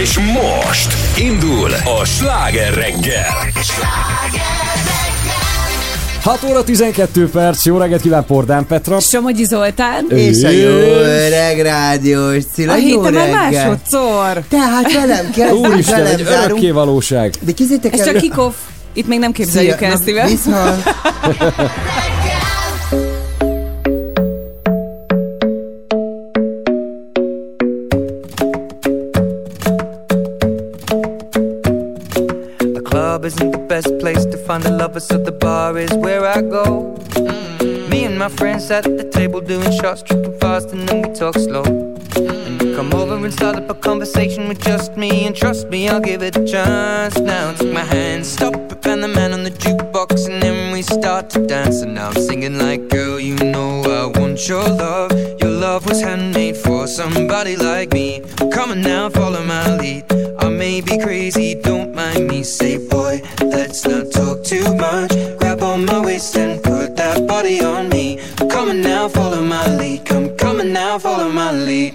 És most indul a Sláger reggel. 6 óra 12 perc, jó reggelt kíván Pordán Petra. Somogyi Zoltán. És a jó öreg rádiós Cilla, a jó héten már reggel. másodszor. Tehát velem kell, Úristen, velem egy zárunk. örökké valóság. De kézzétek Ez el... csak kick-off. Itt még nem képzeljük el, Szíve. Viszont... Isn't the best place to find a lover, so the bar is where I go. Me and my friends at the table doing shots, tripping fast, and then we talk slow. And you come over and start up a conversation with just me, and trust me, I'll give it a chance. Now take my hand, stop it, and the man on the jukebox, and then we start to dance. And now I'm singing like, girl, you know I want your love. Your love was handmade for somebody like me. Come on now, follow my lead. I may be crazy, don't mind me. Say, boy, let's not talk too much. Grab on my waist and put that body on me. Come on now, follow my lead. Come on now, follow my lead.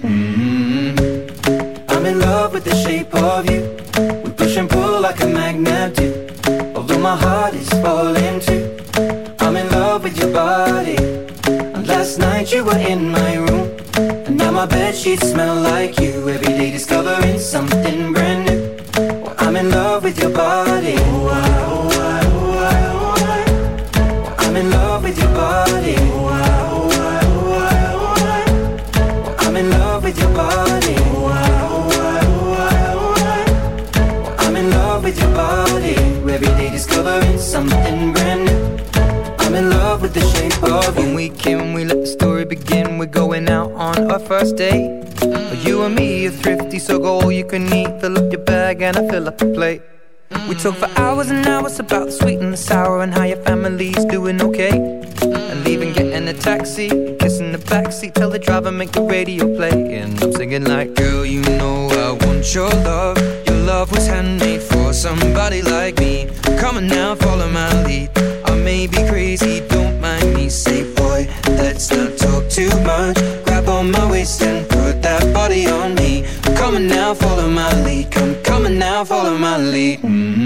I'm in love with the shape of you. We push and pull like a magnet do. Although my heart is falling too. I'm in love with your body. And last night you were in my room. And now my bedsheets smell like you. Every day discovering something brand new. Well, I'm in love with your body. Oh, I, oh, I, oh, I, oh, I. Well, I'm in love with your body. Oh, I, oh, I, oh, I, oh, I. Well, I'm in love with your body. Oh, I, oh, I, oh, I, oh, I. Well, I'm in love with your body. Every day discovering something brand new. I'm in love with the shape of you. When we came, we let the story begin. We're going out on our first date. You and me are thrifty, so go all you can eat. Fill up your bag and I fill up the plate. We talk for hours and hours about the sweet and the sour and how your family's doing okay. And leaving, getting a taxi, kissing the backseat, tell the driver make the radio play. And I'm singing like, girl, you know I want your love. Your love was handmade for somebody like me. Come on now, follow my lead. I may be crazy, don't mind me. Say, boy, let's not talk too much. Grab on my waist and put that body on me. Come on now, follow my lead. Come on now, follow my lead.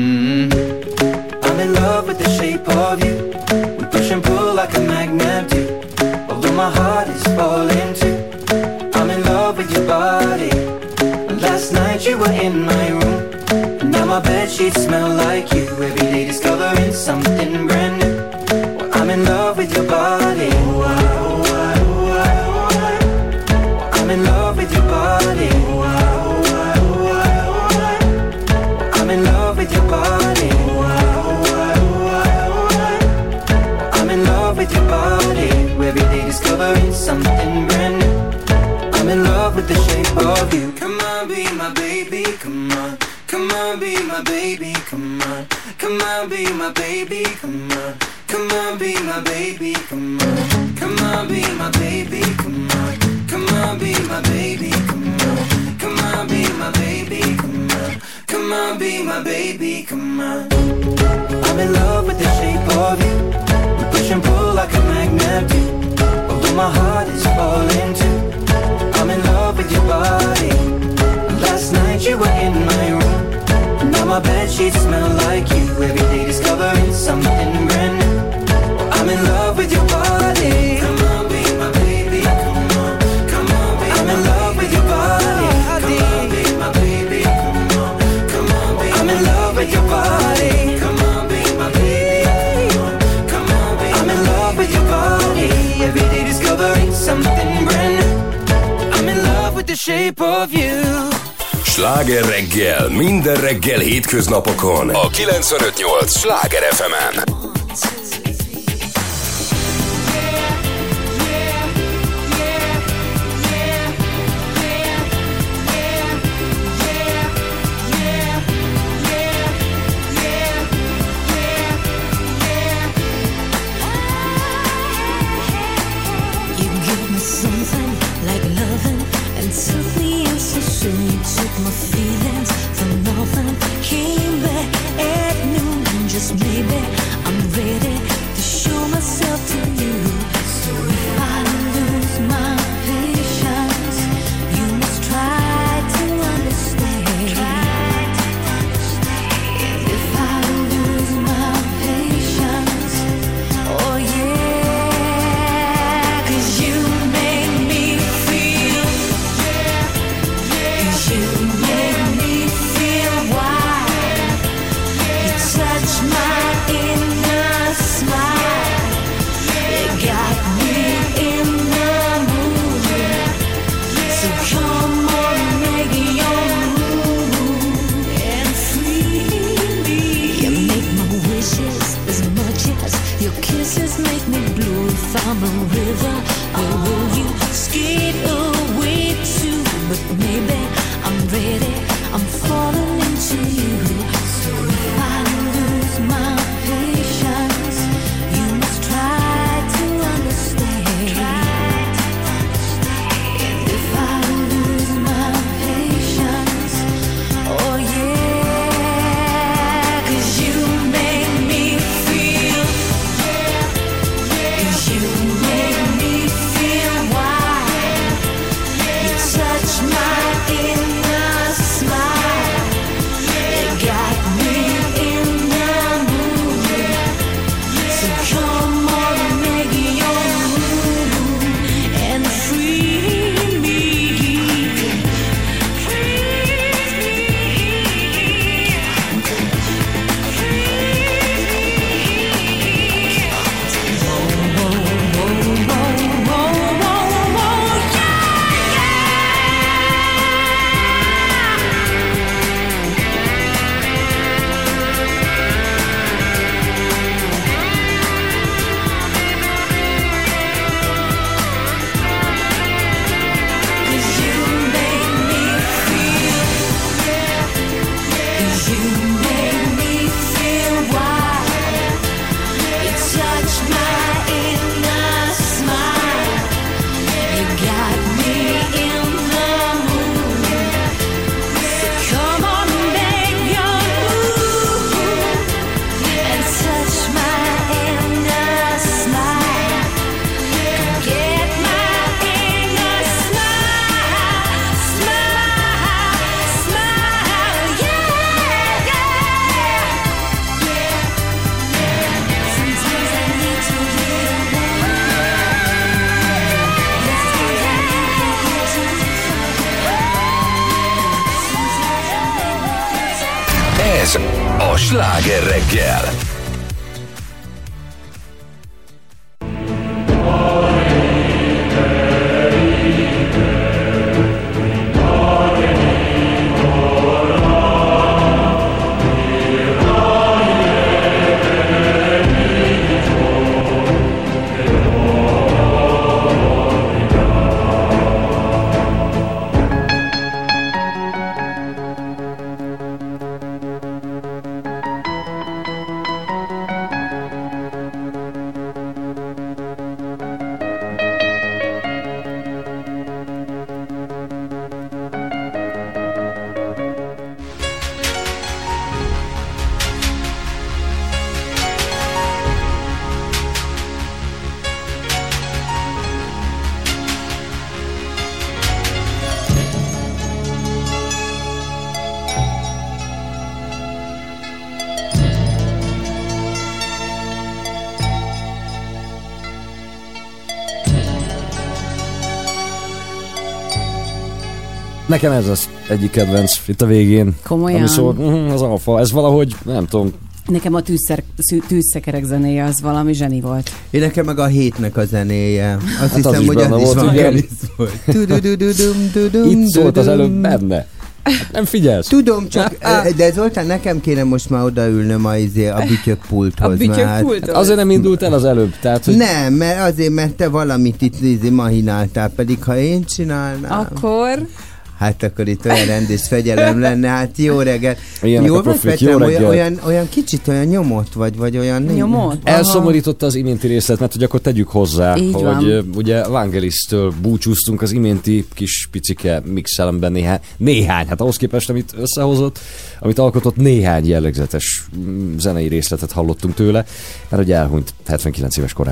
I'm in love with the shape of you. We push and pull like a magnet do. Although my heart is falling too. I'm in love with your body. Last night you were in my room. And now my bedsheets smell like you. Every day discovering something brand new. Well, I'm in love with your body. Oh, I, oh, I, oh, I, oh, I. Well, I'm in love with your body. Oh, I, oh, I, oh, I, oh, I. Well, I'm in love with your body. Oh, I, oh, I, oh, I, oh, I. Well, I'm in love with your body. Every day discovering something brand new. I'm in love with the shape of you. Come on, be my baby, come on. Come on, be my baby, come on. Come on, be my baby, come on. Come on, be my baby, come on. Come on, be my baby, come on. Come on, be my baby, come on. Come on, be my baby, come on. Come on, be my baby, come on. I'm in love with the shape of you. We push and pull like a magnet do. Although my heart is falling too. I'm in love with your body. Last night you were in my room. Now my bedsheets smell like you. Every day discovering something brand new. I'm in love with your body. Come on, be my baby. Come on, come on, be I'm in love with your body. Come on, be my baby. Come on, come on, be I'm in love with your body. Come on, be my baby. Come on, be I'm in love with your body. Every day discovering something brand new. I'm in love with the shape of you. Sláger reggel, minden reggel hétköznapokon a 95.8 Sláger FM-en. My feelings for nothing came back at noon. Just maybe I'm ready to show myself to you. So if I lose my patience, you must try to understand. you make me feel wild. You touch my inner smile. You got me in the mood. So come on, make your move and free me. You make my wishes as much as your kisses make me blue. If I'm a river, where will you skate away to? But maybe I'm ready, I'm falling into you. So if I lose my patience, you must try to understand. And if I lose my patience, oh yeah, 'cause you make me feel, 'cause you make me feel wild. You touch my inner smile. You got me in the mood. So come on, make your move and free me. Ez a Sláger reggel. Nekem ez az egyik kedvenc itt a végén. Komolyan? Ami szól, az alfa. Ez valahogy, nem tudom. Nekem a tűzszekerek zenéje az valami zseni volt. Én nekem meg a hétnek a zenéje. Azt Hát hiszem, az is hogy benne az is volt, igen. volt. Itt szólt az előbb benne. Hát nem figyelsz. Tudom, csak, de Zoltán, nekem kéne most már odaülnöm a bütyök pulthoz. A bütyök pulthoz? Azért nem indult el az előbb, tehát, hogy... Nem, mert te valamit itt mahináltál, pedig ha én csinálnám... Akkor... Hát akkor itt olyan rend és fegyelem lenne, hát jó reggel. Ilyenek a profik, jó reggel. Olyan kicsit olyan nyomott vagy olyan... Nyomott? Elszomorította az iménti részlet, mert hogy akkor tegyük hozzá, így hogy van. Ugye Vangelis-től búcsúztunk az iménti kis picike mixelemben néhány, hát ahhoz képest, amit összehozott, amit alkotott, néhány jellegzetes zenei részletet hallottunk tőle, mert ugye elhunyt 79 éves korában.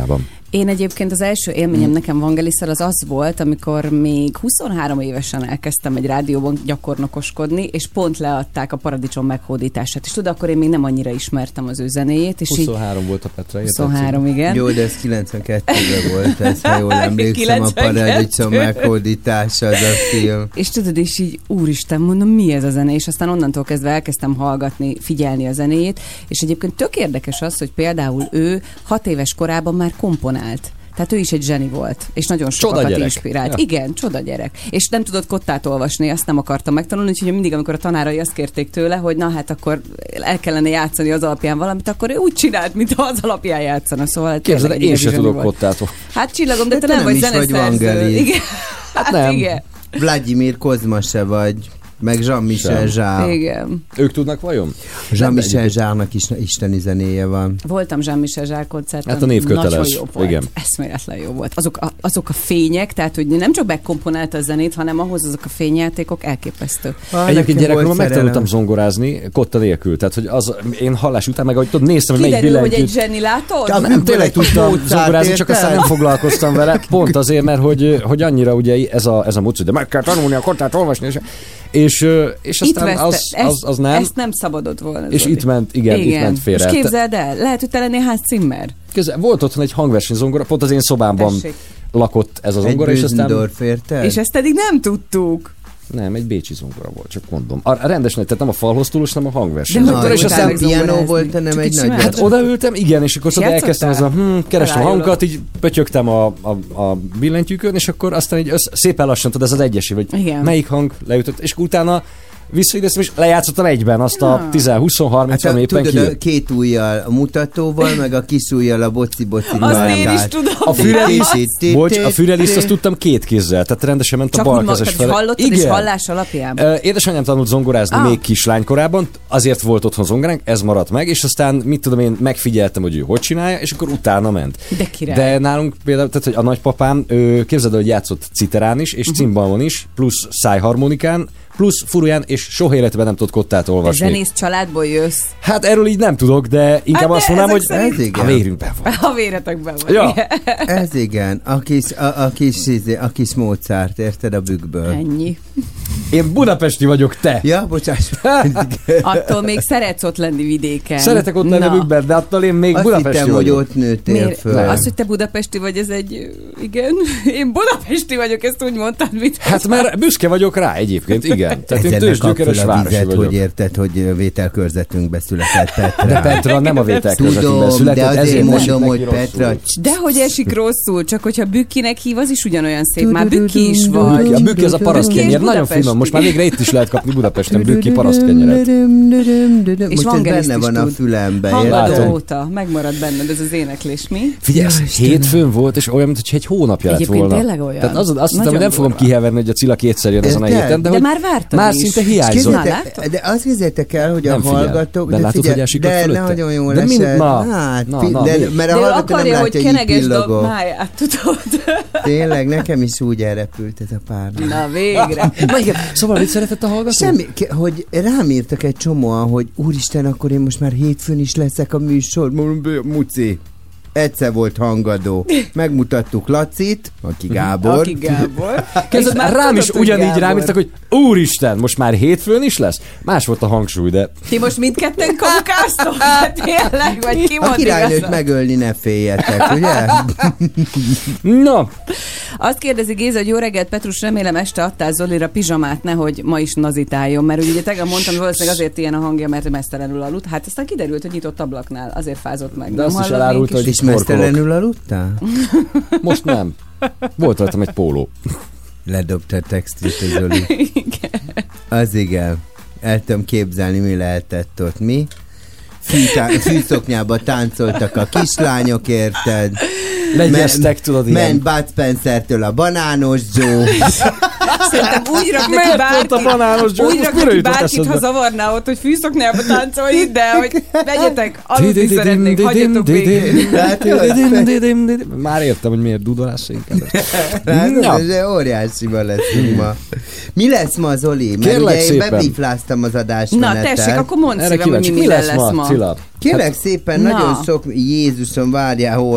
Én egyébként az első élményem nekem Vangelisszel az volt, amikor még 23 évesen elkezdtem egy rádióban gyakornokoskodni, és pont leadták a Paradicsom meghódítását. És tudod, akkor én még nem annyira ismertem az ő zenéjét. És 23 volt a Petra, érted? 23, igen. Jó, de ez 92-ben volt, ez, ha jól emlékszem, a Paradicsom meghódítása az a film. És tudod, és így úristen, mondom, mi ez a zene? És aztán onnantól kezdve elkezdtem hallgatni, figyelni a zenéjét, és egyébként tök érdekes az, hogy például ő 6 éves korában már komponált. Tehát ő is egy zseni volt, és nagyon sokakat inspirált. Ja. Igen, csoda gyerek. És nem tudott kottát olvasni, azt nem akartam megtanulni, úgyhogy mindig, amikor a tanárai azt kérték tőle, hogy na hát akkor el kellene játszani az alapján valamit, akkor ő úgy csinált, mintha az alapján játszana. Szóval képzeld, én sem tudok kottát. Hát csillagom, de te nem vagy zeneszerző. Igen. Hát nem. Igen. Vladimir Kozma se vagy. Meg Jean-Michel Jarre. Igen. Ők tudnak vajon? Jean-Michel Jarre-nak is isteni zenéje van. Voltam Jean-Michel Jarre koncerten. Hát a név köteles. Nagyon jó volt. Igen. Eszméletlen jó volt. Azok a fények, tehát hogy nem csak megkomponálta a zenét, hanem ahhoz azok a fényjátékok elképesztő. Egyébként gyerekkoromban megtanultam zongorázni kotta nélkül. Tehát, hogy én hallás után meg, ahogy tudod, néztem, hogy melyik billentyűt. Hogy egy zseni látod? Nem, tényleg tudtam zongorázni, csak aztán nem foglalkoztam vele. Pont azért, mert hogy annyira ugye ez a moci, de meg kell tanulni a kottát olvasni, és aztán az nem. Ezt nem szabadott volna. És itt ment, igen, itt ment félre. És képzeld el, lehet, hogy te lennél Hans Zimmer. Volt otthon egy hangversenyzongora, pont az én szobámban lakott ez a zongora, és aztán... És ezt eddig nem tudtuk. Nem, egy bécsi zongora volt, csak mondom. Rendesen, tehát nem a falhoz túlós, hanem a hangverseny. De és aztán piano volt, nem egy nagy... Hát odaültem, igen, és akkor elkezdtem kerestem a hangokat, így pötyögtem a billentyűkön, és akkor aztán így szépen lassan, tudod, ez az egyesi, vagy igen. Melyik hang leütött, és utána visszaideztem, és lejátszottam egyben azt a 10-20-30, ami éppen kijött. Tudod, a két ujjal a mutatóval, meg a kis ujjal a boci-boci azt én is tudom. A füreliszt azt tudtam két kézzel, tehát rendesen ment a balkezes fele. Csak hallottad, és hallás alapján? Édesanyám tanult zongorázni még kislánykorában, azért volt otthon zongoránk, ez maradt meg, és aztán mit tudom én, megfigyeltem, hogy ő hogy csinálja, és akkor utána ment. De király. De nálunk például, tehát hogy a nagypapám, képzeld el, hogy játszott citerán is, és cimbalmon is, plusz szájharmonikán, plusz furuján, és soha életben nem tudott kottát olvasni. Zenész családból jössz. Hát erről így nem tudok, de inkább azt mondanám, hogy a vérünkben van. A véretekben van. Ja. Ez igen, a kis Mozart, érted, a bükkből. Ennyi. Én budapesti vagyok, te. Ja, bocsáss. Attól még szeretsz ott lenni vidéken. Szeretek ott lenni a bükkben, de attól én még budapesti hittem, vagyok. hogy ott nőttél föl. Az, hogy te budapesti vagy, ez egy... Igen, én budapesti vagyok, ezt úgy mondtad, mit... Hát mert büszke vagyok rá egyébként, igen. Tehát én tőzsgyökeres városi vagyok. Hogy érted, hogy vételkörzetünkbe született Petra. De Petra nem a vételkörzetünkbe született, de azért mondom, hogy Petra... Dehogy esik rosszul, csak hogyha bükkinek hív, az is ugyanolyan szép. Már bükki is vagy. A bükki az a parasztkenyer, nagyon finom. Most már végre itt is lehet kapni Budapesten bükki parasztkenyeret. És most benne van a fülembe. Hangadó óta megmarad benned ez az éneklés, mi? Figyelj, ez hétfőn volt, és olyan, mintha egy hónapja lett volna. Egyébként tényleg olyan. Tehát azt hiszem, hogy nem fogom kiheverni, hogy a Cilla kétszer jön ezen a héten, de már vártam már szinte hiányzott. De azt hiszétek el, hogy a hallgatók... De látod, hogy esik fölötte? De nagyon jól esett. Mert a hallgató nem látja, hogy így pillogok. Máját, tudod? Tényleg, nekem is úgy elrepült ez a pár. Na végre. Szóval mit szeretett a hallgató? Semmi, hogy rám írtak egy csomóan, hogy úristen, akkor én most már hétfőn is leszek a műsor. Muci. Egyszer volt hangadó. Megmutattuk Lacit, aki Gábor. Kezdett, rám is ugyanígy rámírtak, hogy úristen, most már hétfőn is lesz? Más volt a hangsúly, de... Ti most mindketten kamukáztok? Tényleg? Vagy ki volt a királynőt megölni ne féljetek, ugye? Na! Azt kérdezi Géza, hogy jó reggelt, Petrus, remélem este adtál Zolira pizsamát, nehogy ma is nazitáljon, mert ugye tegnap mondtam, hogy valószínűleg azért ilyen a hangja, mert mesztelenül aludt. Hát aztán kiderült, hogy nyitott ablaknál, azért fázott meg. De azt is elárult, hogy is mesztelenül aludtál? Most nem. Volt rajtam egy póló. Ledobta a textrit a Zoli. Az igen. El tudom képzelni, mi lehetett ott, mi? Fűszoknyába táncoltak a kislányok, érted? Legyeztek, tudod, ilyen. Ment Bud Spencertől a Banános Joe. Szerintem úgy raknak ki bárkit, ha zavarná ott, hogy fűszoknyába táncolj, de hogy vegyetek, aludni szeretnék, hagyjatok végén. Már értem, hogy miért dudolás inkább. Óriásiban leszünk ma. Mi lesz ma, Zoli? Mert ugye én beblifláztam az adásmenetet. Na tessék, akkor mondd szívem, hogy mi minden lesz ma. Kérlek szépen, nagyon sok Jézusom, várjál, hol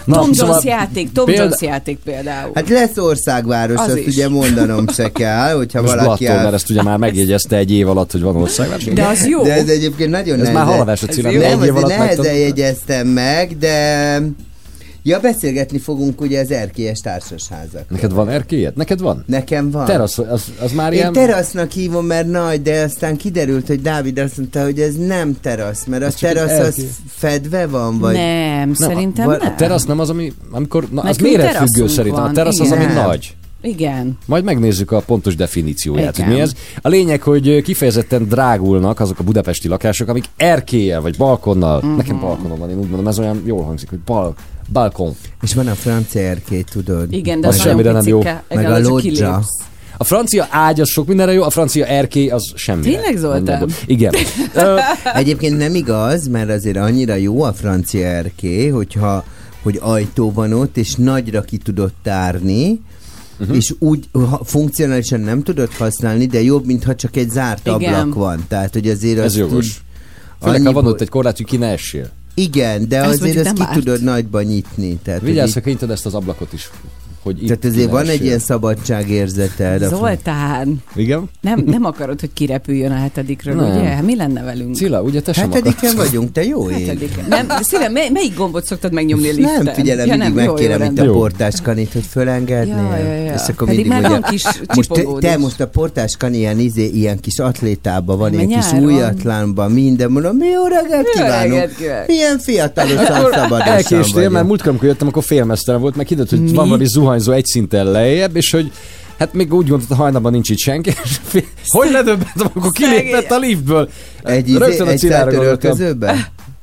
Tom Jones játék például. Hát lesz országváros, azt ugye mondanom se kell, hogyha most valaki... Blattó, mert ezt ugye már megjegyezte egy év alatt, hogy van országváros. De az jó. De ez egyébként nagyon nehezen. Ez már halavás a cílem. Nem, azért nehezen jegyeztem meg, de... Ja, beszélgetni fogunk ugye az erkélyes társasházak. Neked van erkélyed? Neked van? Nekem van. Terasz, az már én ilyen... terasznak hívom, mert nagy, de aztán kiderült, hogy Dávid azt mondta, hogy ez nem terasz, mert a terasz az fedve van, vagy... Nem, szerintem nem. A terasz nem az, amikor... Na, az méretfüggő szerintem. A terasz az, ami nagy. Igen. Majd megnézzük a pontos definícióját, Igen. hogy mi ez. A lényeg, hogy kifejezetten drágulnak azok a budapesti lakások, amik erkéllyel vagy balkonnal, nekem balkonom van, én úgy mondom, ez olyan jól hangzik, hogy balkon. És van a francia erkély, tudod? Igen, de az semmire nem jó. Meg a loggia. A francia ágy az sok mindenre jó, a francia erkély az semmire. Tényleg, Zoltán? Igen. Egyébként nem igaz, mert azért annyira jó a francia erkély, hogy ajtó van ott, és nagyra ki tudod tárni, és úgy funkcionálisan nem tudod használni, de jobb, mintha csak egy zárt ablak van. Tehát, hogy azért ez jogos. Főleg, ha van ott egy korlát, hogy ki ne essél. Igen, de azért ezt ki tudod nagyban nyitni. Vigyázz, ha kinyited ezt az ablakot is. Hogy tehát ezért van egy ilyen szabadságérzeted. Zoltán! Igen? Nem akarod, hogy kirepüljön a 7-ről, ugye? Hát mi lenne velünk? Cilla, ugye te sem 7-en vagyunk, te jó ég. Nem, szívem, melyik gombot szoktad megnyomni a liften? Nem, figyelem, mindig megkérem itt a portáskanit, hogy fölengednél. És akkor pedig mindig már van kis csipogód is. Te most a portáskani ilyen kis atlétában van, ilyen kis újatlanban, minden, mondom, mi jó reggelt kívánunk. Milyen fiatalosan, szabadosan elkéstél, mert múltkor, amikor jöttem, akkor félmeztelen volt, meg kiderült, hogy van valami zuhanyzó egy szinten lejjebb, és hogy hát még úgy gondolt, a hajnalban nincs itt senki. Hogy ledöbbentem, akkor kilépett a liftből. Egy feltörölközőben?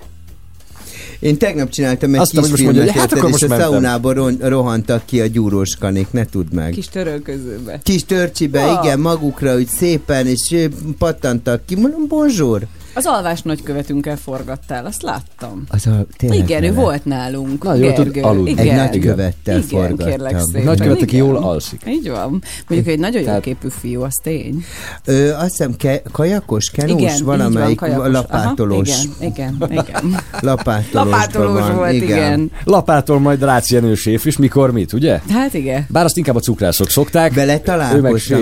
Én tegnap csináltam egy kis filmet, és a szaunában rohantak ki a gyúrós kanik, ne tudd meg. Kis törölközőbe. Kis törcsibe, igen, magukra, hogy szépen, és pattantak ki. Mondom, bonjour. Az alvás nagykövetünkkel forgattál, azt láttam. Igen, ő volt nálunk. Na, jól tud aludni. Egy nagykövettel forgattam. Kérlek szépen. Nagykövet, aki jól alszik. Így van. Mondjuk egy nagyon jó képű fiú, az tény. Azt hiszem kajakos, kenós, valamelyik lapátolós. Igen. Lapátolós volt, igen. Lapátol majd Rácz Jenő séf is, mikor mit, ugye? Hát igen. Bár azt inkább a cukrászok szokták. Vele találkoztam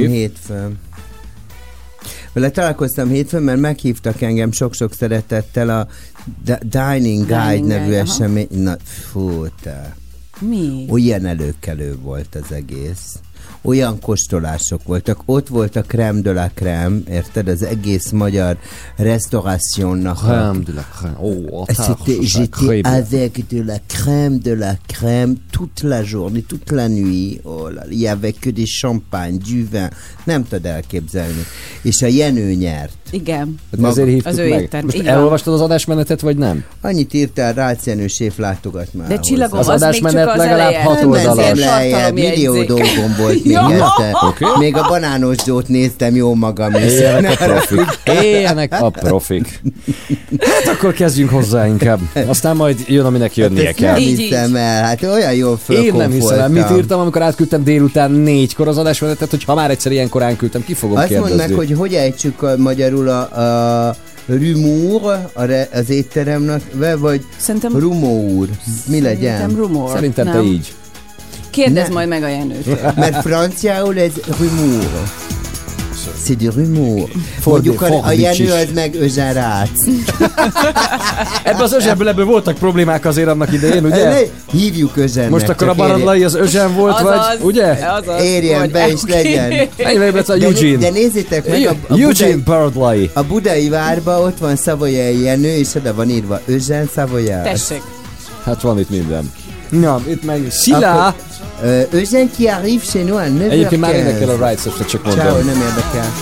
hétfőn, mert meghívtak engem sok-sok szeretettel a Dining Guide nevű esemény. Na, fú, te. Mi? Olyan előkelő volt az egész. Olyan kóstolások voltak. Ott volt a crème de la crème, érted? Az egész magyar restaurationnak. Crème de la crème. Oh, j'étais avec de la crème toute la journée, toute la nuit. Oh, il y avait que des champagne, du vin. Nem tud elképzelni. És a Jenő nyert. Igen. Azért hívtuk meg. Étterm. Most elolvastad az adásmenetet, vagy nem? Annyit írtál, Rácz Jenő séf látogat már. De Csillagom, az adásmenet legalább 6 oldalas. Millió dolgom volt még este. Még a Banános Jót néztem jó magam is. Éljenek a profik. Hát akkor kezdjünk hozzá inkább. Aztán majd jön, aminek jönnie kell. Nem hiszem el, hát olyan jól én nem hiszem el. Mit írtam, amikor átküldtem délután 4-kor az adásmenetet, hogy ha már egyszer ilyen korán küldtem, ki fogom kérdezni. Azt mondd meg, hogy ejtsük magyarul a Rumor az étteremnek, vagy Rumor. Mi legyen? Szerintem te így. Kérdezd majd meg a Jenőt. Mert franciául ez Rumor. C'est du rumor. Mondjuk a Jenő az meg Özsárác. Ebben az Özsenből voltak problémák azért annak idején, ugye? Hívjuk Özsennek. Most akkor a Barandlai az Özsen volt, azaz, vagy, ugye? Érjen be és legyen. De nézzétek meg Eugene Barandlai. A Budai várba ott van Savoyai Jenő, és oda van írva Özsen Savoyai. Tessék. Hát van itt minden. Na, itt meg Szila. Eugène qui arrive chez nous à 9h15. Egyébként már érdekel a Rights-et, csak mondom. Ciao, nem érdekel.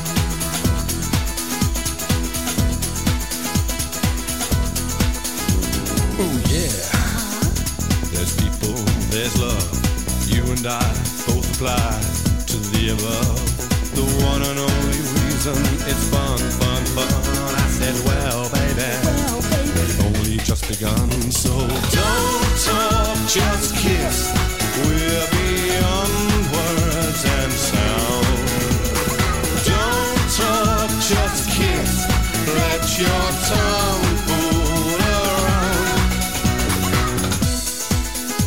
Oh yeah, there's people, there's love. You and I both apply to the above. The one and only reason it's fun, fun, fun. I said, well, baby, we've only just begun. So don't talk, just kiss. We're beyond words and sound. Don't talk, just kiss. Let your tongue fool around.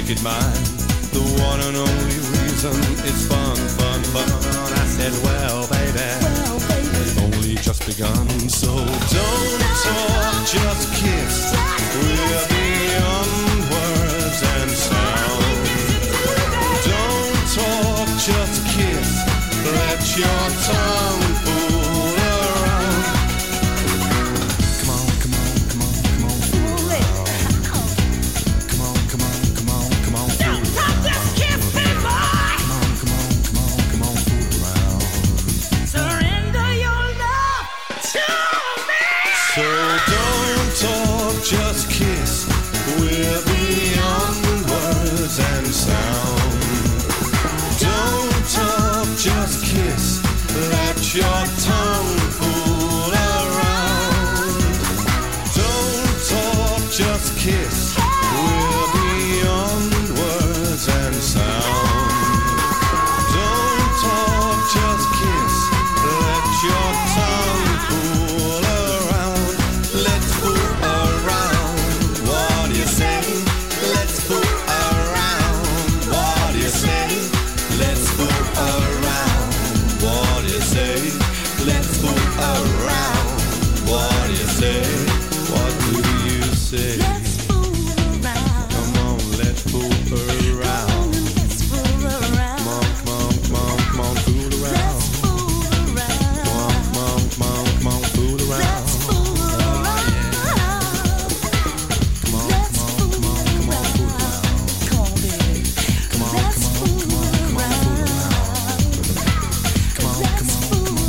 make it mine. The one and only reason it's fun, fun, fun. I said, well, baby, it's only just begun. So don't talk, just kiss. We're beyond words and sound. Don't talk, just kiss. Let your tongue fool around. Come on, come on, come on, come on, fool around. Come on, come on, come on, come on, fool around. Don't talk, just kiss me, boy. Come on, come on, come on, come on, fool around. Surrender your love to me. So don't talk, just kiss. We're beyond words and sound. Don't talk, just kiss. Let your tongue fool around. Don't talk, just kiss. We're beyond words and sound. Don't talk, just kiss. Let your tongue fool around. Let's fool around. What do you say? Let's fool around. What do you say? Let's fool around. What do you say? Let's fool around. What do you say? What do you say? Let's fool around. Come on, let's fool around. Let's fool around. Come on, come on, come on, come on, fool around. Let's fool around. Come on, come on, come on, come on, fool around. Let's fool around. Come on, come on, come on, come on, fool around. Come on, baby. Come on, Let's come on, fool come on, come on, fool around. Come on, come on, come on, come on, fool around.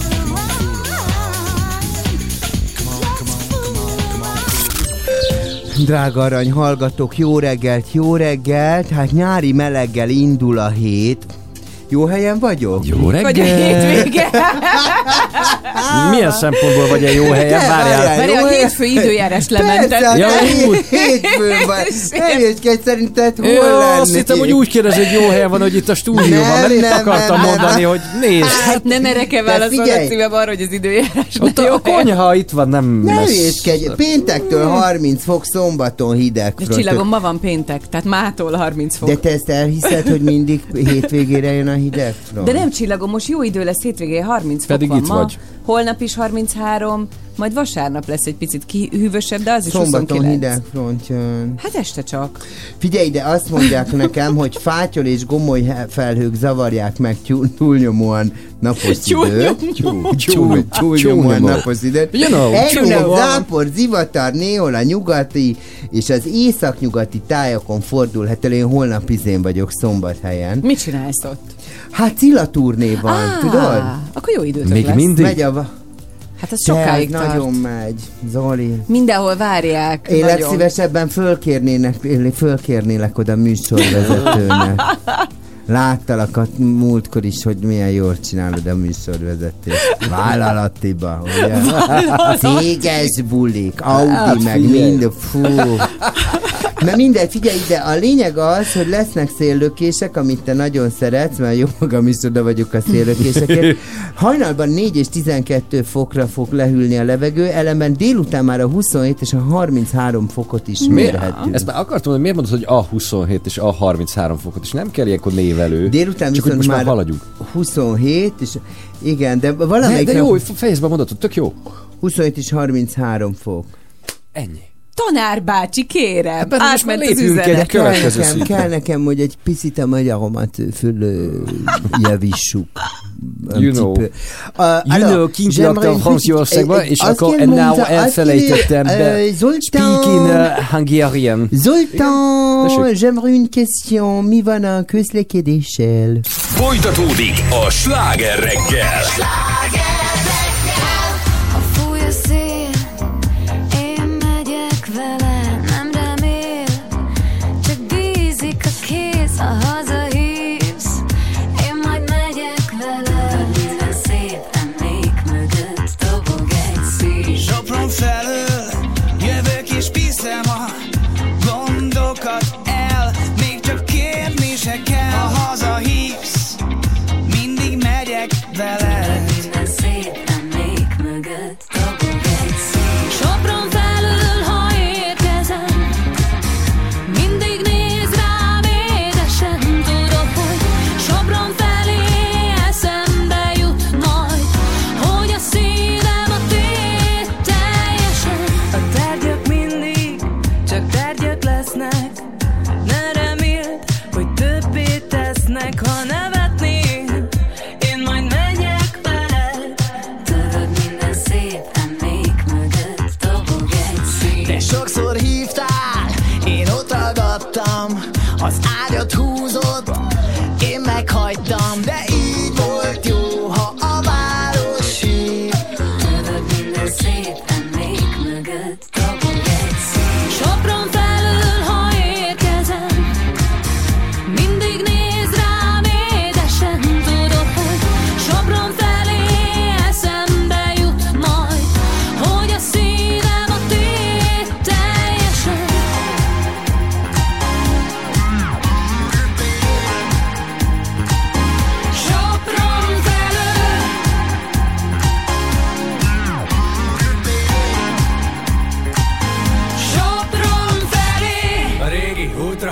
Come on, come on, come on, come on, fool around. Drága arany hallgatók, jó reggelt, hát nyári meleggel indul a hét. Jó helyen vagyok? Jó Vagy a reggel! hétvége. Milyen szempontból vagy egy jó helyen? Várjál! Mert a hétfő időjárás lemented. Persze, Ja, úgy. hétfőn van. Eljöskedj, szerinted hol Jó, lenni? azt hittem, hogy úgy kérdez, hogy jó helyen van, hogy itt a stúdióban, mert épp akartam mondani, hogy nézd, Hát nem erre kell válaszolnod figyelj. szívem arra, hogy az időjárás ott jó a konyha itt van, nem Ne lesz. hülyéskedj, péntektől 30 fok, szombaton hideg És front. csillagom, ma van péntek, tehát mától 30 fok. De te ezt elhiszed, hogy mindig hétvégére jön a hideg front? De nem csillagom, most jó idő lesz hétvégén, 30 Pedig fok van itt ma, vagy. holnap is 33, majd vasárnap lesz egy picit hűvösebb, de az is Szombaton 29. hideg front jön. Hát este csak. Figyelj, de azt mondják nekem, hogy fátyol és gomoly felhők zavarják meg túlnyomóan napos időt. Túlnyomóan napos időt. You know, Ennyi know. zápor, zivatar néhol a nyugati és az északnyugati tájakon fordulhat elő. Én holnap izén vagyok Szombathelyen. Mit csinálsz ott? Hát Cilla turné van, tudod? Akkor jó időtök Még lesz. mindig? Megy a... Hát az De sokáig tart. nagyon megy, Zoli. Mindenhol várják. Én nagyon. legszívesebben fölkérnélek oda műsorvezetőnek. Láttalak a múltkor is, hogy milyen jól csinálod a műsorvezetést. Vállalatiba, ugye? Céges bulik, Audi, meg mind, fú. Na mindegy, figyelj ide, a lényeg az, hogy lesznek széllökések, amit te nagyon szeretsz, mert jó magam is oda vagyok a széllökésekért. Hajnalban 4 és 12 fokra fog lehűlni a levegő, ellenben délután már a 27 és a 33 fokot is mérhetünk. Ezt már akartam, hogy miért mondod, hogy a 27 és a 33 fokot, és nem kell ilyenkor névelő. Délután csak hogy viszont most már már haladjunk. 27, és igen, de valamelyik De jó, fejezd be a mondatot, tök jó. 27 és 33 fok. Ennyi. Tanár bácsi, kérem, Ebben most átment már az lépjünk üzenet. egy következő szinten. Kell nekem, hogy egy picit a magyaromat följavissuk. You know. You know, kint laktam Franciaországban, és akkor now elfelejtettem be. Speak in Hungarian. Zoltán, Tessék. j'aimerais une question. Mi van a közlekedéssel? Folytatódik a Sláger reggel. Ha fúj a szél, én megyek vele, nem remél, csak bízik a kéz, ha hazahívsz, én majd megyek vele, minden szép emlék mögött dobog egy szív. Sopron felől jövök és viszem a gondokat el, még csak kérni se kell, ha hazahívsz, mindig megyek veled.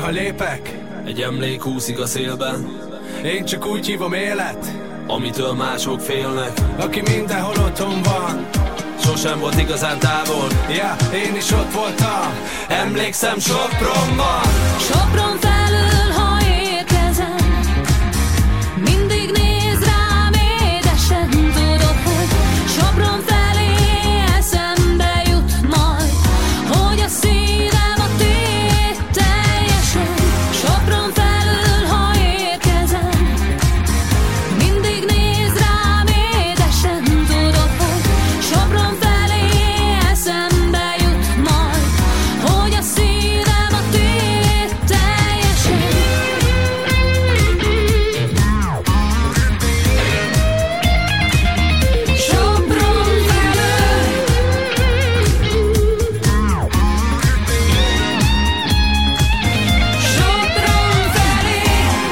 irányba lépek. Egy emlék úszik a szélben. Én csak úgy hívom élet, amitől mások félnek. aki mindenhol otthon van. Sosem volt igazán távol. Ja, én is ott voltam. Emlékszem Sopronban. Sopron felől, ha érkezem, mindig néz rám édesen. Tudod, hogy Sopron felé eszembe jut majd, hogy a szívem a tiéd teljesen. Sopron felől, ha érkezem, mindig néz rám édesen. Tudod, hogy Sopron felé eszembe jut majd, hogy a szívem a tiéd teljesen. Sopron felől, Sopron felé,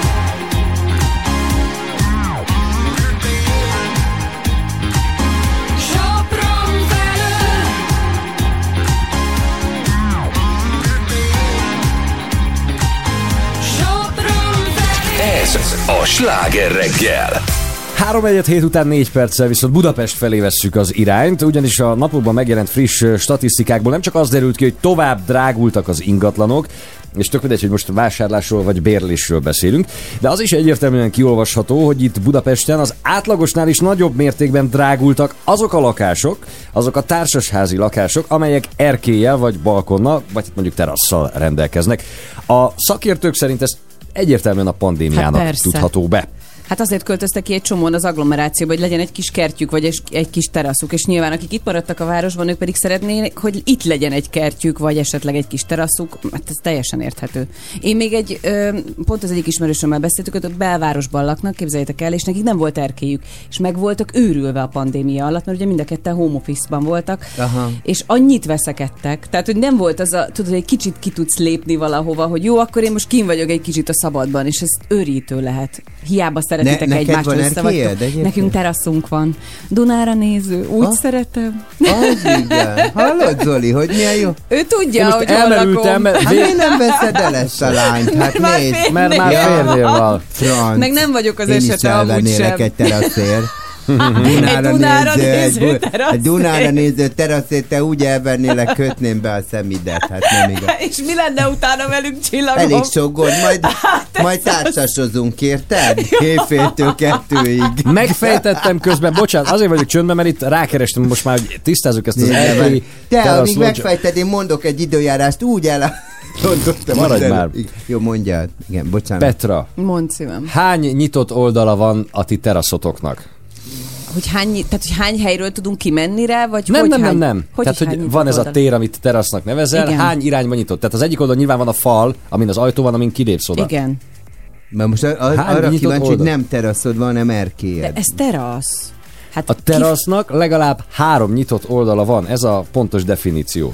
Sopron felől. Sopron felé. Ez a Sláger reggel. 3-1 után 4 perccel viszont Budapest felé vesszük az irányt, ugyanis a napokban megjelent friss statisztikákból nem csak az derült ki, hogy tovább drágultak az ingatlanok, és tök mindegy, hogy most vásárlásról vagy bérlésről beszélünk, de az is egyértelműen kiolvasható, hogy itt Budapesten az átlagosnál is nagyobb mértékben drágultak azok a lakások, azok a társasházi lakások, amelyek erkéllyel vagy balkonnal, vagy mondjuk terasszal rendelkeznek. A szakértők szerint ez egyértelműen a pandémiának tudható be. Hát azért költöztek ki egy csomóan az agglomerációba, hogy legyen egy kis kertjük, vagy egy kis teraszuk, és nyilván akik itt maradtak a városban, ők pedig szeretnének, hogy itt legyen egy kertjük, vagy esetleg egy kis teraszuk, hát ez teljesen érthető. Én még pont az egyik ismerősömmel beszéltük, hogy ott belvárosban laknak, képzeljétek el, és nekik nem volt erkélyük, és meg voltak őrülve a pandémia alatt, mert ugye mind a ketten home office-ban voltak, és annyit veszekedtek, tehát hogy nem volt az a, tudod, hogy egy kicsit ki tudsz lépni valahova, hogy jó, akkor én most kín vagyok egy kicsit a szabadban, és ez őrítő lehet. Hiába szeretitek egymást összevagytok. Nekünk teraszunk van. Dunára néző. Úgy szeretem. Az igen. Hallod, Zoli, hogy milyen jó? Ő tudja, hogy hol lakom. Hát miért nem veszed el ezt a lányt? Hát nézd. Mert már férnél van. Franc. Meg nem vagyok az Én esete amúgy sem. egy teraszér. Dunára néző teraszér. Egy Dunára néző teraszér, te úgy elvernélek, kötném be a szemidet. Hát nem igaz. És mi lenne utána velünk, csillagom? Elég sok gond, majd társasozunk, érted? Hétféltől 2-ig. Megfejtettem közben, bocsánat, azért vagyok csöndben, mert itt rákerestem most már, hogy tisztázzuk ezt az elhelyi te, amíg megfejted, én mondok egy időjárást, úgy maradj már. Jó, mondjál. Igen, bocsánat. Petra, Mondd szívem. hány nyitott oldala van a ti teraszotoknak? Hogy hány helyről tudunk kimenni rá, vagy Nem. Hogy tehát, hogy van ez a tér, amit terasznak nevezel, igen. Hány irányba nyitott? Tehát az egyik oldalon nyilván van a fal, amin az ajtó van, amin kilépsz oda. Igen. Mert most arra kíváncsi, hogy nem teraszod van, nem erkélyed. De ez terasz. Hát a terasznak legalább 3 nyitott oldala van, ez a pontos definíció.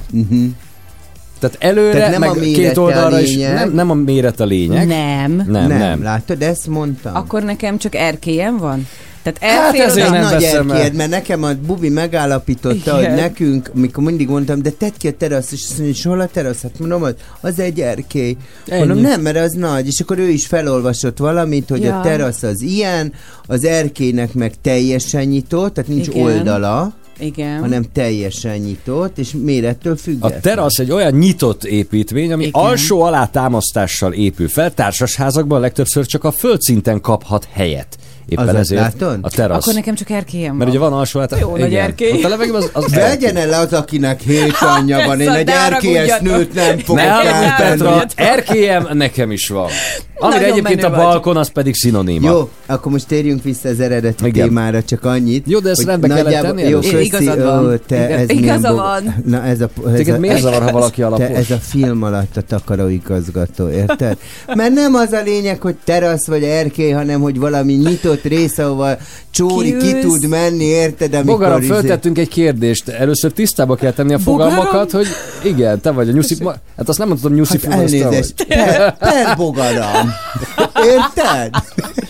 Tehát előre, tehát meg két oldalra is. Nem a méret a lényeg. Nem. Látod, ezt mondtam. Akkor nekem csak erkélyem van? Tehát hát ezért nem nagy veszem erkélyed, mert nekem a Bubi megállapította, igen, hogy nekünk, mikor mindig mondtam, de tedd ki a terasz, és azt mondja, hogy hol a terasz? Hát mondom, az egy erkély. Mondom, nem, mert az nagy, és akkor ő is felolvasott valamit, hogy a terasz az ilyen, az erkélynek meg teljesen nyitott, tehát nincs oldala. Igen. Hanem teljesen nyitott, és mérettől független. A terasz egy olyan nyitott építmény, ami alsó alátámasztással épül fel, társasházakban legtöbbször csak a földszinten kaphat helyet. Éppen azat ezért látod? a terasz. Akkor nekem csak erkélyem van. Mert ugye van alsó alátámasztás. Jó nagy erkély. Ott a levegőben az vegyen el az, akinek 7 anyja van. Én egy erkélyes nőt nem fogok eltenni. Erkélyem nekem is van. Amire egyébként a balkon, az pedig szinonima. Jó, akkor most térjünk vissza az eredeti témára, csak annyit. Jó, de ezt rendbe kellett tenni? Jó, igazad van. Igaza van. Na, téged miért zavar, ha valaki alapos? Ez a film alatt a takaróigazgató, érted? Mert nem az a lényeg, hogy terasz vagy erkély, hanem hogy valami nyitott rész, ahol Csóri ki tud menni, érted? Bogaram, föltettünk egy kérdést. Először tisztába kell tenni a fogalmakat, hogy igen, te vagy a nyuszi... Hát azt nem mondtam nyuszi elnézést. Per Bogaram. Érted?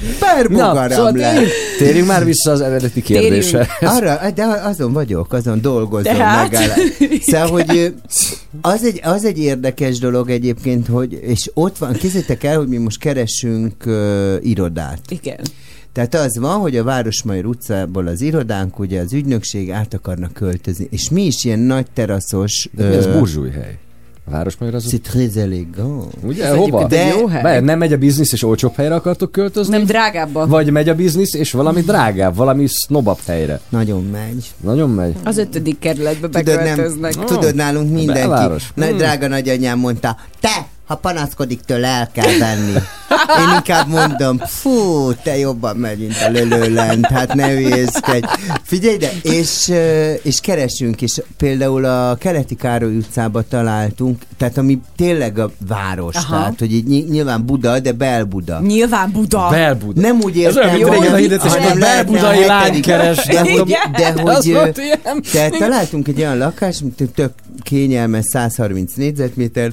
Per bogaram szóval lett. Térjünk már vissza az eredeti kérdésre. Arra, de azon vagyok, azon dolgozom. Szóval, hogy az egy érdekes dolog egyébként, hogy, és ott van, kézzétek el, hogy mi most keresünk irodát. Igen. Tehát az van, hogy a Városmajor utcából az irodánk, ugye az ügynökség át akarnak költözni, és mi is ilyen nagy teraszos... Ez burzsúj hely. A Városmajor az... C'est très élégant. Ugye, hova? De nem megy a biznisz, és olcsóbb helyre akartok költözni? Nem drágábba. Vagy megy a biznisz, és valami drágább, valami sznobabb helyre? Nagyon megy. Nagyon megy. Az 5. kerületbe beköltöznek. Tudod, nálunk mindenki. Belváros. Drága nagyanyám mondta, te, ha panaszkodik tőle, el kell venni. Én inkább mondom, fú, te jobban megy, mint a lölőlent, hát ne hülyészkedj. Figyelj ide, és keresünk, és például a Keleti Károly utcába találtunk, tehát ami tényleg a város, tehát hogy így nyilván Buda, de Belbuda. Nyilván Buda. Belbuda. Nem úgy értem, hogy régen a hirdetés, hogy belbudai lány keres. De hogy tehát találtunk egy olyan lakást, tök kényelmes 130 négyzetméter,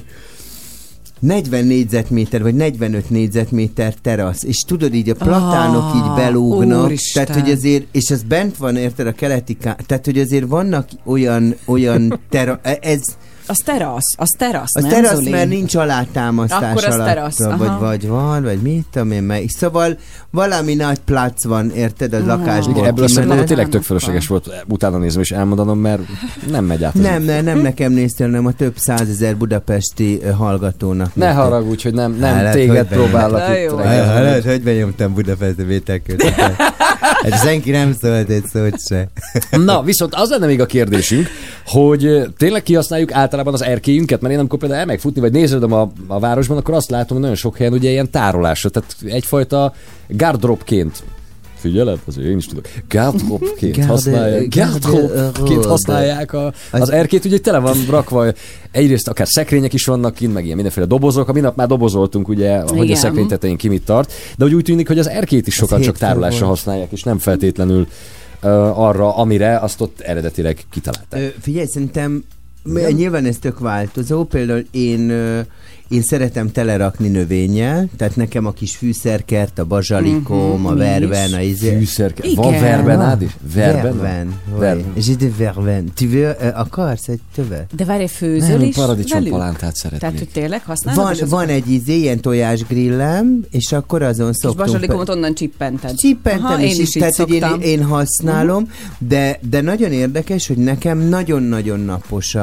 40 négyzetméter, vagy 45 négyzetméter terasz, és tudod, így a platánok így belógnak, Úristen. tehát, hogy azért, és ez bent van, érted, a keleti, tehát, hogy azért vannak olyan Az terasz, az nem, terasz, Zoli? mert nincs alátámasztás akkor az terasz, vagy mit tudom én, meg. Szóval valami nagy plac van, érted, az lakásból. Ebből a szempontból tényleg Nem tök fölösleges volt utána nézem és elmondanom, mert nem megy át. Nem nekem néztél, hanem a több 100 000 budapesti hallgatónak. Ne haragudj, hogy nem Hát, téged próbálok itt reggel. Hogy benyomtam Budapesti vételköltet. Hát senki nem szólt egy szót se. Na, viszont az lenne még a kérdésünk, hogy tényleg kihasználjuk általában az erkélyünket, mert én amikor például elmegyek futni, vagy néződöm a városban, akkor azt látom, hogy nagyon sok helyen ugye ilyen tárolásra, tehát egyfajta gardróbként. Figyeled? Azért én is tudok. Gardróbként használják az erkét, ugye tele van rakva, egyrészt akár szekrények is vannak kint, meg ilyen mindenféle dobozok, a minap már dobozoltunk, ugye, hogy a szekrény tetején ki mit tart, de úgy tűnik, hogy az erkét is sokan csak tárolásra használják, és nem feltétlenül arra, amire azt ott eredetileg kitalálták. Figyelj, szerintem nyilván ez tök változó, például én szeretem telerakni növényel, tehát nekem a kis fűszerkert, a bazsalikom, a verben, a fűszerkert. Van verbenád is? Verben. J'ai des verben. Tu veux, akarsz egy tövet? De várj, főzöl is paradicsompalántát szeretnék. Tehát, hogy tényleg használod? Van egy ilyen tojásgrillem, és akkor azon szoktunk. És bazsalikomot onnan csippented. Csippentem, és tehát, hogy én használom, de nagyon érdekes, hogy nekem nagyon-nagyon napos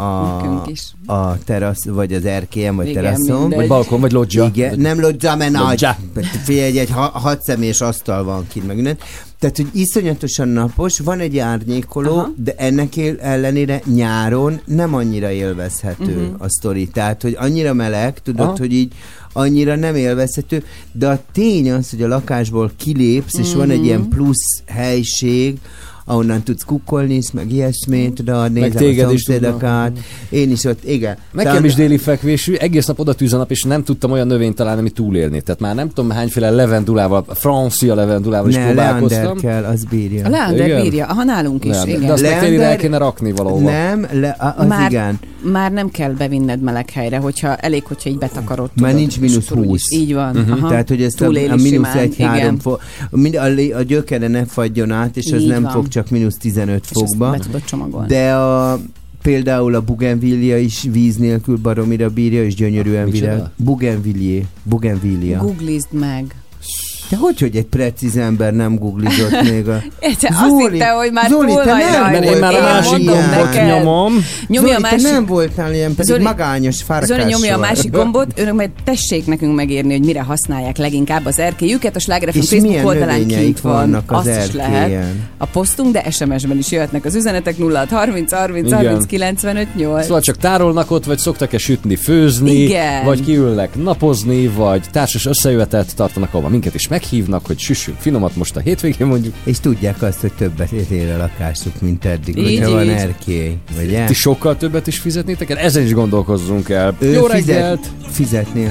a terasz, vagy az erkélyem, vagy teraszom. Vagy balkon, vagy loggia. Igen, nem loggia, mert nagy. Figyelj, egy 6 személyes asztal van kint, meg minden. Tehát, hogy iszonyatosan napos, van egy árnyékoló, de ennek ellenére nyáron nem annyira élvezhető a sztori. Tehát, hogy annyira meleg, tudod, hogy így annyira nem élvezhető, de a tény az, hogy a lakásból kilépsz, és van egy ilyen plusz helység, ahonnan tudsz kukkolni is, meg ilyesmét, tudod, nézem a szomszédokat. Én is ott, igen. Nekem is déli fekvésű, egész nap oda tűz a nap, és nem tudtam olyan növényt találni, ami túlélni. Tehát már nem tudom hányféle levendulával, francia levendulával is próbálkoztam. Leander kell, az bírja. A Leander bírja, aha, nálunk is, igen. De azt meg tényleg el kéne rakni valahova. Nem, igen. Már nem kell bevinned meleg helyre, hogyha elég, hogyha így betakarod. Már nincs mínusz 20. Így van. Tehát, hogy ezt a mínusz 1-3 fok, a gyökere ne fagyjon át, és ez nem fog csak mínusz 15 fokba. Be tudod csomagolni. De például a bougainvillea is víz nélkül baromira bírja, és gyönyörűen virág. Bougainvillea. Googlizd meg. De hogy egy precíz ember nem googlizott még a... Azt hitte, hogy már túl nagy rajta. Mert én már a másik gombot nyomom. Nyomja a másik... te nem voltál ilyen, pedig magányos farkással. Zoli nyomja a másik gombot, önök majd tessék nekünk megírni, hogy mire használják leginkább az erkélyüket. A Sláger FM Facebook oldalán kint van. Azt is lehet. A posztunk, de SMS-ben is jöhetnek az üzenetek 0630 30 30 95 8. Szóval csak tárolnak ott, vagy szoktak-e sütni, főzni, vagy kiülnek napozni, vagy társas összejövetet tartanak, ahova minket is meghívnak, hogy süssünk finomat most a hétvégén mondjuk. És tudják azt, hogy többet ér a lakásuk, mint eddig, hogyha van erkély. Ti sokkal többet is fizetnétek el? Ezen is gondolkozzunk el. Jó reggelt! Fizetnél.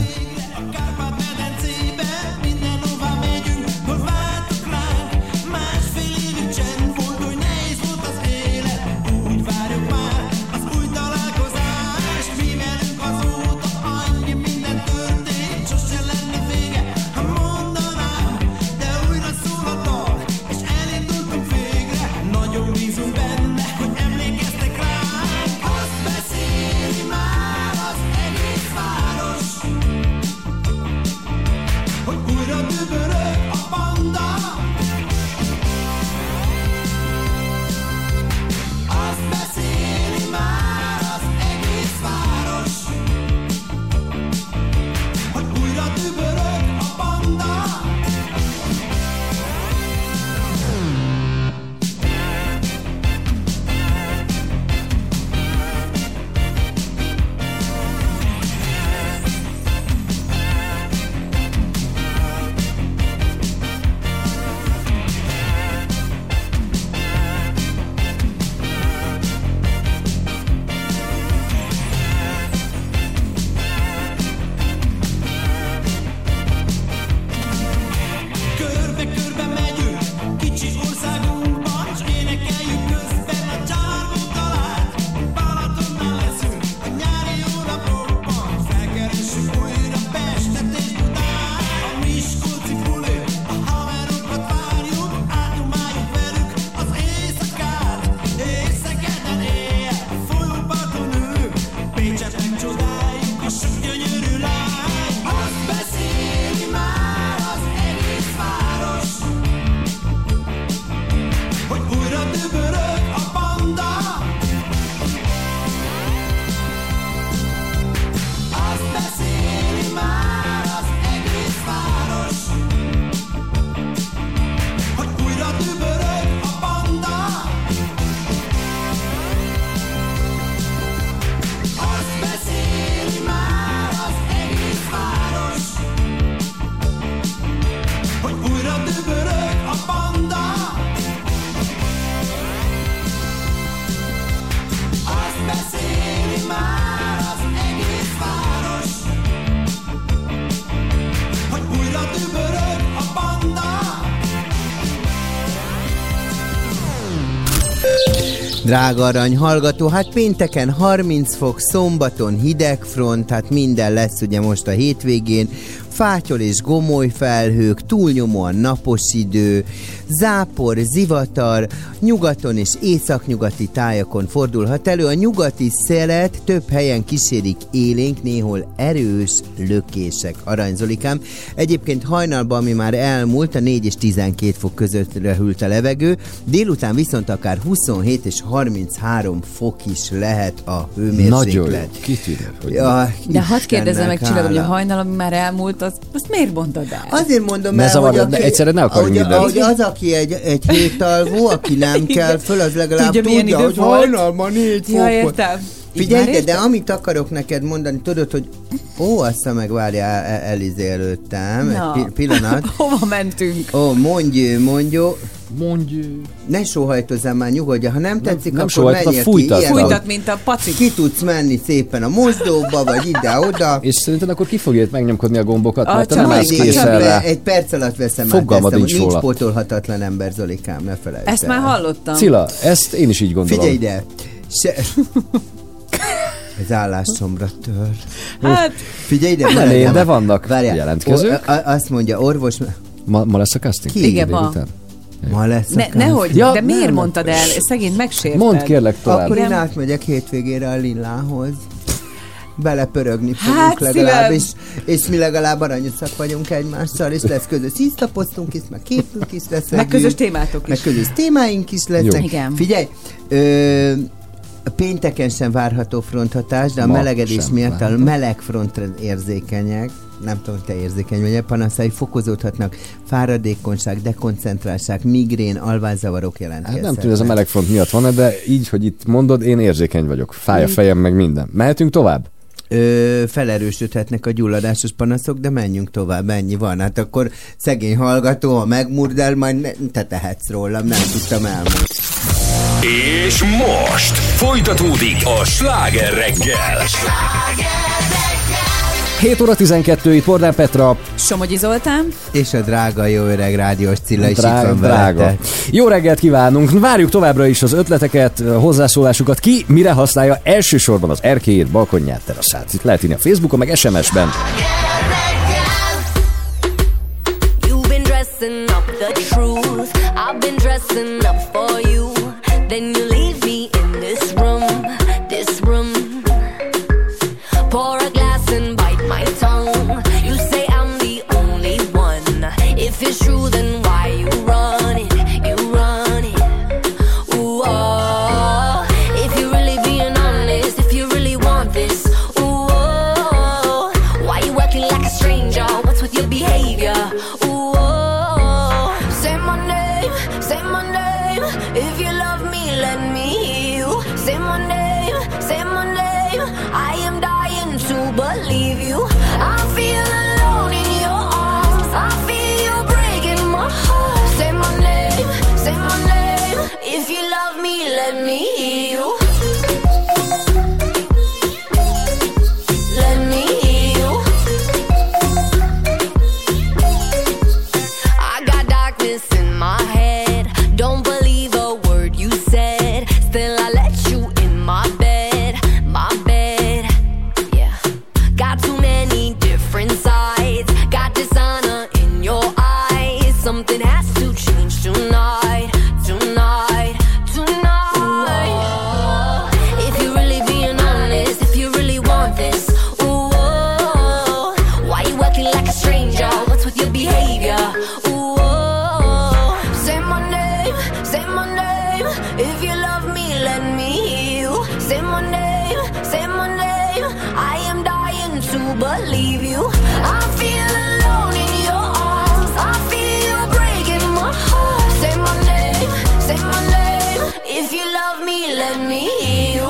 Drága arany hallgató, hát pénteken 30 fok, szombaton hideg front, hát minden lesz ugye most a hétvégén, fátyol és gomoly felhők, túlnyomóan napos idő, zápor, zivatar, nyugaton és északnyugati tájakon fordulhat elő. A nyugati szelet több helyen kísérik élénk, néhol erős lökések. Aranyzolikám. Egyébként hajnalban, ami már elmúlt, a 4 és 12 fok között hűlt a levegő, délután viszont akár 27 és 33 fok is lehet a hőmérséklet. Nagyon jó, kitűnő. Ja, de hadd kérdezzem meg, Csillagom, hogy a hajnal, ami már elmúlt, azt miért mondtad el? Azért mondom el, hogy egyszerűen ne akarjunk mindent. Az, aki egy hétalvó, aki nem kell föl, az legalább tudja, hogy hajnalban 4 fok. Ja, értem. Figyelj, de amit akarok neked mondani, tudod, hogy azt meg várjál Elize előttem, egy pillanat. Hova mentünk? Mondj. Ne sóhajtozzál már, nyugodja. Ha nem tetszik, nem akkor menjél ki. Fújtat, mint a pacik. Ki tudsz menni szépen a mosdóba, vagy ide-oda. És szerintem akkor ki fogja megnyomkodni a gombokat, mert te nem állsz készen rá. Egy perc alatt veszem át, nincs pótolhatatlan ember, Zolikám, ne felejtsd el. Ezt már hallottam. Cilla, ezt én is így gondolom. Figyelj ide. Ez állásomra tör. Hát... Figyelj ide. De vannak jelentkezők. Azt mondja, orvos... Ma lesz a casting? Igen, ma lesz a nehogy, de miért mondtad el? Szegényt megsérted. Mondd kérlek tovább. Akkor én átmegyek hétvégére a Lillához. Belepörögni fogunk legalább, és mi legalább aranyosak vagyunk egymással, és lesz közös íztaposztunk is, meg képünk is lesz. Meg közös témátok is. Meg közös témáink is lesznek. Igen. Figyelj, pénteken sem várható fronthatás, de a melegedés miatt a meleg frontra érzékenyek. Nem tudom, te érzékeny vagy, panaszai fokozódhatnak, fáradékonyság, dekoncentráltság, migrén, alvászavarok jelentkeznek. Hát nem tudom, ez a melegfront miatt van, de így, hogy itt mondod, én érzékeny vagyok. Fáj a fejem, meg minden. Mehetünk tovább? Felerősödhetnek a gyulladásos panaszok, de menjünk tovább, ennyi van. Hát akkor szegény hallgató, ha megmurd el, majd te tehetsz rólam, nem tudtam elmondani. És most folytatódik a Sláger reggel. 7 óra 12, itt Pordán Petra, Somogyi Zoltán és a drága jó öreg rádiós Cilla is itt van drága. Jó reggelt kívánunk! Várjuk továbbra is az ötleteket, hozzászólásukat. Ki mire használja elsősorban az erkélyét, balkonját, teraszát. Itt lehet írni a Facebookon, meg SMS-ben. You've been dressing up the truth. I've been dressing up for you. Then you leave me in this room. Pour a glass and bite my tongue. You say I'm the only one. If it's true, then why you run it? Ooh, oh. If you're really being honest, if you really want this, ooh, oh. Why you acting like a stranger? What's with your behavior? Ooh, oh. Say my name. If you love me, let me hear you. Say my name. I am dying to believe you. I feel alone in your arms. I feel you breaking my heart. Say my name. If you love me, let me hear you. Let me hear you. I got darkness in my head. Don't believe a word you said. Still I let you in my bed. Got too many different sides. Got dishonor in your eyes. Something has to change tonight. Ooh, if you're really being honest, if you really want this, ooh, why you acting like a stranger? What's with your behavior? Ooh, say my name. If you love me, let me hear you. Say my name. I am dying to believe you. I feel alone in your arms. I feel you breaking my heart. Say my name. If you love me, let me hear you.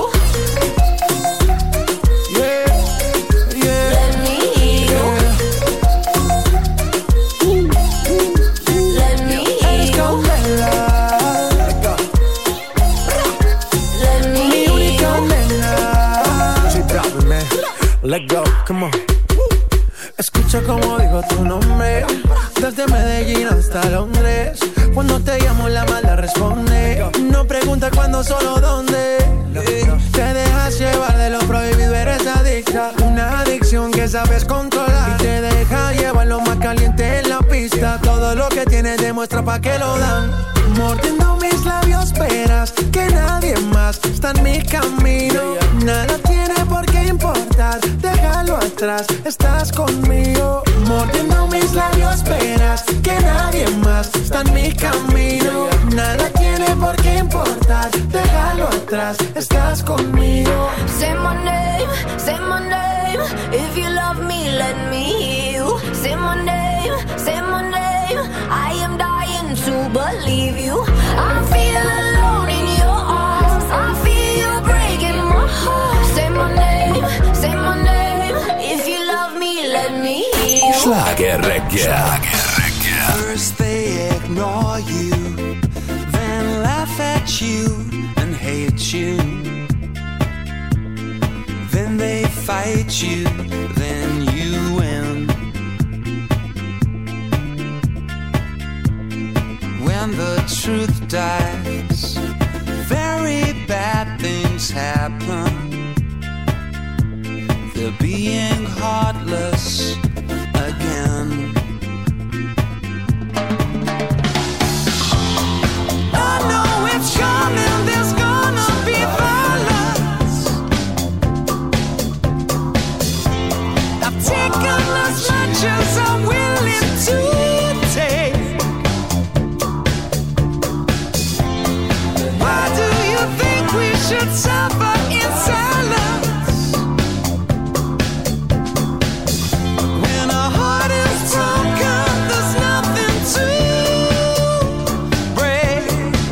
Let me hear you. Let me hear you. Let me hear you. Let go, come on. Escucha como digo tu nombre, desde Medellín hasta Londres. Cuando te llamo la mala responde. No pregunta cuándo, solo dónde. Te dejas llevar de lo prohibido, eres adicta. Una adicción que sabes controlar. Y te deja llevar lo más caliente en la pista. Todo lo que tienes demuestra pa' que lo dan. Mordiendo mis labios verás que nadie más está en mi camino. Nada tiene por qué importar, déjalo atrás, estás conmigo. Mordiendo mis labios verás que nadie más está en mi camino. Nada tiene por qué importar, déjalo atrás, estás conmigo. Say my name, say my name. If you love me, let me hear you. Say my name, say my name. I am dying to believe you. I feel alone in your arms. I feel you breaking my heart. Say my name, say my name. If you love me, let me hear you. Sláger reggel. First they ignore you, then laugh at you and hate you. Then they fight you, then you win. When the truth dies, very bad things happen. They're being heartless again. I know it's coming, there's gonna be violence. I've taken as much as I'm willing to take. Why do you think we should suffer in silence? When our heart is broken, there's nothing to break.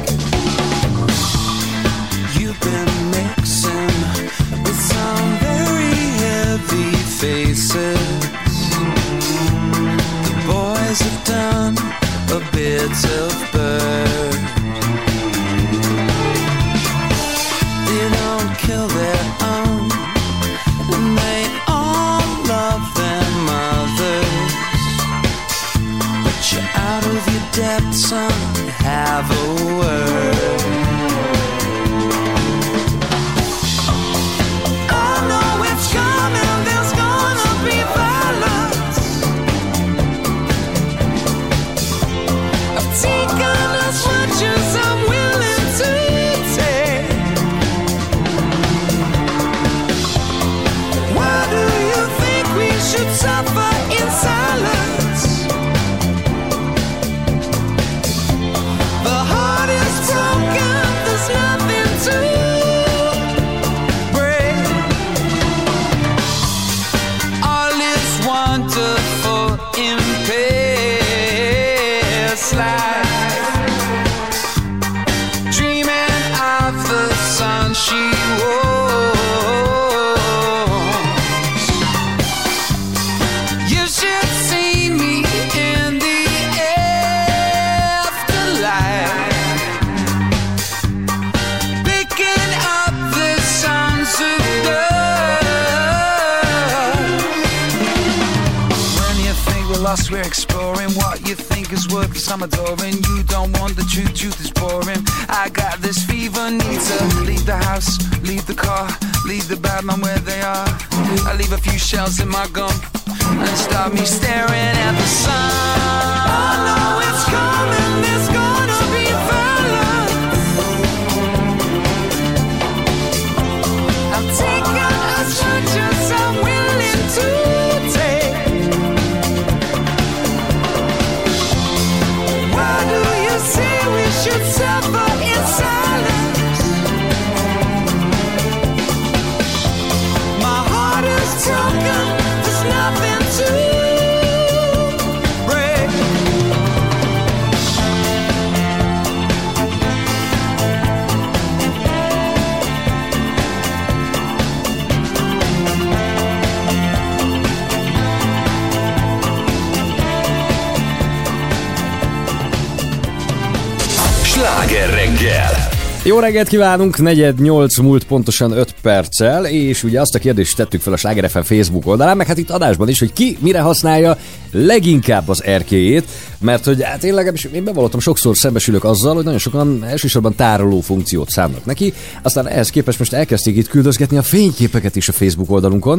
You've been mixing with some very heavy faces. The boys have done a bit of bird. They don't kill their own, and they all love their mothers. But you're out of your depth, son, have a word. I know it's coming, there's gonna be violence. I've taken as much as I'm willing to take. Why do you think we should suffer in silence? The heart is broken, there's nothing to break. All is wonderful in past life. Dreaming of the sun she was. You should see me in the afterlife, picking up the sons of God. When you think we're lost, we're exploring what you think is worth, 'cause I'm adoring. You don't want the truth, truth is boring. I got this fever, need to leave the house, leave the car, leave the bad man where they are. I leave a few shells in my gun and start me staring at the sun. I know it's coming, there's gonna be violence. I've taken as much as I'm willing to take. Why do you say we should suffer in silence? My heart is broken, there's nothing to break. Sláger reggel. Jó reggelt kívánunk, 7:08 múlt pontosan 5 perccel, és ugye azt a kérdést tettük fel a Sláger FM Facebook oldalán, meg hát itt adásban is, hogy ki mire használja leginkább az erkélyét, mert hogy hát én legalábbis én bevallottam, sokszor szembesülök azzal, hogy nagyon sokan elsősorban tároló funkciót szánnak neki, aztán ehhez képest most elkezdték itt küldözgetni a fényképeket is a Facebook oldalunkon.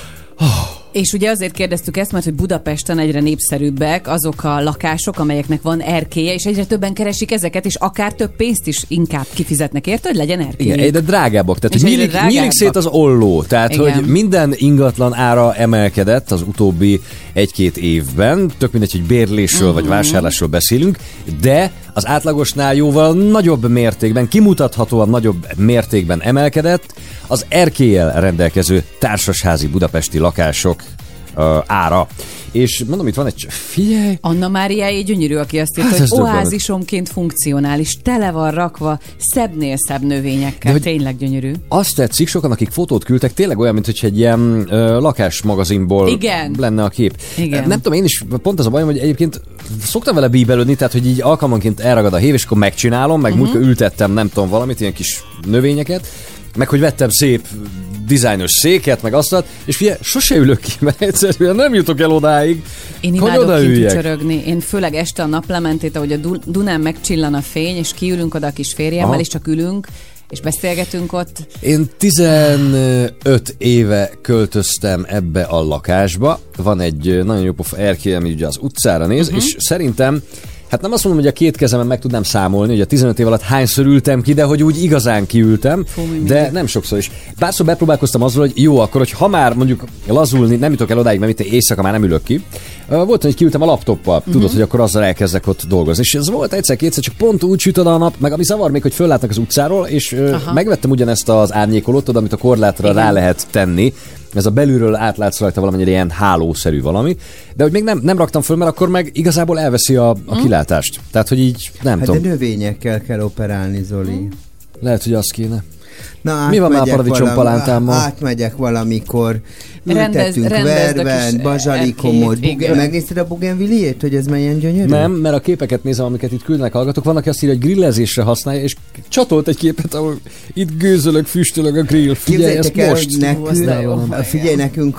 És ugye azért kérdeztük ezt, mert hogy Budapesten egyre népszerűbbek azok a lakások, amelyeknek van erkélye, és egyre többen keresik ezeket, és akár több pénzt is inkább kifizetnek érte, hogy legyen erkély. Igen, de drágábbak, tehát hogy nyílik szét az olló, tehát igen. Hogy minden ingatlan ára emelkedett az utóbbi 1-2 évben, tök mindegy, hogy bérlésről vagy vásárlásról beszélünk, de az átlagosnál jóval nagyobb mértékben, kimutathatóan nagyobb mértékben emelkedett az erkéllyel rendelkező társasházi budapesti lakások ára. És mondom, itt van egy... Figyelj! Anna Máriáé gyönyörű, aki azt írta, hogy oázisomként funkcionális, tele van rakva szebbnél szebb növényekkel. Tényleg gyönyörű. Azt tetszik, sokan, akik fotót küldtek, tényleg olyan, mint hogy egy ilyen lakásmagazinból lenne a kép. Igen. Nem tudom, én is pont az a bajom, hogy egyébként szoktam vele bíbelődni, tehát hogy így alkalmanként elragad a hév, és akkor megcsinálom, meg múltkor ültettem, nem tudom, valamit, ilyen kis növényeket, meg hogy vettem szép dizájnos széket, meg asztalt, és figyelj, sose ülök ki, mert egyszerűen nem jutok el odáig. Én imádok kint ücsörögni. Én főleg este a naplementét, ahogy a Dunán megcsillan a fény, és kiülünk oda a kis férjemmel, és csak ülünk, és beszélgetünk ott. Én 15 éve költöztem ebbe a lakásba. Van egy nagyon jó pofa erkély, ami ugye az utcára néz, és szerintem hát nem azt mondom, hogy a két kezemen meg tudnám számolni, hogy a 15 év alatt hányszor ültem ki, de hogy úgy igazán kiültem, de nem sokszor is. Párszor bepróbálkoztam azzal, hogy jó, akkor, hogy ha már mondjuk lazulni, nem jutok el odáig, mert itt éjszaka már nem ülök ki. Volt, hogy kiültem a laptoppal, tudod, hogy akkor azzal elkezdek ott dolgozni. És ez volt egyszer-kétszer, csak pont úgy süt oda a nap, meg ami zavar még, hogy föllátnak az utcáról, és megvettem ugyanezt az árnyékolót, amit a korlátra rá lehet tenni. Ez a belülről átlátsz rajta valamennyire ilyen hálószerű valami, de hogy még nem raktam föl, mert akkor meg igazából elveszi a kilátást. Tehát, hogy így nem tudom. De növényekkel kell operálni, Zoli. Lehet, hogy az kéne. Na, mi van már paradicsompalántámmal? Átmegyek valamikor, ültetünk verben, bazsalikomot, megnézted a bougainvilliét, hogy ez milyen gyönyörű? Nem, mert a képeket nézem, amiket itt küldnek hallgatók, van, aki azt írja, hogy grillezésre használja, és csatolt egy képet, ahol itt gőzölök, füstölök a grill. Figyelj, ezt most. Figyelj, nekünk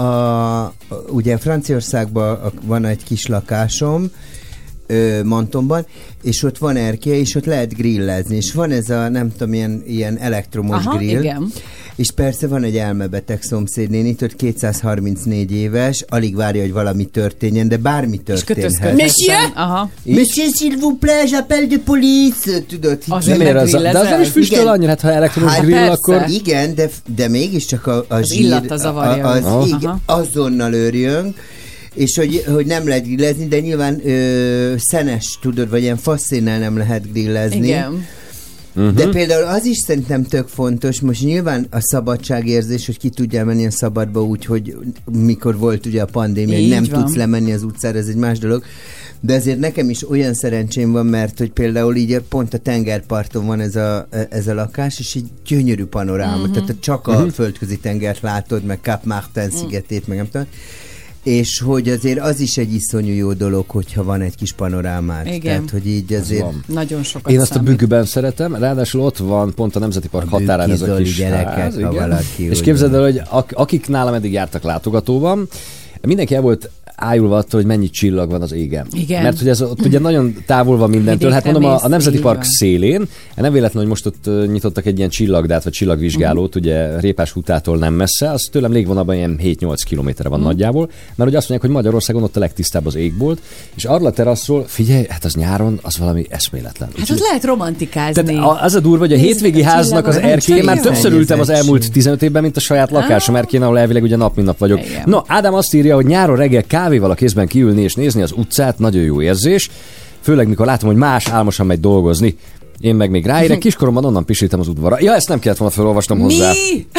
ugye Franciaországban van egy kis lakásom, Mantonban, és ott van erkély, és ott lehet grillezni, és van ez a, nem tudom, ilyen elektromos grill, igen. És persze van egy elmebeteg szomszédnénit, ott 234 éves, alig várja, hogy valami történjen, de bármi történhet. Monsieur? Monsieur, s'il vous plaît, j'appelle de police, tudod, de az nem is füstöl annyira, hát ha elektromos grill, akkor... Igen, de mégiscsak a zsír, illata zavarja. Azonnal őrjön, és hogy nem lehet grillezni, de nyilván szenes, tudod, vagy ilyen faszénnel nem lehet grillezni. Igen. De például az is szerintem tök fontos, most nyilván a szabadságérzés, hogy ki tudjál menni a szabadba úgy, hogy mikor volt ugye a pandémia, hogy nem tudsz lemenni az utcára, ez egy más dolog. De azért nekem is olyan szerencsém van, mert hogy például így pont a tengerparton van ez a lakás, és egy gyönyörű panoráma, tehát csak a földközi tengert látod, meg Cap Martin szigetét, meg nem tudom. És hogy azért az is egy iszonyú jó dolog, hogyha van egy kis panorámát. Igen. Tehát, hogy így azért... Nagyon sokat én azt a Büggőben szeretem, ráadásul ott van pont a Nemzeti Park határán ez a kis gyerekek, ház. Ha valaki, és képzeld el, hogy akik nálam eddig jártak látogatóban, mindenki el volt ájulva attól, hogy mennyi csillag van az égen. Igen. Mert hogy ez ott ugye nagyon távol van mindentől. Hát mondom, a Nemzeti Park szélén, nem véletlen, hogy most ott nyitottak egy ilyen csillagdát, vagy csillagvizsgálót, ugye Répás utától nem messze, az tőlem légvonalban ilyen 7-8 kilométerre van nagyjából, mert ugye azt mondják, hogy Magyarországon ott a legtisztább az égbolt, és arra a teraszról, figyelj, hát az nyáron az valami eszméletlen. Hát ott lehet romantikázni. Tehát az a durva, hogy a hétvégi háznak az erkély, már többször ültem az elmúlt 15 évben, mint a saját lakásom erkélyen, ahol elvileg ugye nap mint nap vagyok. No, Ádám azt írja, hogy nyáron reggel kávéval a kézben kiülni és nézni az utcát, nagyon jó érzés. Főleg, mikor látom, hogy más álmosan megy dolgozni. Én meg még ráérek, kiskoromban onnan pisiltem az udvarra. Ja, ezt nem kellett volna felolvasnom hozzá. Mi?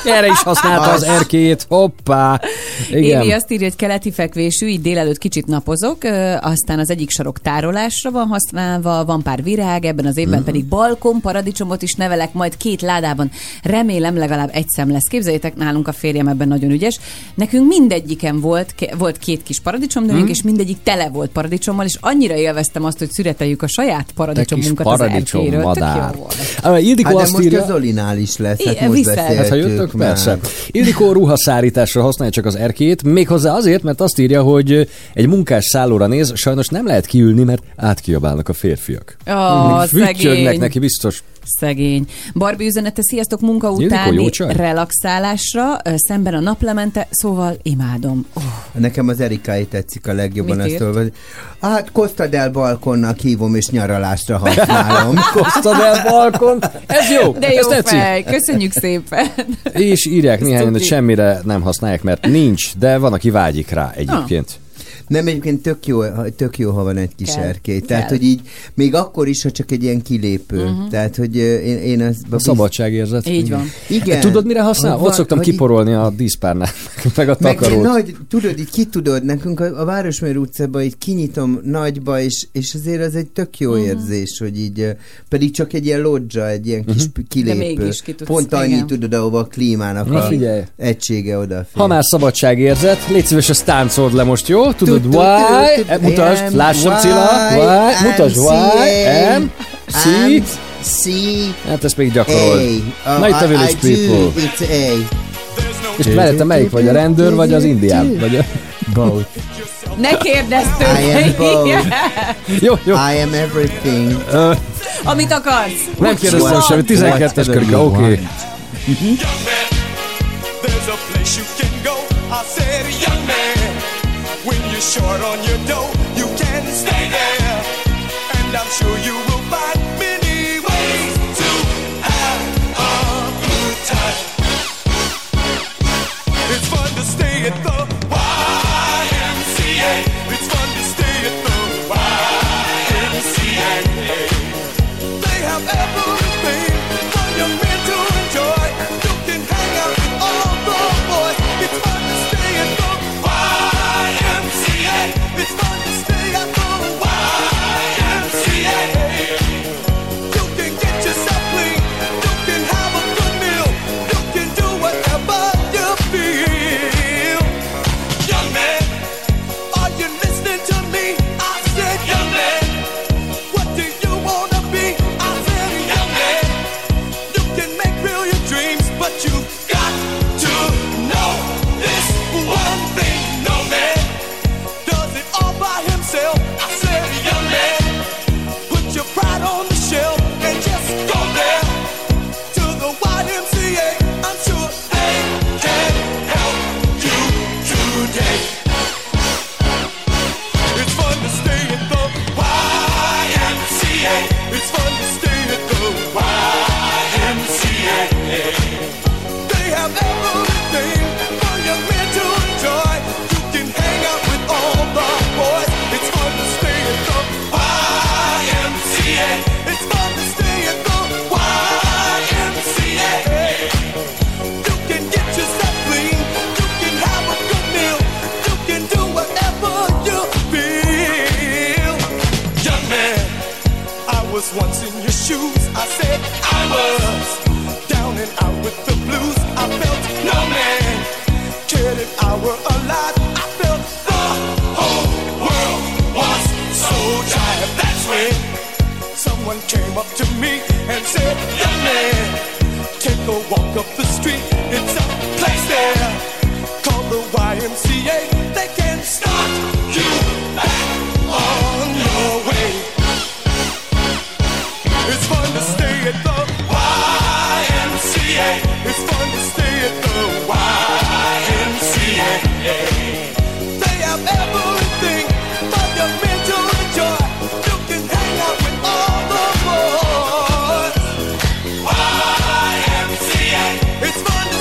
Erre is használta az erkélyét, hoppá. Igen. Évi azt írja, hogy keleti fekvésű, így délelőtt kicsit napozok, aztán az egyik sarok tárolásra van használva, van pár virág, ebben az évben pedig balkon, paradicsomot is nevelek, majd 2 ládában, remélem legalább egy szem lesz. Képzeljétek, nálunk a férjem ebben nagyon ügyes. Nekünk mindegyiken volt 2 kis paradicsomnövünk, és mindegyik tele volt paradicsommal, és annyira élveztem azt, hogy szüreteljük a saját paradicsomunkat az erkélyről. Tök jó volt. Ildikó azt most írja, a Zolinál is lesz, hát most beszéltük. Hát ha jöttök, persze. Ildikó ruhaszárításra használja csak az erkélyt, méghozzá azért, mert azt írja, hogy egy munkás szállóra néz, sajnos nem lehet kiülni, mert átkiabálnak a férfiak. Füttyögnek neki biztos. Szegény. Barbie üzenete, sziasztok, munka utáni relaxálásra, szemben a naplemente, szóval imádom. Nekem az Erikai tetszik a legjobban. Azt olvasni. Hát Costa del Balconnak hívom és nyaralásra használom. Costa del Balcon, ez jó. De jó fej, köszönjük szépen. És írják néhányan, hogy semmire nem használják, mert nincs, de van, aki vágyik rá egyébként. Nem, egyébként tök jó, ha van egy kis erkély. Tehát, hogy így, még akkor is, ha csak egy ilyen kilépő. Tehát, hogy én az... A szabadságérzet. Így van. Igen. Tudod, mire használ? Ott szoktam kiporolni a díszpárnál, meg a takarót. Tudod, így ki tudod, nekünk a Városmér utcában így kinyitom nagyba, és azért az egy tök jó érzés, hogy így, pedig csak egy ilyen lodzsa, egy ilyen kis kilépő. Pont annyit tudod, ahova a klímának a egysége odafér. Ha már szabadságérzet, légy szíves, azt táncold le most, jó? Tudod, why? Mutasd, lássam Cilla, why? Mutasd, why? M, C. Hát ezt még gyakorol. Na itt a Village People. És mellette melyik vagy? A rendőr, vagy az indián? Vagy a... Both. Ne kérdezz tőle. I am both. Jó. I am everything. Amit akarsz. Nem kérdeztem semmi, 12-es körika, oké. When you're short on your dough, you can stay there. And I'm sure you will find many ways to have a good time. It's fun to stay at the YMCA. It's fun to stay at the YMCA. They have everything for young men to enjoy. You can hang out with all the boys. It's fun to stay at the it's fun to stay at the YMCA. You can get yourself clean. You can have a good meal. You can do whatever you feel. Young man, are you listening to me? I said, young man, what do you want to be? I said, young man, you can make real your dreams, but you got to know this one thing. No man all by himself. I said, young man, put your pride on the shelf and just go there to the YMCA. I'm sure they can help you today. It's fun to stay at the YMCA. It's fun to stay at the YMCA. They have everything for young men to enjoy. You can hang out with all the boys. It's fun to stay at the YMCA. It's fun to stay at the YMCA. You can get yourself clean. You can have a good meal. You can do whatever you feel. Young man, I was once in your shoes. I said I was down and out with the blues. I felt no man cared if I were alive. I felt the whole world was so tired. That's when someone came up to me and said, young man, take a walk up the street. It's a place there called the YMCA. They can start you back on your way. It's fun to stay at the YMCA. It's fun to stay at the YMCA. They have everything for young men to enjoy. You can hang out with all the boys. YMCA. It's fun to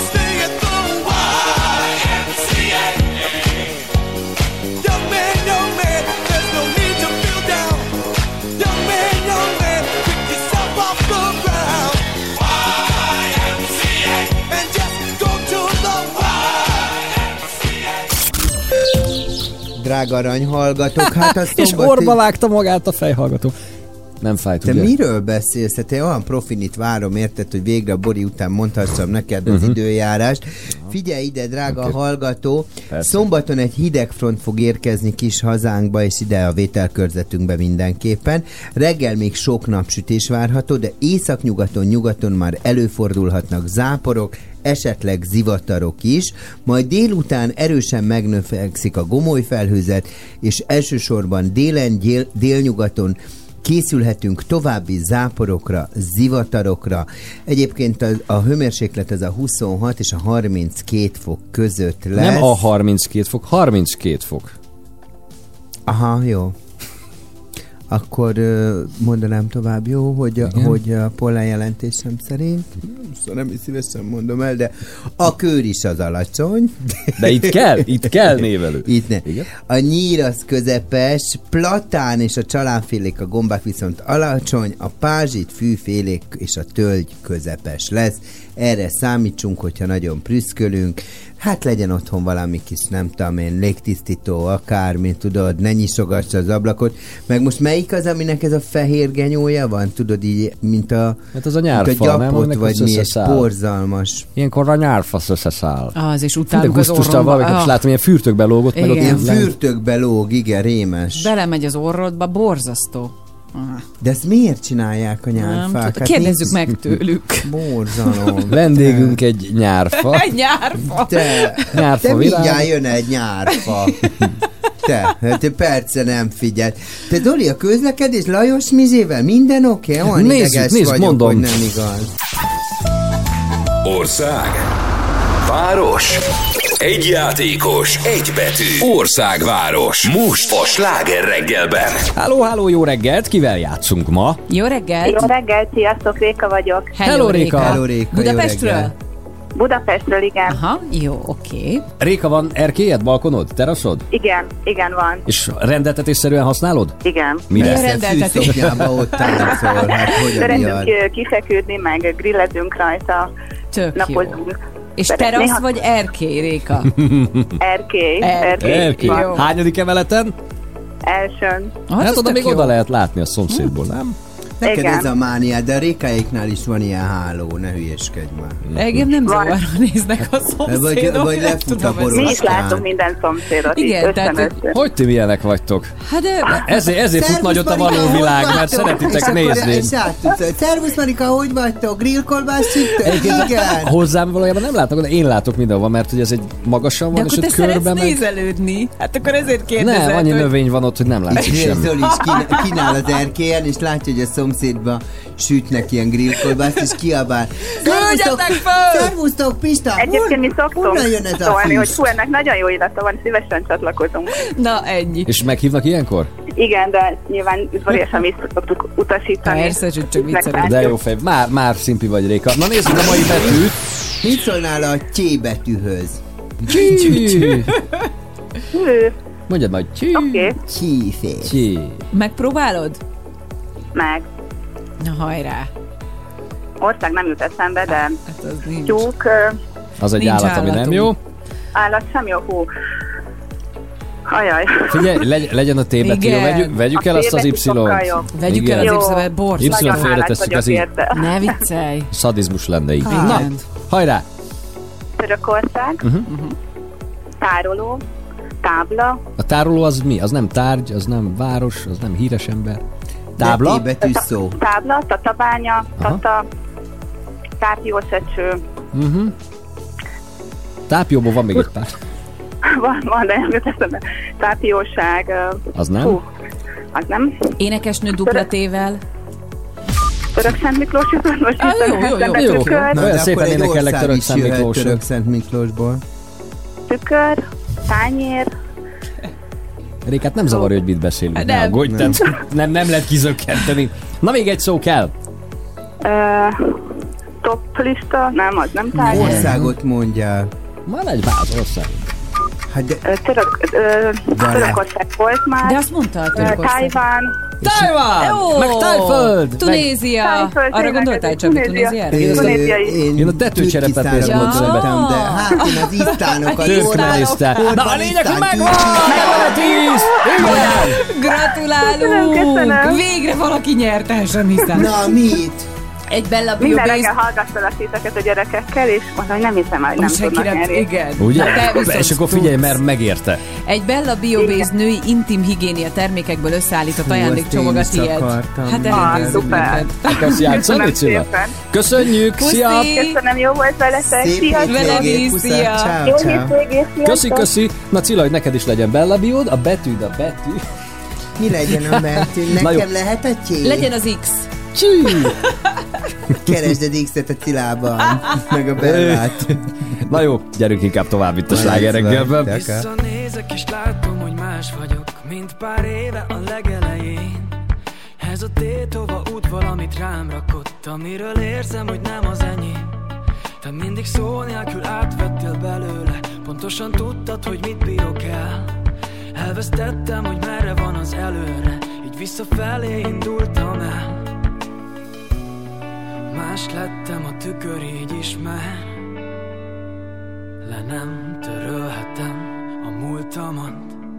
drága aranyhallgatók. Hát azt és orba vágta magát a fejhallgató. Nem fájt, te ugye? miről beszélsz? Hát én olyan profinit várom, érted, hogy végre a Bori után mondhassam neked az időjárást. Figyelj ide, drága hallgató, persze. Szombaton egy hideg front fog érkezni kis hazánkba, és ide a vételkörzetünkbe mindenképpen. Reggel még sok napsütés várható, de északnyugaton már előfordulhatnak záporok, esetleg zivatarok is, majd délután erősen megnövekszik a gomolyfelhőzet, és elsősorban délen, délnyugaton készülhetünk további záporokra, zivatarokra. Egyébként a hőmérséklet ez a 26 és a 32 fok között lesz. Nem a 32 fok, 32 fok. Aha, jó. Akkor mondanám tovább, jó, hogy a pollenjelentésem szerint, szóval nem is szívesen mondom el, de a kőr is az alacsony. De itt kell névelő. Itt ne. Igen? A nyír az közepes, platán és a csalánfélék, a gombák viszont alacsony, a pázsit, fűfélék és a tölgy közepes lesz. Erre számítsunk, hogyha nagyon prüszkölünk. Hát legyen otthon valami kis, nem tudom én, légtisztító, akármi, tudod, ne nyisogass az ablakot. Meg most melyik az, aminek ez a fehér genyója van? Tudod így, mint a, hát az a nyárfa, nem? Vagy mi, egy borzalmas. Ilyenkor a nyárfasz összeszáll. Az, és utálunk az orromba. És látom, ilyen fürtökbe lógott. Meg ott ilyen fürtökbe lóg, igen, rémes. Belemegy az orrodba, borzasztó. De ezt miért csinálják a nyárfák? Hát kérdezzük meg tőlük. Borzalom. Vendégünk egy nyárfa. Egy nyárfa. Te mindjárt jön egy nyárfa. Te perce nem figyel. Te Doli, a közlekedés Lajos Mizével minden oké? Olyan ideges vagyok, mondom. hogy nem igaz. Ország. Város. Egy játékos, egy betű. Országváros. Most a Sláger reggelben. Halló, jó reggelt! Kivel játszunk ma? Jó reggelt! Jó reggelt, sziasztok, Réka vagyok. Hello, Réka! Hello, Réka. Budapestről? Budapestről, igen. Aha, jó, oké. Réka, van erkélyed, balkonod, teraszod? Igen, van. És rendeltetésszerűen használod? Igen. Mire? Rendeltetés? Ott táncol, hát szeretünk kifeküdni, meg grillezünk rajta. Tök napozunk. Jó. És terasz vagy erkély, Réka? Erkély. Hányadik emeleten? Elsőn. Hát oda még jó. Oda lehet látni a szomszédból, nem? Neked ez a mániád, de a Rékáéknál is van ilyen háló, ne hülyeskedj már. Engem nem zavarra néznek a szomszédok. Vagy lefut a boroskán. Mi is látunk minden szomszédot. Igen, tehát... Hogy ti milyenek vagytok? Hát de... Ezért fut nagyot a való világ, mert szeretitek nézni. És szervusz Marika, hogy vagytok? Grillkolbász sütök? Igen. Hozzám valójában nem látok, de én látok mindenhol, mert hogy ez egy magasan van, de és ott körbe meg... De akkor te szeretsz nézelődni. Hát akkor ezért kérdezed, nem, annyi növény van ott, hogy nem látszik semmi. Zoli is kínál az erkélyen, és látja, hogy a szomszédba sütnek ilyen grillkolbászt, és kiabál. Szervusztok, Pista! Egyébként mi szoktunk szólni, hogy hú, ennek nagyon jó illata van, szívesen csatlakozunk. Na, ennyi. És meghívnak ilyenkor? Igen, de nyilván udvariasan is szoktuk utasítani. Persze, csak viccelünk. De jó fej, már szimpi vagy, Réka. Na nézzük a mai betűt. Mit szólnál a csé betűhöz? Csí. Mondjad majd csí. Oké. Csí. Megpróbálod? Meg. Na hajrá. Ország nem jut eszembe, de hát az nincs. Tyúk. Az egy állat, ami nem jó. Állat sem jó, hú. Ajaj. Figyelj, legyen a T betű, vegyük el azt az Y-t. Vegyük el az Y-t, borzasztó. Y-t félretesszük az így. Ne viccelj. Szadizmus lenne így. Na, hajrá! Törökország. Tároló. Tábla. A tároló az mi? Az nem tárgy, az nem város, az nem híres ember. Tábla? Betű szó. Tábla, tatabánya, tata, tápjószecső. Tápjóból van még egy pár. Van, de nem jut eszembe. Tápjóság. Az nem? Az nem. Énekesnő dupla T-vel. Török Szent Miklós jutott most. Jó. Olyan szépen énekellek Török Szent Miklós. Török Szent Miklósból. Tükör, tányér. Rékát nem zavarja, hogy mit beszélünk. Nem lehet kizökkenteni. Na, még egy szó kell. Top lista, nem, az nem tárgy. Országot mondjál. Már egy ország. Törökország volt már. De azt mondta a Törökország. Tajván. Tajvan! Meg Tájföld! Tunézia! Arra gondoltál, Csabi, Tunéziára? Én a tetőcserepet nézem gondoltam, de hát én az isztánokat Türkmenisztán. Na a lényeg, hogy megvan! Megvan a 10! Igen! Gratulálunk! Végre valaki nyert el, sem hiszem. Na, mit? Egy Bella Bio Minden Base... reggel hallgattalak titeket a gyerekekkel, és mondom, hogy nem hiszem, hogy nem tudnak nyerni. Igen. Ugye? És akkor figyelj, mert megérte. Egy Bella Bio Base női intim higiénia termékekből összeállított ajándékcsomag a tiéd. Hát elintézzük neked. Akarsz játszani, Cilla? Köszönjük, szia! Köszönöm, jó volt veletek. Sziasztok! Szia! Jó hétvégét, sziasztok! Köszi! Na Cilla, hogy neked is legyen Bella Biód, a betűd a betű. Mi legyen a betű? Nekem lehet a T? Legyen az X. Keresd a X-et a Cilában, meg a Bellát. Na jó, gyerünk inkább tovább itt a Sláger reggelben. Visszanézek és látom, hogy más vagyok, mint pár éve a legelején. Ez a tétova út valamit rám rakott, amiről érzem, hogy nem az enyém. Te mindig szó nélkül átvettél belőle, pontosan tudtad, hogy mit bírok el. Elvesztettem, hogy merre van az előre, így visszafelé indultam el. Más lettem, a tükör így ismer. Le nem törölhetem a múltamat.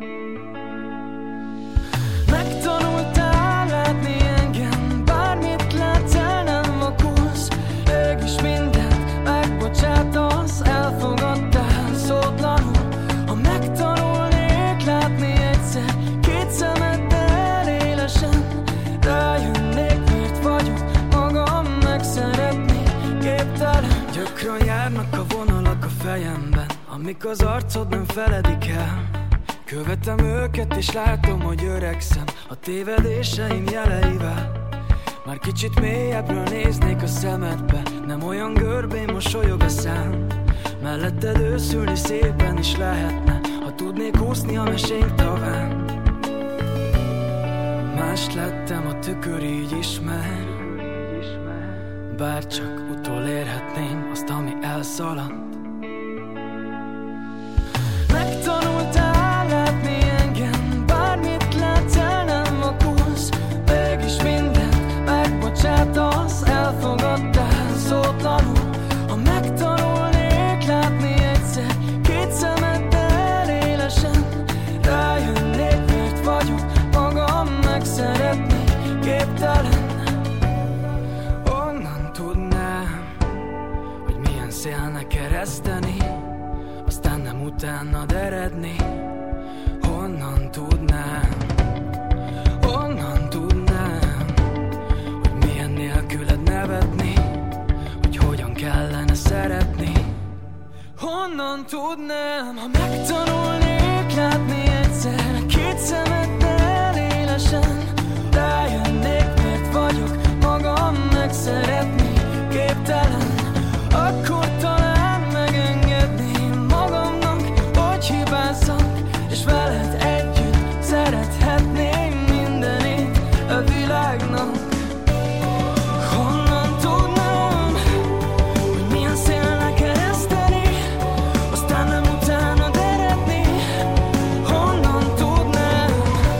Megtanultál látni engem, bármit látsz el nem vakulsz. Mégis mindent megbocsátasz, elfogadtál szótlanul. Ha megtanulnék látni egyszer, két szemeddel élesen, rájönnék, miért vagyok magam megszeretni, képtelen. Gyakran járnak a vonalak a fejemben, amik az arcod nem feledik el. Követem őket és látom, hogy öregszem a tévedéseim jeleivel. Már kicsit mélyebbről néznék a szemedbe, nem olyan görbén mosolyog a szám. Melletted őszülni szépen is lehetne, ha tudnék úszni a mesénk taván. Más lettem, a tükör így ismer. Bár csak utolérhetném azt, ami elszaladt. Megtanultál látni engem, bármit látsz el nem vakulsz. Mégis mindent megbocsátasz, elfogadtál szótlanul. Ha megtanulnék látni egyszer, két szemeddel élesen, rájönnék, miért vagyok magam megszeretni, képtelen. Onnan tudnám, hogy milyen szélnek kereszteni, aztán nem utánad eredni. Honnan tudnám, hogy milyen nélküled nevetni, hogy hogyan kellene szeretni. Honnan tudnám, ha megtanulnék látni egyszer, két szemeddel élesen, rájönnék, miért vagyok magam megszeretni, képtelen. Akkor talán megengedném magamnak, hogy hibázzak, és veled együtt szerethetném mindenit a világnak. Honnan tudnám, hogy milyen szélnek ereszteni, aztán nem utánad eredni. Honnan tudnám,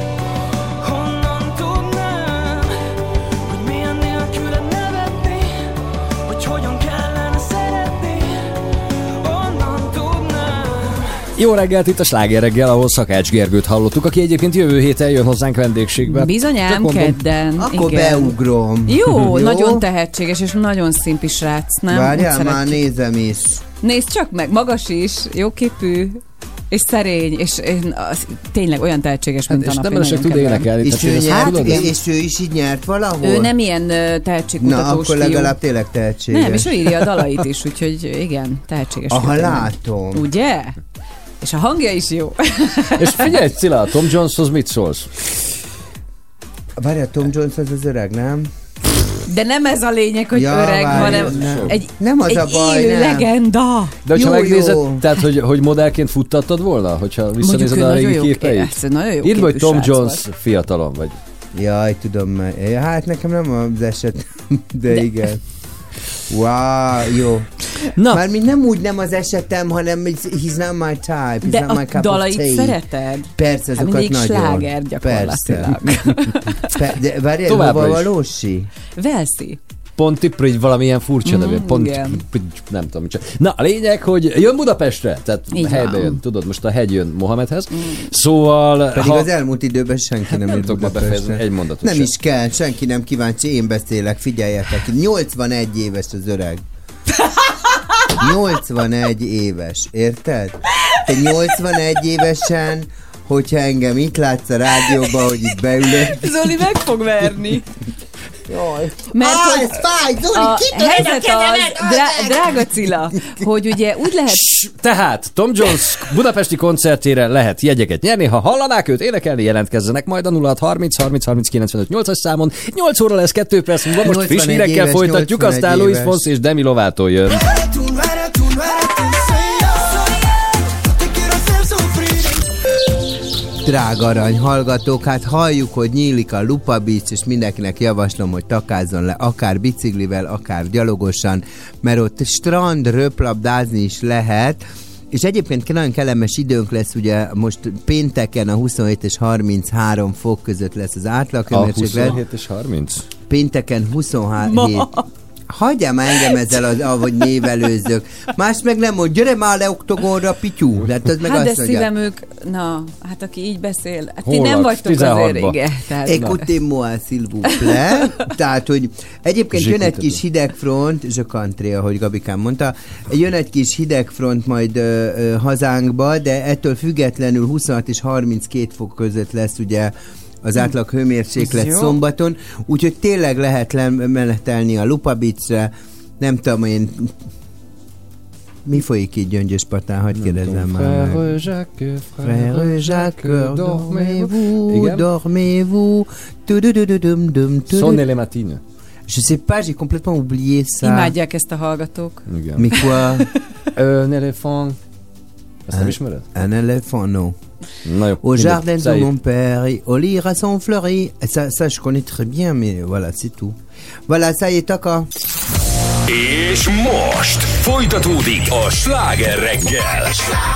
hogy milyen nélküled nevetni, hogy hogyan kellene szeretni. Honnan tudnám. Jó reggelt, itt a Sláger reggel, ahol Szakács Gergőt hallottuk, aki egyébként jövő héten jön hozzánk vendégségbe. Bizonyám, kedden. Akkor igen. beugrom. Jó, nagyon tehetséges és nagyon szimpi srác, nem? Várjál, már nézem is. Nézd csak meg, magas is, jóképű, és szerény, és tényleg olyan tehetséges, mint a nap. És nem esek tud énekelni. És ő is így nyert valahol? Ő nem ilyen tehetségkutatós Na, akkor legalább tényleg tehetséges. Nem, és ő írja a dalait is, úgyhogy igen, tehetséges. Aha, látom. Ugye? És a hangja is jó. És figyelj, Cilla, Tom Joneshoz mit szólsz? Várjál, Tom Jones az öreg, nem? De nem ez a lényeg, hogy öreg, hanem nem az egy a baj, élő legenda. De hogyha megnézed, tehát hogy modellként futtattad volna, hogyha visszanézed a régi képeit? Írd, hogy Tom Jones fiatalon vagy. Jaj, tudom, hát nekem nem az eset, de igen. Wow, jó. Na. Mármint nem az esetem, hanem he's not my type, he's De not my a cup of dalait tea. szereted? Persze, Hát azokat mindig nagyon. sláger gyakorlatilag. De várjál, Továbbra hova is. valósi? Velszi. Pontiprij, valamilyen furcsa nevű. Nem tudom. Na, a lényeg, hogy jön Budapestre, tehát Így helybe van. jön, tudod, most a hegy jön Mohamedhez. Szóval... Pedig az elmúlt időben senki nem jött tudok ma Budapestre. befejezni egy mondatot Nem sem. is kell, senki nem kíváncsi, én beszélek, figyeljetek. 81 éves az öreg. 81 éves, érted? Te 81 évesen, hogyha engem itt látsz a rádióban, hogy itt beülök. Zoli meg fog verni. Jaj. Mert hogy ez fáj, Zoli, a kitöröd a helyzet kezemet, az, drága Cilla, hogy ugye úgy lehet... Tehát Tom Jones budapesti koncertjére lehet jegyeket nyerni. Ha hallanák őt énekelni, jelentkezzenek majd a 0630 30 30 95 8-as számon. 8 óra lesz 2 perc múlva, most friss 81 hírekkel éves, folytatjuk, 81 aztán Luis éves. Fonsi és Demi Lovától jön. Drága arany hallgatók, hát halljuk, hogy nyílik a Lupa Beach, és mindenkinek javaslom, hogy takázzon le akár biciklivel, akár gyalogosan, mert ott strand, röplabdázni is lehet, és egyébként nagyon kellemes időnk lesz, ugye most pénteken a 27 és 33 fok között lesz az A átlaghőmérséklet. 27 és 30? Pénteken 27. Hagyjál már engem ezzel, ahogy névelőzök. Más meg nem mond, gyere már le oktogonra, pityú. Hát, az meg Hát de azt mondja. szívem ők, na, hát aki így beszél, hát ti Hol nem laksz? vagytok azért, 16-ba. igen. Tehát, Écoutez-moi, s'il vous plaît. Tehát, hogy egyébként jön egy Zsikutatom. kis hidegfront, je country, ahogy Gabikám mondta, jön egy kis hidegfront majd hazánkba, de ettől függetlenül 26 és 32 fok között lesz ugye az átlag hőmérséklet Ez jó. szombaton, úgyhogy tényleg lehet menetelni a Lupa Beachre, nem tudom én, mi folyik így Gyöngyös Patán, hadd kérdezzem már meg. Frère Jacques, dormez-vous, Igen? dormez-vous, tududududum, Sonne les matines. Je sais pas, j'ai complètement oublié ça. imádják ezt a hallgatók. Igen. Mais quoi? Un éléphant. Azt nem ismered? Un éléphant, non. Na jó. Au mindegy. jardin de Szállj. mon père, au lire à son fleuri. Ça, je connais très bien, mais voilà, c'est tout. Voilà, ça y est, Taka. És most folytatódik a Sláger reggel.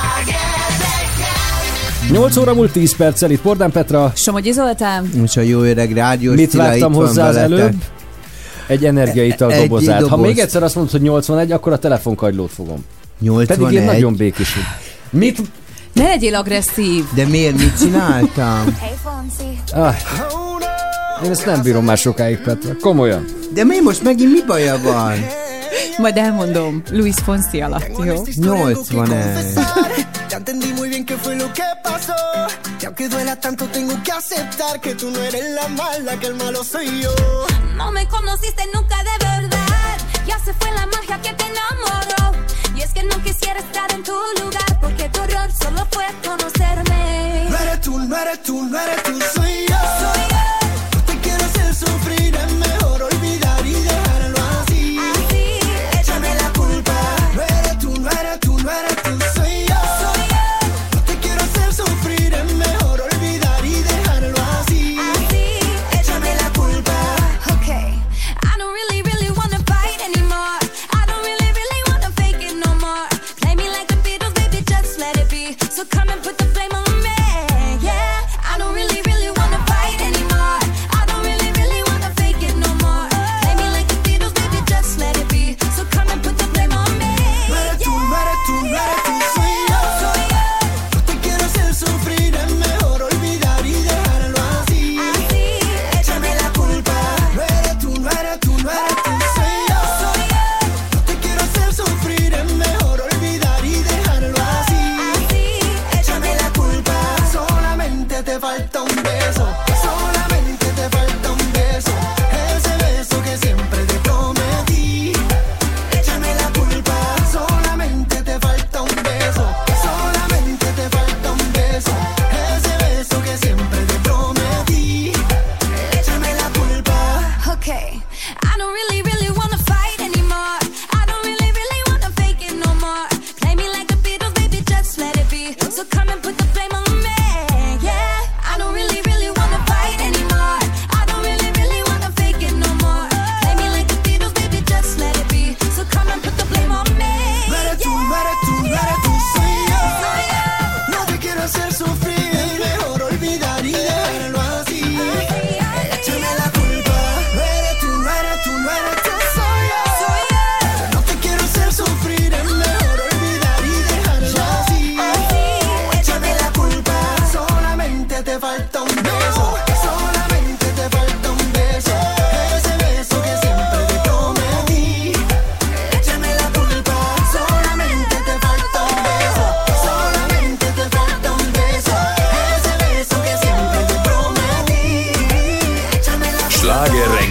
8 óra múlt 10 perccel itt Bordán Petra. Somogyi Zoltán. És a jó öreg rádiós Mit Cilla vágtam itt van hozzá az veletek. előbb? Egy energiaital Egy dobozát. Ha doboz. még egyszer azt mondod, hogy 81, akkor a telefonkagylót fogom. 81. Pedig én nagyon békés. Mit? Ne legyél agresszív. De miért? Mit csináltam? Ah, én ezt nem bírom már sokáig, Petra. Komolyan. De mi most megint mi baja van? Majd elmondom. Luis Fonsi alatt, jó? 81. Ya entendí muy bien qué fue lo que pasó. Y aunque duela tanto, tengo que aceptar que tú no eres la mala, que el malo soy yo. No me conociste nunca de verdad. Ya se fue la magia que te enamoró. Y es que no quisiera estar en tu lugar, porque tu error solo fue conocerme. No eres tú, no eres tú, no eres tú, soy yo. No te quiero hacer sufrir, es mejor olvidar y dejarlo así. Así, Échame la culpa. No eres tú, no eres tú, no eres tú, soy yo. No te quiero hacer sufrir, es mejor olvidar y dejarlo así. así, Échame la culpa. okay. I don't really, really wanna fight anymore. I don't really, really wanna fake it no more. Play me like the Beatles, baby, just let it be. So come and put the flame on me, yeah. I don't really,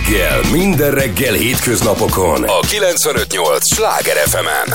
reggel, minden reggel hétköznapokon a 95.8 Sláger FM-en.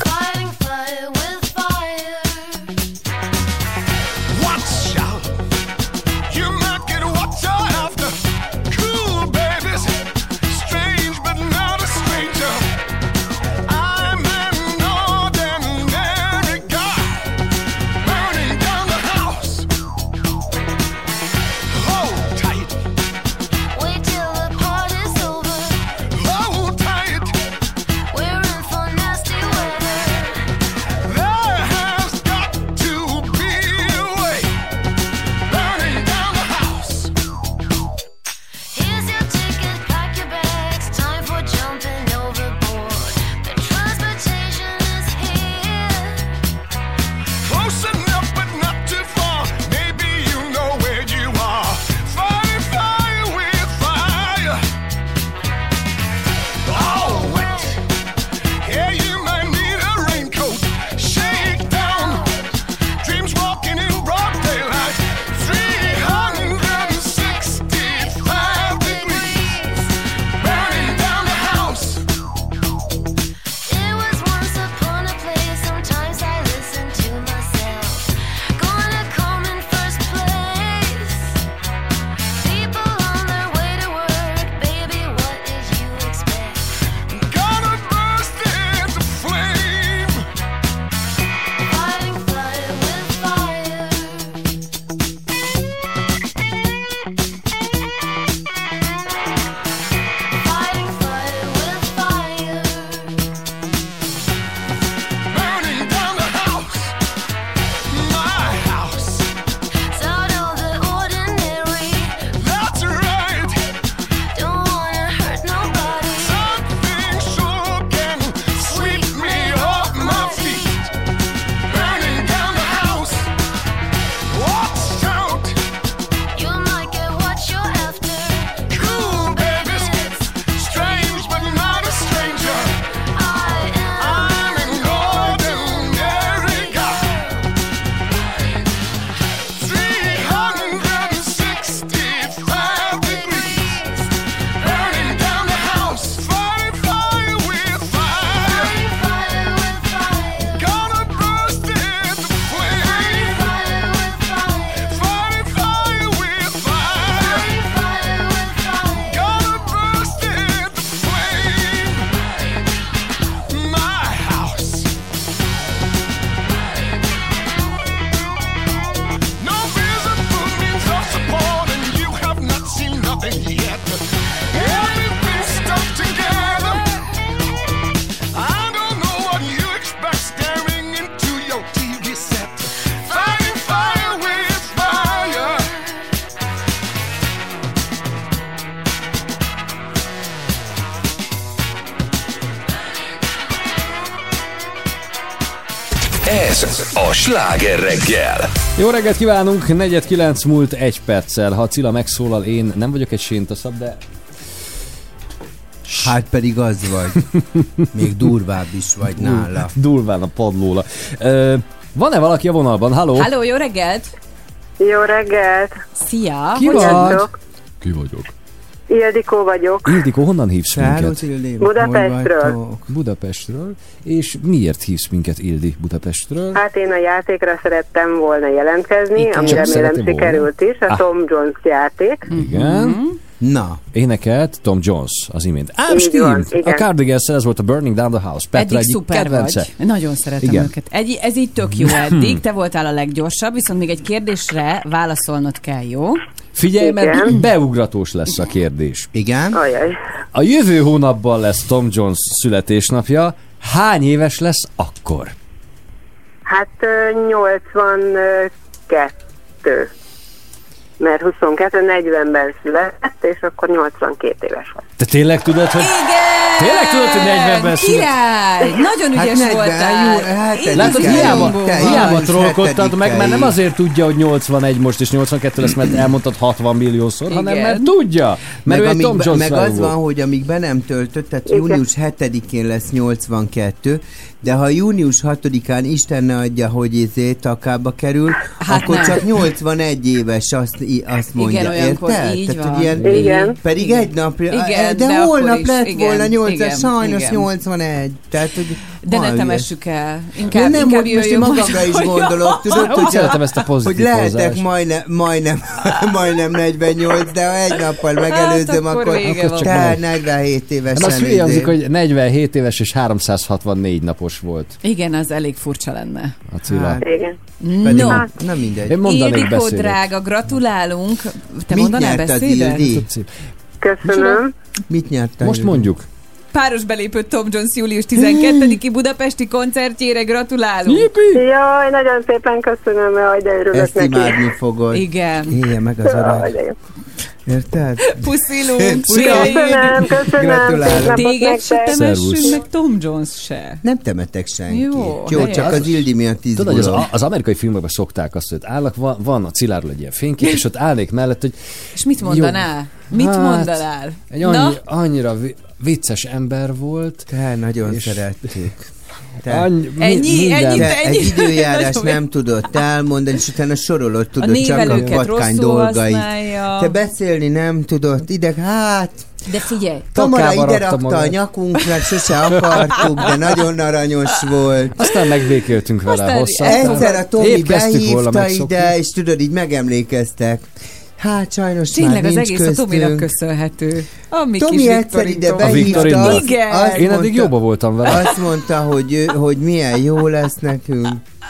Ez a Sláger reggel. Jó reggelt kívánunk, 4:09 múlt 1 perccel. Ha Cilla megszólal, én nem vagyok egy séntaszab, de... Hát pedig az vagy. Még durvább is vagy nála. Durván a padlóla. Van-e valaki a vonalban? Halló? Halló, jó reggelt! Jó reggelt! Szia! Ki vagy? Ki vagyok? Ildikó vagyok. Ildikó, honnan hívsz minket? Budapestről. Budapestről. És miért hívsz minket, Ildi, Budapestről? Hát én a játékra szerettem volna jelentkezni, ami remélem sikerült is, a Tom Jones játék. Igen. Na. Énekelt Tom Jones az imént. A Cardigans-szel ez volt a Burning Down the House. Petra eddig szuper kedvence. Vagy. Nagyon szeretem őket. Ez így tök jó eddig, te voltál a leggyorsabb, viszont még egy kérdésre válaszolnod kell, jó? Figyelj, mert beugratós lesz a kérdés. Igen? Ajaj. A jövő hónapban lesz Tom Jones születésnapja. Hány éves lesz akkor? Hát 82. Mert 40-ben született, és akkor 82 éves volt. Te tényleg tudod, hogy... Igen! Tényleg tudod, hogy 40-ben született? Király! Nagyon ügyes voltál. Látod, hiába trollkodtad meg, mert nem azért tudja, hogy 81 most és 82 lesz, mert elmondtad 60 milliószor, hanem mert tudja. Mert ő egy Tom Jones meg az van, hogy amíg be nem töltött, tehát június 7-én lesz 82, de ha június 6-án Isten ne adja, hogy takába kerül, hát akkor nem. Csak 81 éves, azt azt mondja, igen, olyankor érted? így Tehát, van. Igen. Pedig egy napja, Igen, de de holnap akkor is, lett igen, volna 8, igen, sajnos igen. 81. Tehát, hogy De ne hallj, temessük el. Ja, Inkább, nem, inkább hogy most én magamra is gondolok, tudod, Úgy szeretem ezt a hogy pozitív lehetek hozzáállást. majdnem 48, de ha egy nappal megelőzöm, akkor akkor vége van. tehát 47 évesen. Nem, az hülye hangzik, hogy 47 éves és 364 napos volt Igen, az elég furcsa lenne. a Cilla. Igen. Pedig No, nem mindegy. Én mondanék Ildikó beszédet. drága, gratulálunk. Te Mit mondanál nyert az beszédet? Ildi? Köszönöm. Mit nyertem? Most mondjuk. Páros belépő Tom Jones július 12-i budapesti koncertjére gratulálunk. Jaj, nagyon szépen köszönöm, jaj, de örülök Ezt neki. imádni fogod. Igen. Élje meg az Jaj, arany. de jó. Érted? Puszilunk. Köszönöm. Gratulálok. Szép napot Téged se nektek. temessünk, Szervusz. meg Tom Jones se. Nem temetek senkit. Jó, Jó, helyes. csak az Ildi miatt Tudod, hogy izgulok. az amerikai filmekben szokták azt, hogy állnak, van a Cilláról egy ilyen fénykép, és ott állnék mellett, hogy És mit mondanál? Mit Hát, mondanál? egy Na? annyira vicces ember volt. Te nagyon És- szerettük. Ennyi? minden. Te Ennyi? egy időjárás Nagyon nem tudott elmondani, és utána sorolod, A tudod, csak a névelőket patkány rosszul dolgait. használja. Te beszélni nem tudod, hát... De figyelj, Tamara Takába ide rakta rakta a magát. nyakunkra, sose akartuk, de nagyon aranyos volt. Aztán megbékéltünk vele Aztán hosszan. Egyszer a Tomi Épp kezdtük volna behívta megszokni. ide, és tudod, így megemlékeztek. Hát sajnos tényleg már az nincs egész a Tominak köztünk. köszönhető. A mi Tomi kis egyszer ide Viktorintól. A behívta, Viktorinnak. Igen. azt Én addig mondta- jobban voltam vele. Azt mondta, hogy milyen jó lesz nekünk.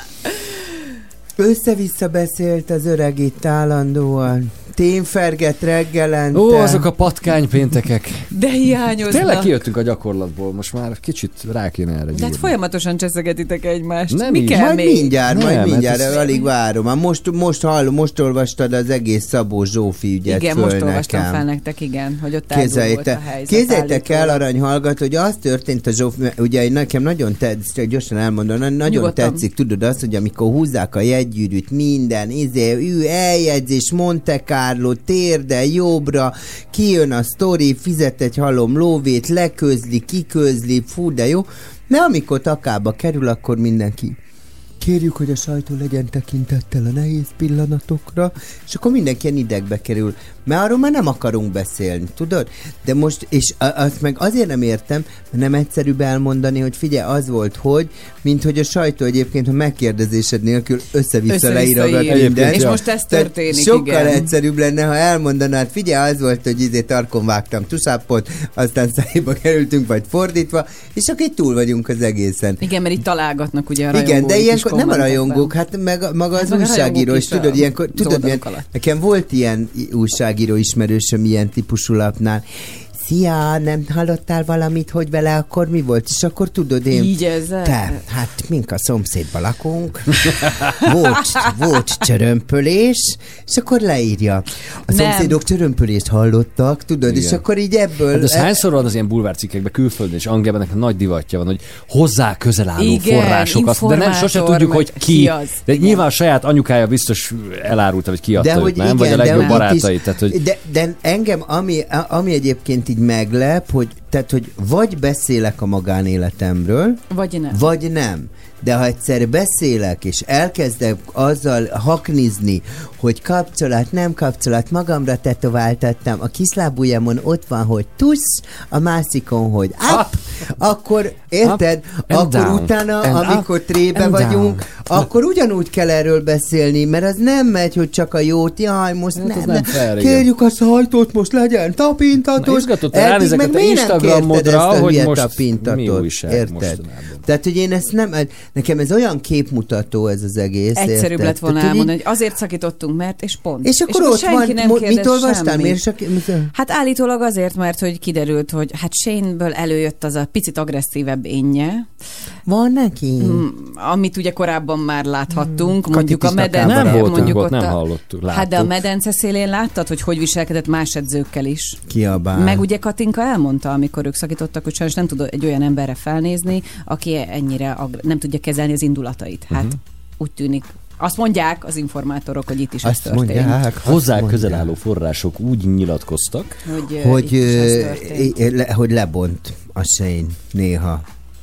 Össze-vissza beszélt az öreg itt állandóan. Témferget reggelente. Ó, azok a patkánypéntekek. De hiányoznak. Tényleg kijöttünk a gyakorlatból, most már kicsit rá kéne erre De hát gyúrni. folyamatosan cseszegetitek egymást. Nem Mi így. kell Majd még? mindjárt, Nem, majd hát mindjárt, ez- alig várom. Már most olvastad az egész Szabó Zsófi ügyet Igen, föl most olvastam nekem. fel nektek, igen, hogy ott eldurult a Képzeljétek, helyzet. képzeljétek el, állítólag. aranyhallgat, hogy az történt a Zsófi, ugye nekem nagyon tetszik, gyorsan elmondom, nagyon Nyugodtan. tetszik, tudod azt, hogy amikor húzzák a jegygyűrűt, minden, eljegyzés, Monte Carlo, térde, jobbra, kijön a sztori, fizet egy halom lóvét, leközli, kiközli, fú, de jó. De amikor takába kerül, akkor mindenki kérjük, hogy a sajtó legyen tekintettel a nehéz pillanatokra, és akkor mindenki ilyen idegbe kerül. Mert arról már nem akarunk beszélni, tudod? De most, és azt meg azért nem értem, mert nem egyszerűbb elmondani, hogy figyelj, az volt, hogy, mint hogy a sajtó egyébként, ha megkérdezésed nélkül össze-vissza leírogat ír. mindent. És most ez Tehát történik, sokkal igen. egyszerűbb lenne, ha elmondanád, figyelj, az volt, hogy tarkon vágtam tusáppot, aztán szájba kerültünk, vagy fordítva, és akkor itt túl vagyunk az egészen. Igen, mert itt találgatnak ugye a rajongóik Igen, de is ilyenkor nem a kommentekben. rajongók, hát meg maga az meg a újságíró rajongók is, is tudod, a ilyenkor, tudod, milyen, oldaluk alatt. nekem volt ilyen újságíró ismerősöm ilyen típusú lapnál. Szia, nem hallottál valamit, hogy vele akkor mi volt? És akkor tudod én... Így ezzel? Te, hát mink a szomszédba lakunk, volt csörömpölés, és akkor leírja. A Nem. szomszédok csörömpölést hallottak, tudod, és Igen. akkor így ebből... Hát ez hányszor van az ilyen bulvárcikkekben, külföldön és Angliában, ennek nagy divatja van, hogy hozzá közel álló Igen, forrásokat, de nem sose informátor, tudjuk, meg hogy ki ki. az. De Igen. nyilván a saját anyukája biztos elárulta, vagy kiadta őt, nem? Vagy a legjobb hogy itt barátai. is- Tehát, hogy de engem, ami egyébként így meglep, hogy vagy beszélek a magánéletemről, Vagy nem. vagy nem. De ha egyszer beszélek, és elkezdek azzal haknizni, hogy kapcsolat, nem kapcsolat, magamra tetováltattam, a kislábujjamon ott van, hogy tusz, a másikon, hogy up, akkor, érted? and Akkor down, utána, and amikor up, trébe and vagyunk, down. akkor ugyanúgy kell erről beszélni, mert az nem megy, hogy csak a jót, jaj, most Hát az nem, nem fair, igen. kérjük a sajtót, most legyen tapintatos. Na, izgatott, Eddig ránézek meg a te miért nem Instagramodra, kérted ezt a hogy hülye most tapintatot? mi újság Érted? mostanában. Tehát, hogy én ezt nem, nekem ez olyan képmutató ez az egész. Egyszerűbb érted? lett volna Tehát, hogy elmondani, hogy azért szakítottunk, mert, és pont. És akkor ott senki van, nem mit kérdez olvastál? semmit. Miért Hát állítólag azért, mert hogy kiderült, hogy hát Shane-ből előjött az a picit agresszívebb énje, van neki? amit ugye korábban már láthattunk, Kati mondjuk a Pistakában. medence. Nem voltunk mondjuk ott, nem hallottuk, Hát de a láttuk. medence szélén láttad, hogy viselkedett más edzőkkel is. Kiabál. Meg ugye Katinka elmondta, amikor ők szakítottak, hogy sajnos nem tud egy olyan emberre felnézni, aki ennyire nem tudja kezelni az indulatait. Hát úgy tűnik. Azt mondják az informátorok, hogy itt is ez Azt történt. mondják, Hozzá azt közel mondják. álló források úgy nyilatkoztak, Hogy, Hogy, itt is ez történt. hogy lebont a Shane néha.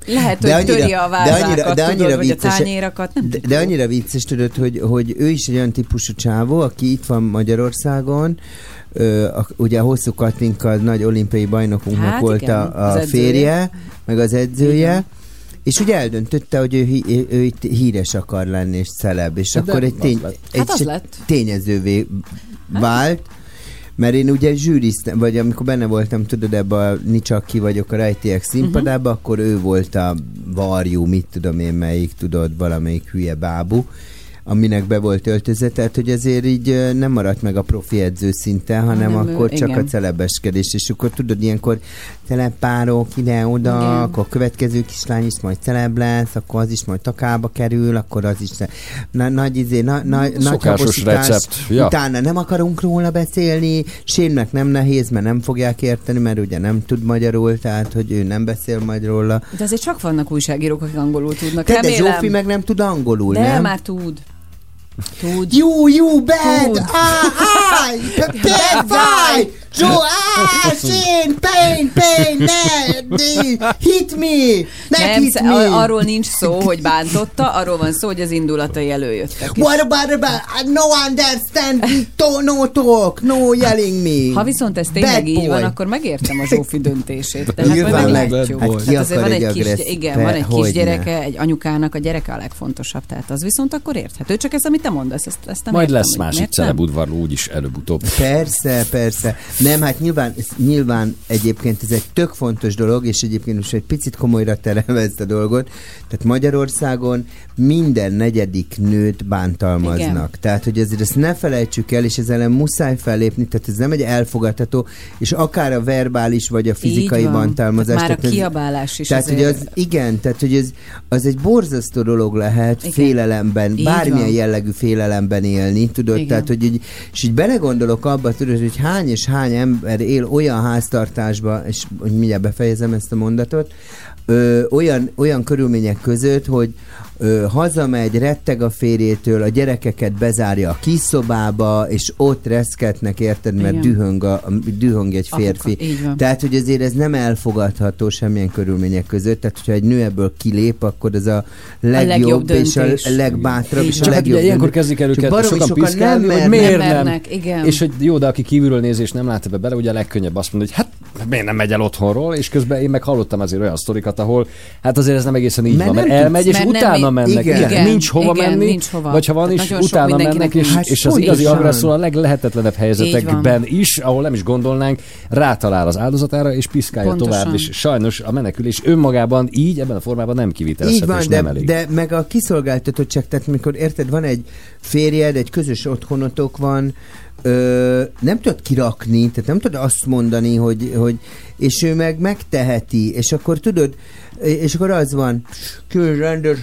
Lehet, hogy töri a vázákat, tudod, vagy a tányérakat. De annyira vicces, tudod, hogy ő is egy olyan típusú csávó, aki itt van Magyarországon, ugye a Hosszú Katinka nagy olimpiai bajnokunknak volt igen, a férje, meg az edzője, igen. És ugye eldöntötte, hogy ő itt híres akar lenni, és celeb, és akkor egy tényezővé vált, mert én ugye zsűriztem, vagy amikor benne voltam, tudod, ebben a Nicsak ki vagyok a Rejtélyek színpadában, akkor ő volt a varjú, mit tudom én melyik, tudod, valamelyik hülye bábú, aminek be volt öltözve, tehát hogy azért így nem maradt meg a profi edző szinten, hanem akkor csak igen. a celebeskedés, és akkor tudod, ilyenkor celebpárok ide-oda, akkor a következő kislány is majd celeb lesz, akkor az is majd takába kerül, akkor az is nagy szokásos recept. Utána nem akarunk róla beszélni, Sémnek nem nehéz, mert nem fogják érteni, mert ugye nem tud magyarul, tehát hogy ő nem beszél majd róla. De azért csak vannak újságírók, akik angolul tudnak. De Zsófi meg nem tud angolul, de nem? Már tud. You bad! Bad fight! Shane, pain, hit me! Hit me! Arról nincs szó, hogy bántotta, arról van szó, hogy az indulatai előjöttek. What about no understand, no talk, no yelling me. Ha viszont ez tényleg így van, akkor megértem a Zsófi döntését. Tehát majd meglátjuk. Azért van egy kis gyereke, egy anyukának a gyereke a legfontosabb, tehát az viszont akkor érthető. Csak ez, amit te mondasz, ezt nem majd értem, lesz másik celebudvarló úgyis előbb-utóbb. Persze. Nem, hát nyilván egyébként ez egy tök fontos dolog, és egyébként most egy picit komolyra terelve ezt a dolgot. Tehát Magyarországon minden negyedik nőt bántalmaznak. Igen. Tehát, hogy ezért ezt ne felejtsük el, és ezzel ellen muszáj fellépni, tehát ez nem egy elfogadható, és akár a verbális, vagy a fizikai bántalmazás. Már a kiabálás is. Tehát, hogy tehát, hogy az egy borzasztó dolog lehet igen. félelemben, így bármilyen van. Jellegű félelemben élni, tudod? Igen. Tehát, hogy és így belegondolok abba, tudod, hogy hány és hány ember él olyan háztartásba, és hogy mindjárt befejezem ezt a mondatot, olyan körülmények között, hogy hazamegy, retteg a férjétől, a gyerekeket bezárja a kis szobába, és ott reszketnek, érted, mert dühöng egy férfi. Tehát, hogy azért ez nem elfogadható semmilyen körülmények között, tehát, hogyha egy nő ebből kilép, akkor ez a legjobb és a legbátrabb, és a legjobb. Ilyenkor kezdik el őket sokan piszkálni, hogy miért nem. És hogy jó, de aki kívülről néz és nem lát ebbe bele, ugye a legkönnyebb azt mondani, hogy hát miért nem megy el otthonról, és közben én meg hallottam azért olyan sztorikat, ahol hát azért ez nem egészen így van, mert elmegy, és utána mennek. Igen. Nincs hova menni, vagy ha van is, utána mennek, és az igazi agresszor a leglehetetlenebb helyzetekben is, ahol nem is gondolnánk, rátalál az áldozatára, és piszkálja tovább, és sajnos a menekülés önmagában így, ebben a formában nem kivitelezhető, és nem elég. De meg a kiszolgáltatottság, tehát mikor érted, van egy férjed, egy közös otthonotok van, nem tudod kirakni, tehát nem tudod azt mondani, hogy és ő meg megteheti, és akkor tudod, és akkor az van, különrendes,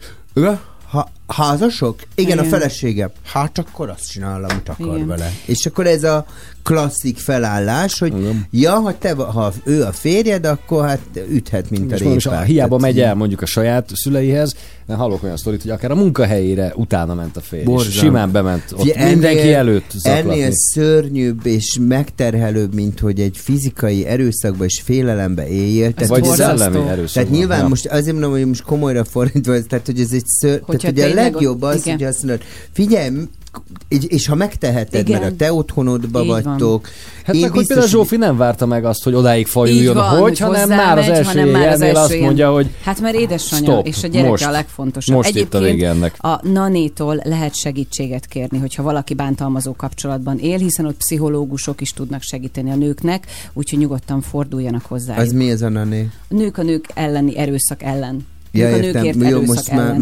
házasok? Igen, a feleségem. Hát akkor azt csinál, amit akar vele. És akkor ez a klasszik felállás, hogy ha ő a férjed, akkor hát üthet, mint a répát. Hiába megy el mondjuk a saját szüleihez, mert hallok olyan sztorit, hogy akár a munkahelyére utána ment a férj, és simán bement ott mindenki előtt zaklatni. Ennél szörnyűbb és megterhelőbb, mint hogy egy fizikai erőszakba és félelembe éljél. Vagy szellemi erőszakba. Tehát nyilván most azért mondom, hogy most komolyra fordítva, tehát hogy ez egy tehát ugye a legjobb az, hogy azt mondod, figyelj, és ha megteheted, igen. mert a te otthonodba vagytok. Hát meg, hogy például Zsófi nem várta meg azt, hogy odáig fajuljon, hanem már az első jelnél azt mondja, hogy hát mert édesanyja, és a gyereke a legfontosabb. Most itt a vége ennek. A nanétól lehet segítséget kérni, hogyha valaki bántalmazó kapcsolatban él, hiszen ott pszichológusok is tudnak segíteni a nőknek, úgyhogy nyugodtan forduljanak hozzá. Az mi ez a nané? A nők elleni erőszak ellen. Ja, értem. Jó, most már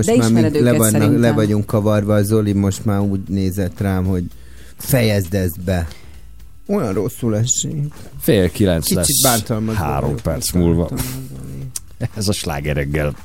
le vagyunk kavarva, Zoli most már úgy nézett rám, hogy fejezd ezt be. Olyan rosszul esik. 8:30 lesz. Kicsit bántalmazó. 3 perc múlva. Ez a sláger reggel.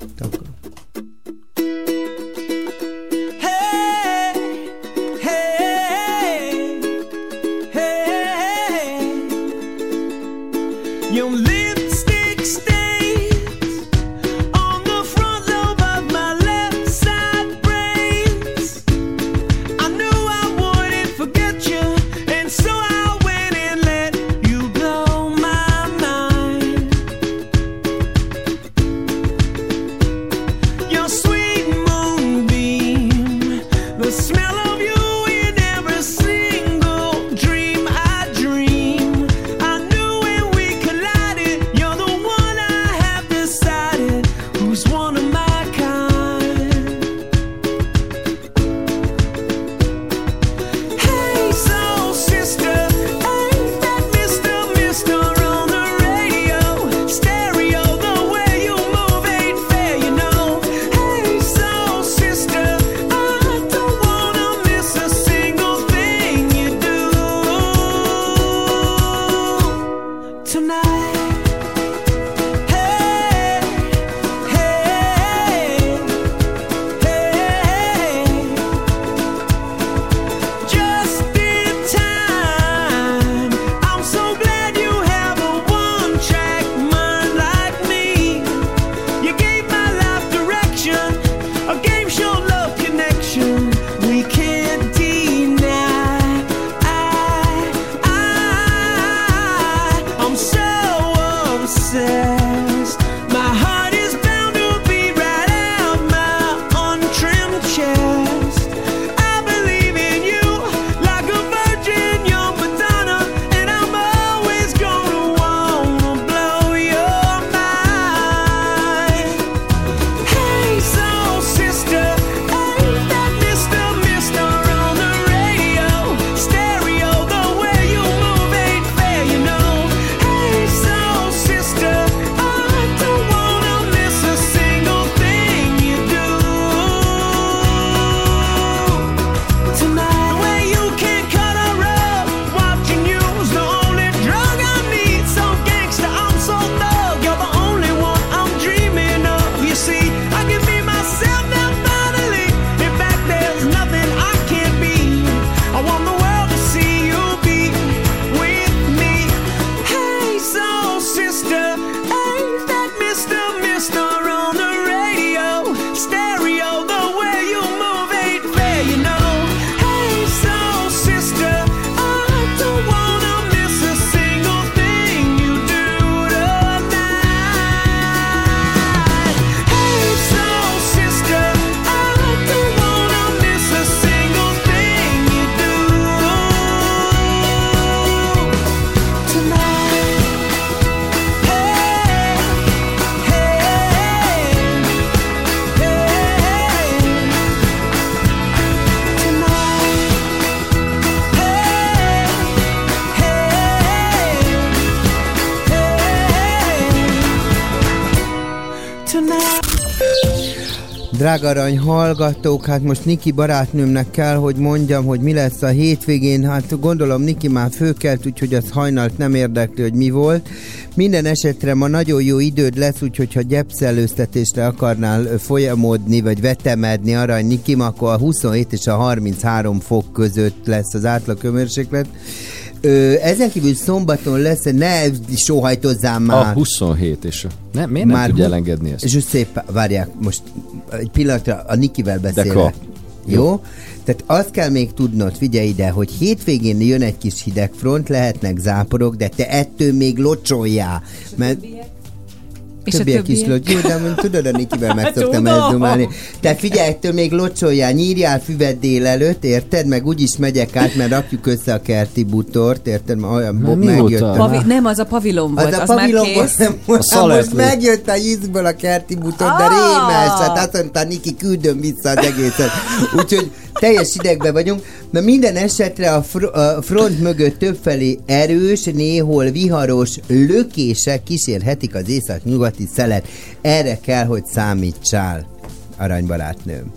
Drága arany hallgatók, hát most Niki barátnőmnek kell, hogy mondjam, hogy mi lesz a hétvégén. Hát gondolom Niki már fölkelt, úgyhogy az hajnalt nem érdekli, hogy mi volt. Minden esetre ma nagyon jó időd lesz, úgyhogy ha gyepszellőztetésre akarnál folyamodni, vagy vetemedni arany Nikim, akkor a 27 és a 33 fok között lesz az átlag hőmérséklet. Ezen kívül szombaton lesz, ne sóhajtozzám már. A 27 és miért nem tudja elengedni ezt? És szép, várják, most egy pillanatra a Nikivel beszélek. Jó? Tehát azt kell még tudnod, figyelj ide, hogy hétvégén jön egy kis hidegfront, lehetnek záporok, de te ettől még locsoljál. Mert többiek is locsolják, de tudod, a Nikivel meg szoktam ezt dumálni. Tehát figyelj, ettől még locsoljál, nyírjál füvet délelőtt, érted? Meg úgyis megyek át, mert rakjuk össze a kerti butort, érted? Olyan megjöttem. Nem, az a pavilon volt, az pavilon már kész. Most megjött a ízből a kerti butor, de rémes, hát azt mondta, Niki, küldöm vissza az egészet. Úgyhogy teljes idegben vagyunk, mert minden esetre a front mögött többfelé erős, néhol viharos lökések kísérhetik az észak-nyugati szelet. Erre kell, hogy számítsál, aranybarátnőm.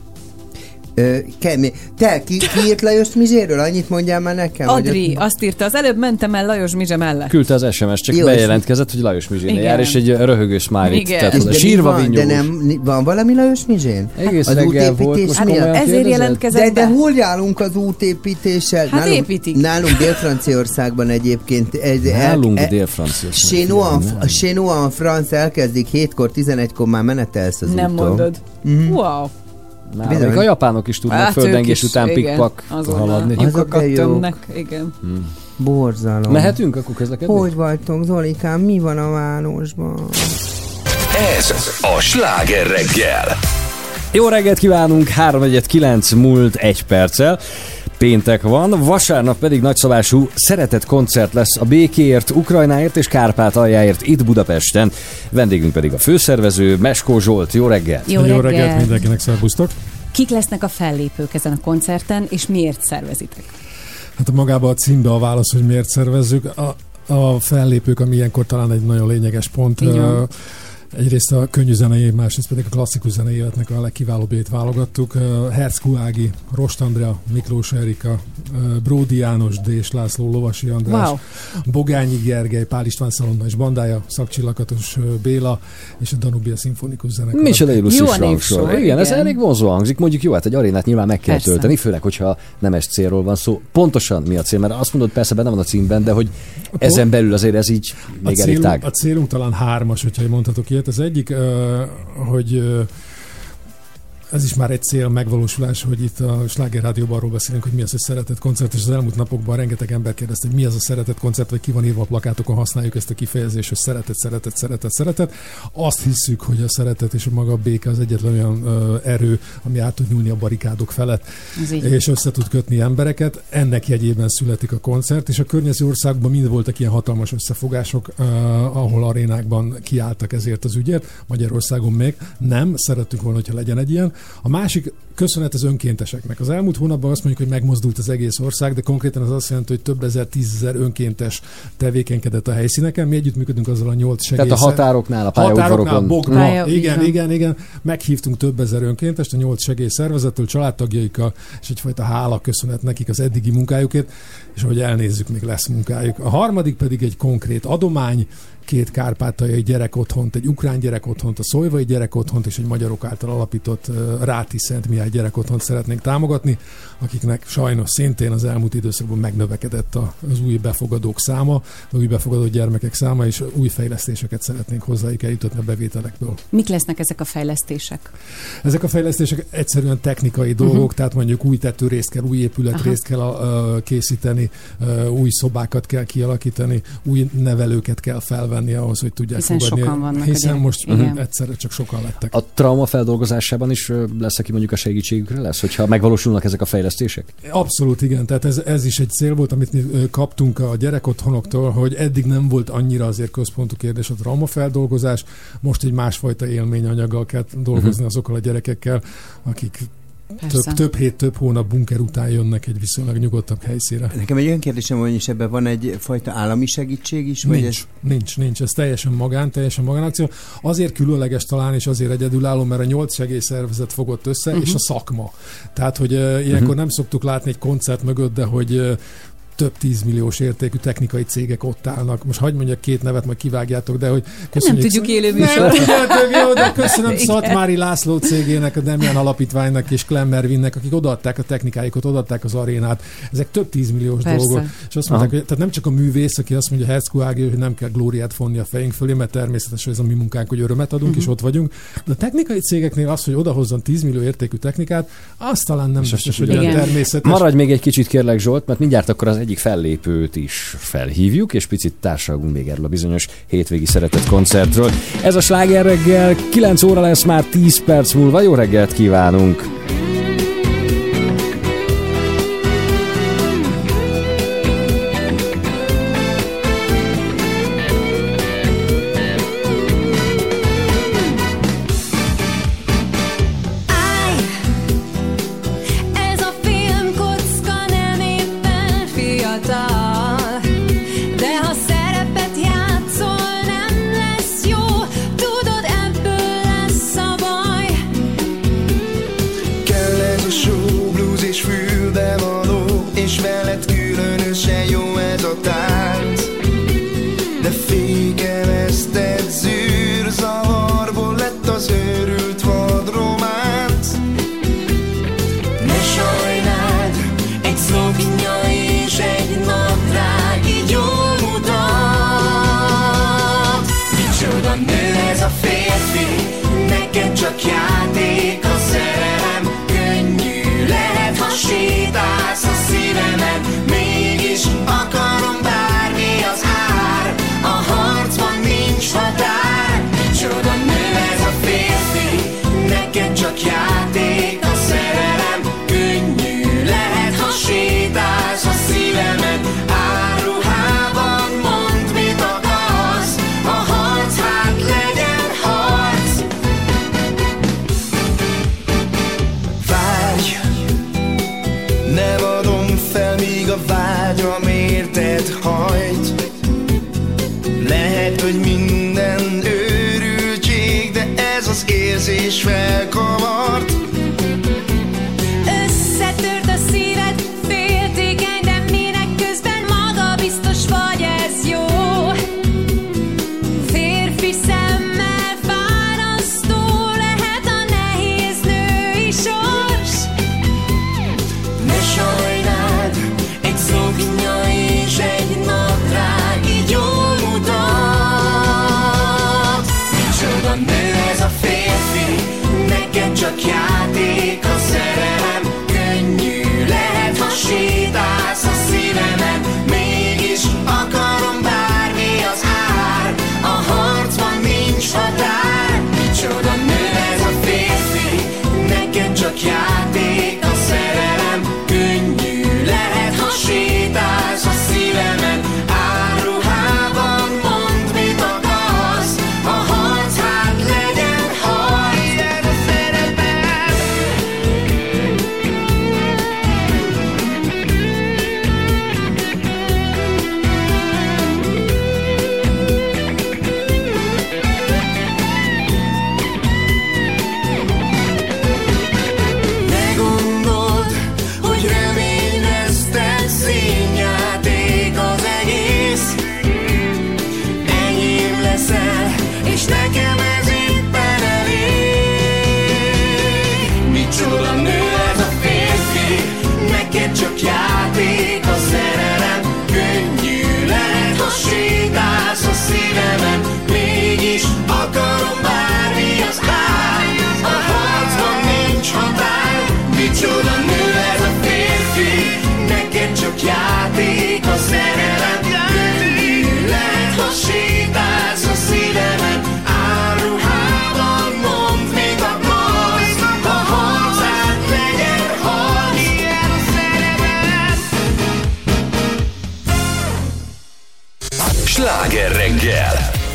Te kiírt Lajos Mizséről? Annyit mondjál már nekem? Adri, azt írta, az előbb mentem el Lajos Mizse mellett. Küldte az SMS, csak jó, bejelentkezett, hogy Lajos Mizsénél jár, és egy röhögő smiley-t. Tehát de sírva vinyós. De nem, van valami Lajos Mizsén? Egész az útépítés miatt? Ezért jelentkezett de hol járunk az útépítéssel? Hát építik. Nálunk Dél-Franciaországban egyébként. Nálunk Dél-Franciaországban. Chez France elkezdik 7-kor, 11-kor már menetelsz az úton. Nem mondod. Wow. Még a japánok is tudnak földengés után pikpak haladni. Lyukakat tömnek, igen. Borzalom. Mehetünk akkor közlekedni? Hogy vagytok, Zolikám? Mi van a városban? Ez a Sláger reggel. Jó reggelt kívánunk, 3:09 múlt 1 perccel. Péntek van, vasárnap pedig nagyszabású szeretett koncert lesz a békéért, Ukrajnáért és Kárpátaljáért itt Budapesten. Vendégünk pedig a főszervező, Meskó Zsolt. Jó reggelt! Jó reggelt mindenkinek, szervusztok! Kik lesznek a fellépők ezen a koncerten, és miért szervezitek? Hát magában a címbe a válasz, hogy miért szervezzük. A fellépők, ami ilyenkor talán egy nagyon lényeges pont. Egyrészt a könnyű zenei, másrészt pedig a klasszikus zenei életnek a legkiválóbbét válogattuk. Herckó Ági, Rost Andrea, Miklós Erika, Bródi János, Dés László, Lovasi András, Bogányi Gergely, Pál István Szalonna és bandája, Szakcsillakatos Béla és a Danubia Szimfonikus zenekar. Micsoda illusztris rangsor. Igen, ez elég vonzó hangzik. Mondjuk jó, hát egy arénát nyilván meg kell tölteni, főleg, hogyha nemes célról van szó. Pontosan mi a cél? Mert azt mondod, persze benne van a címben, de hogy ezen belül azért ez így még elég tág. A célunk talán 3-as, hogyha mondhatok ilyet. Az egyik, hogy ez is már egy cél megvalósulás, hogy itt a Sláger Rádióban arról beszélünk, hogy mi az a szeretett koncert, és az elmúlt napokban rengeteg ember kérdezte, hogy mi az a szeretett koncert, vagy ki van írva a plakátokon, használjuk ezt a kifejezést, hogy szeretet. Azt hiszük, hogy a szeretet és a maga a béke az egyetlen olyan erő, ami át tud nyúlni a barikádok felett, és össze tud kötni embereket. Ennek jegyében születik a koncert, és a környező országban mind voltak ilyen hatalmas összefogások, ahol arénákban kiálltak ezért az ügyért. Magyarországon még nem, szerettük volna, hogyha legyen egy ilyen. A másik köszönet az önkénteseknek. Az elmúlt hónapban azt mondjuk, hogy megmozdult az egész ország, de konkrétan az azt jelenti, hogy több ezer, 10 000 önkéntes tevékenykedett a helyszíneken. Mi együttműködünk azzal a 8 segélyszer. Tehát a határoknál, a pályaudvarokon. Igen. Meghívtunk több ezer önkéntest, a 8 segélyszervezettől, családtagjaikkal, és egyfajta hála köszönet nekik az eddigi munkájukért, és ahogy elnézzük, még lesz munkájuk. A harmadik pedig egy konkrét adomány, 2 kárpátaljai gyerekotthont, egy ukrán gyerekotthont, a szolvai gyerekotthont és egy magyarok által alapított Ráti Szent Mihály gyerekotthont szeretnénk támogatni, akiknek sajnos szintén az elmúlt időszakban megnövekedett az új befogadók száma, az új befogadó gyermekek száma, és új fejlesztéseket szeretnénk hozzájuk eljutatni a bevételekből. Mik lesznek ezek a fejlesztések? Ezek a fejlesztések egyszerűen technikai dolgok, tehát mondjuk új tetőrészt kell, új épületrészt kell készíteni, új szobákat kell kialakítani, új nevelőket kell felvenni ahhoz, hogy tudják fogadni. Sokan vannak. Hiszen most egyszerre csak sokan lettek. A trauma feldolgozásában is lesz, aki mondjuk a segítségükre lesz, hogyha megvalósulnak ezek a fejlesztések? Abszolút igen, tehát ez is egy cél volt, amit mi kaptunk a gyerekotthonoktól, hogy eddig nem volt annyira azért központú kérdés a traumafeldolgozás, most egy másfajta élményanyaggal kell dolgozni azokkal a gyerekekkel, akik több hét, több hónap bunker után jönnek egy viszonylag nyugodtabb helyszínre. Nekem egy olyan kérdésem van, és ebben van egyfajta állami segítség is? Vagy Nincs. Ez teljesen magánakció. Azért különleges talán, és azért egyedülálló, mert a 8 segélyszervezet fogott össze, és a szakma. Tehát, hogy ilyenkor nem szoktuk látni egy koncert mögött, de hogy több 10 milliós értékű technikai cégek ott állnak. Most hagyd mondjak 2 nevet, majd kivágjátok, de hogy nem tudjuk élő műsor. De köszönöm Szatmári László cégének, a Demian Alapítványnak és Klemmervinnek, akik odaadták a technikáikat, odaadták az arénát. Ezek több 10 milliós dolgok. És azt mondták, hogy tehát nem csak a művész, aki azt mondja Hercko Ági, hogy nem kell glóriát fonni a fejünk fölé, mert természetesen ez a mi munkánk, hogy örömet adunk, és ott vagyunk. De a technikai cégeknél az, hogy odahozzon 10 millió értékű technikát, az talán nem biztos, hogy olyan természetes. Maradj még egy kicsit kérlek, Zsolt, mert mindjárt akkor az egyik fellépőt is felhívjuk, és picit társalgunk még erről a bizonyos hétvégi szeretett koncertről. Ez a Sláger reggel, 9 óra lesz már 10 perc múlva. Jó reggelt kívánunk!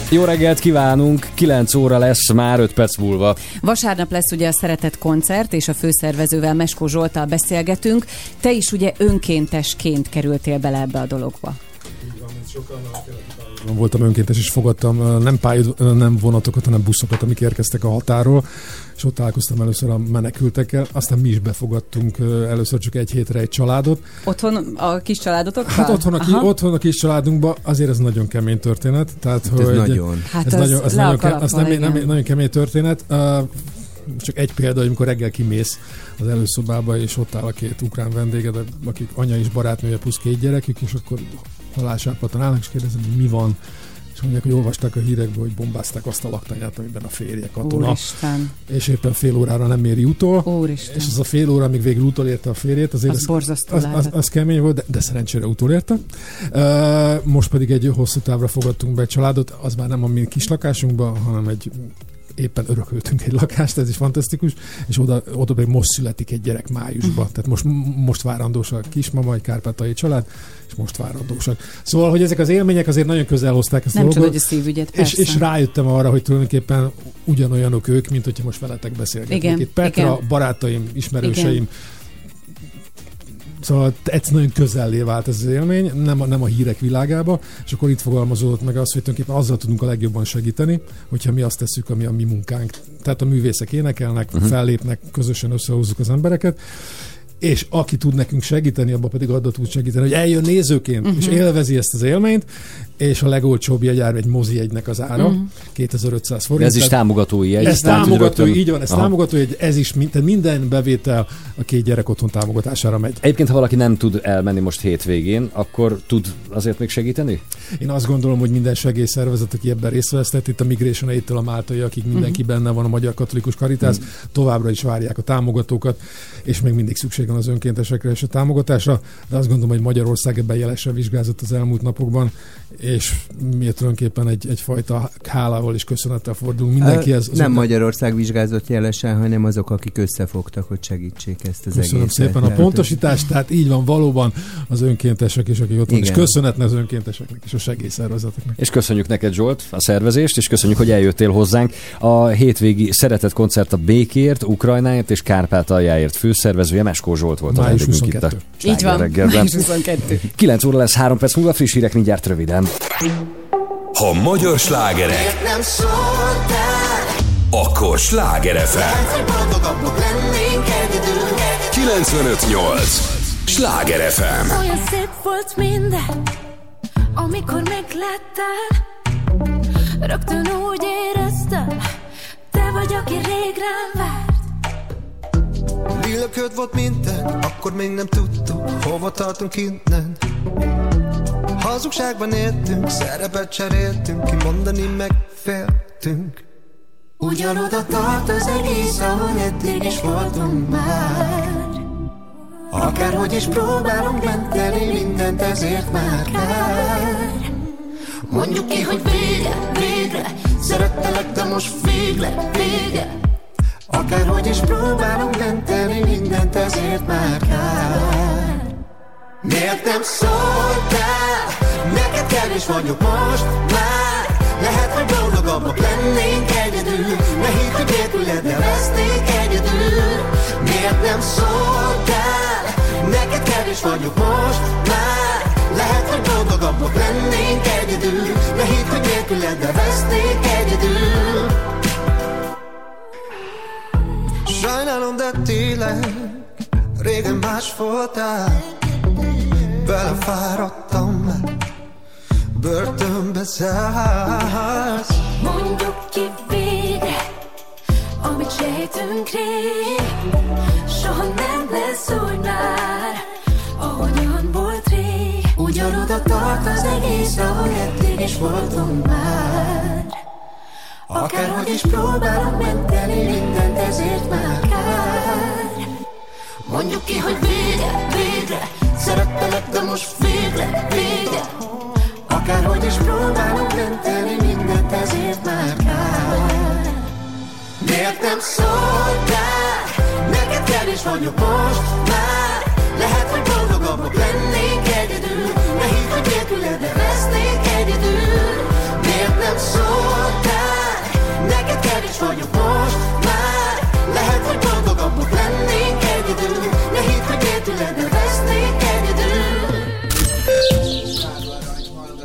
Jó reggelt kívánunk, 9 óra lesz már 5 perc múlva. Vasárnap lesz ugye a Szeretet koncert, és a főszervezővel, Meskó Zsolttal beszélgetünk. Te is ugye önkéntesként kerültél bele ebbe a dologba. Voltam önkéntes, és fogadtam nem vonatokat, hanem buszokat, amik érkeztek a határól, és ott találkoztam először a menekültekkel, aztán mi is befogadtunk először csak egy hétre egy családot. Otthon a kis családotokkal? Hát otthon a kis családunkban, azért ez nagyon kemény történet. Tehát, ez nagyon. Nagyon kemény történet. Csak egy példa, amikor reggel kimész az előszobába, és ott áll a 2 ukrán vendéged, akik anya és barátnője plusz 2 gyerekük, és akkor halálsápadtan állnak, és kérdezem, hogy mi van. És mondják, hogy olvasták a hírekből, hogy bombázták azt a laktanyát, amiben a férje katona. Úristen. És éppen fél órára nem éri utol. Úristen. És az a fél óra, amíg végül utolérte a férjét, azért az kemény volt, de szerencsére utolérte. Most pedig egy hosszú távra fogadtunk be egy családot, az már nem a mi kis lakásunkban, hanem éppen örököltünk egy lakást, ez is fantasztikus, és oda pedig most születik egy gyerek májusban. Tehát most várandós a kismama, egy kárpátaljai család, és most várandósak. Szóval, hogy ezek az élmények azért nagyon közel hozták ezt a dolgot. Nem csodod a szívügyet, persze. És rájöttem arra, hogy tulajdonképpen ugyanolyanok ők, mint hogyha most veletek beszélgetnék. Itt Petra, barátaim, ismerőseim, Szóval egyszerűen nagyon közellé vált ez az élmény, nem a hírek világába, és akkor itt fogalmazódott meg az, hogy tulajdonképpen azzal tudunk a legjobban segíteni, hogyha mi azt tesszük, ami a mi munkánk. Tehát a művészek énekelnek, fellépnek, közösen összehozzuk az embereket, és aki tud nekünk segíteni, abban pedig adott tud segíteni, hogy eljön nézőként, és élvezi ezt az élményt, és a legolcsóbb jegyár egy mozijegynek az ára, 2500 forint. Ez is támogatói jegy. Ez támogatói, így van, ez támogatói jegy, ez is minden bevétel a 2 gyerek otthon támogatására megy. Egyébként, ha valaki nem tud elmenni most hétvégén, akkor tud azért még segíteni? Én azt gondolom, hogy minden segélyszervezet, aki ebben részt vesz, itt a Migration Aid-től a máltai, akik mindenki benne van, a Magyar Katolikus Karitász, továbbra is várják a támogatókat, és még mindig szükség van az önkéntesekre és a támogatásra, de azt gondolom, hogy Magyarország ebben jelesen vizsgázott az elmúlt napokban, és mi tulajdonképpen egyfajta hálával és köszönettel fordulunk mindenkihez. Nem Magyarország vizsgázott jelesen, hanem azok, akik összefogtak, hogy segítsék ezt az egészet. Köszönöm szépen a pontosítást, tehát így van valóban az önkéntesek és akik ott van, és köszönetne az önkénteseknek és a segélyszervezeteknek. És köszönjük neked, Zsolt, a szervezést, és köszönjük, hogy eljöttél hozzánk. A hétvégi Szeretet koncert a békért, Ukrajnáért és Kárpátaljáért főszervezője Meskó Zsolt volt. Május 22. Így van, május 22. 9 óra lesz, 3 perc múlva, friss hírek mindjárt röviden. Ha magyar slágerek, nem szóltál, akkor Sláger FM. boldogabbak lennénk egyedül. 95.8 Sláger FM. Olyan szép volt minden, amikor megláttál. Rögtön úgy éreztem, te vagy, aki rég rám várt. Lélekköd volt minden, akkor még nem tudtuk, hova tartunk innen. Hazugságban éltünk, szerepet cseréltünk, kimondani megféltünk. Ugyanoda tart az egész, ahol eddig is voltunk már. Akárhogy is próbálunk menteni mindent, ezért már kár. Mondjuk ki, hogy végre szerettelek, de most vége. Akárhogy is próbálunk menteni mindent, ezért már kár. Miért nem szóltál? Neked kevés vagyok most már. Lehet, hogy boldogabbak lennénk egyedül. Ne hidd, hogy nélküled elvesznék egyedül. Miért nem szóltál? Neked kevés vagyok most már. Lehet, hogy boldogabbak lennénk egyedül. Ne hidd, hogy nélküled elvesznék egyedül. Sajnálom, de tényleg régen más voltál. Belefáradtam már, börtönbe zársz. Mondjuk ki végre, amit sejtünk rég. Soha nem lesz úgy már, ahogyan volt rég. Ugyanoda tart az egész, ahol eddig is voltunk már. Akárhogy is próbálunk menteni mindent, ezért már kár. Mondjuk ki, hogy végre szerettelek, de most vége. Akárhogy is próbálunk menteni mindent, ezért már kár. Miért nem szóltál? Neked kevés vagyok most már. Lehet, hogy boldogabbak lennénk egyedül. Ne hidd, hogy nélküled elvesznék egyedül. Miért nem szóltál?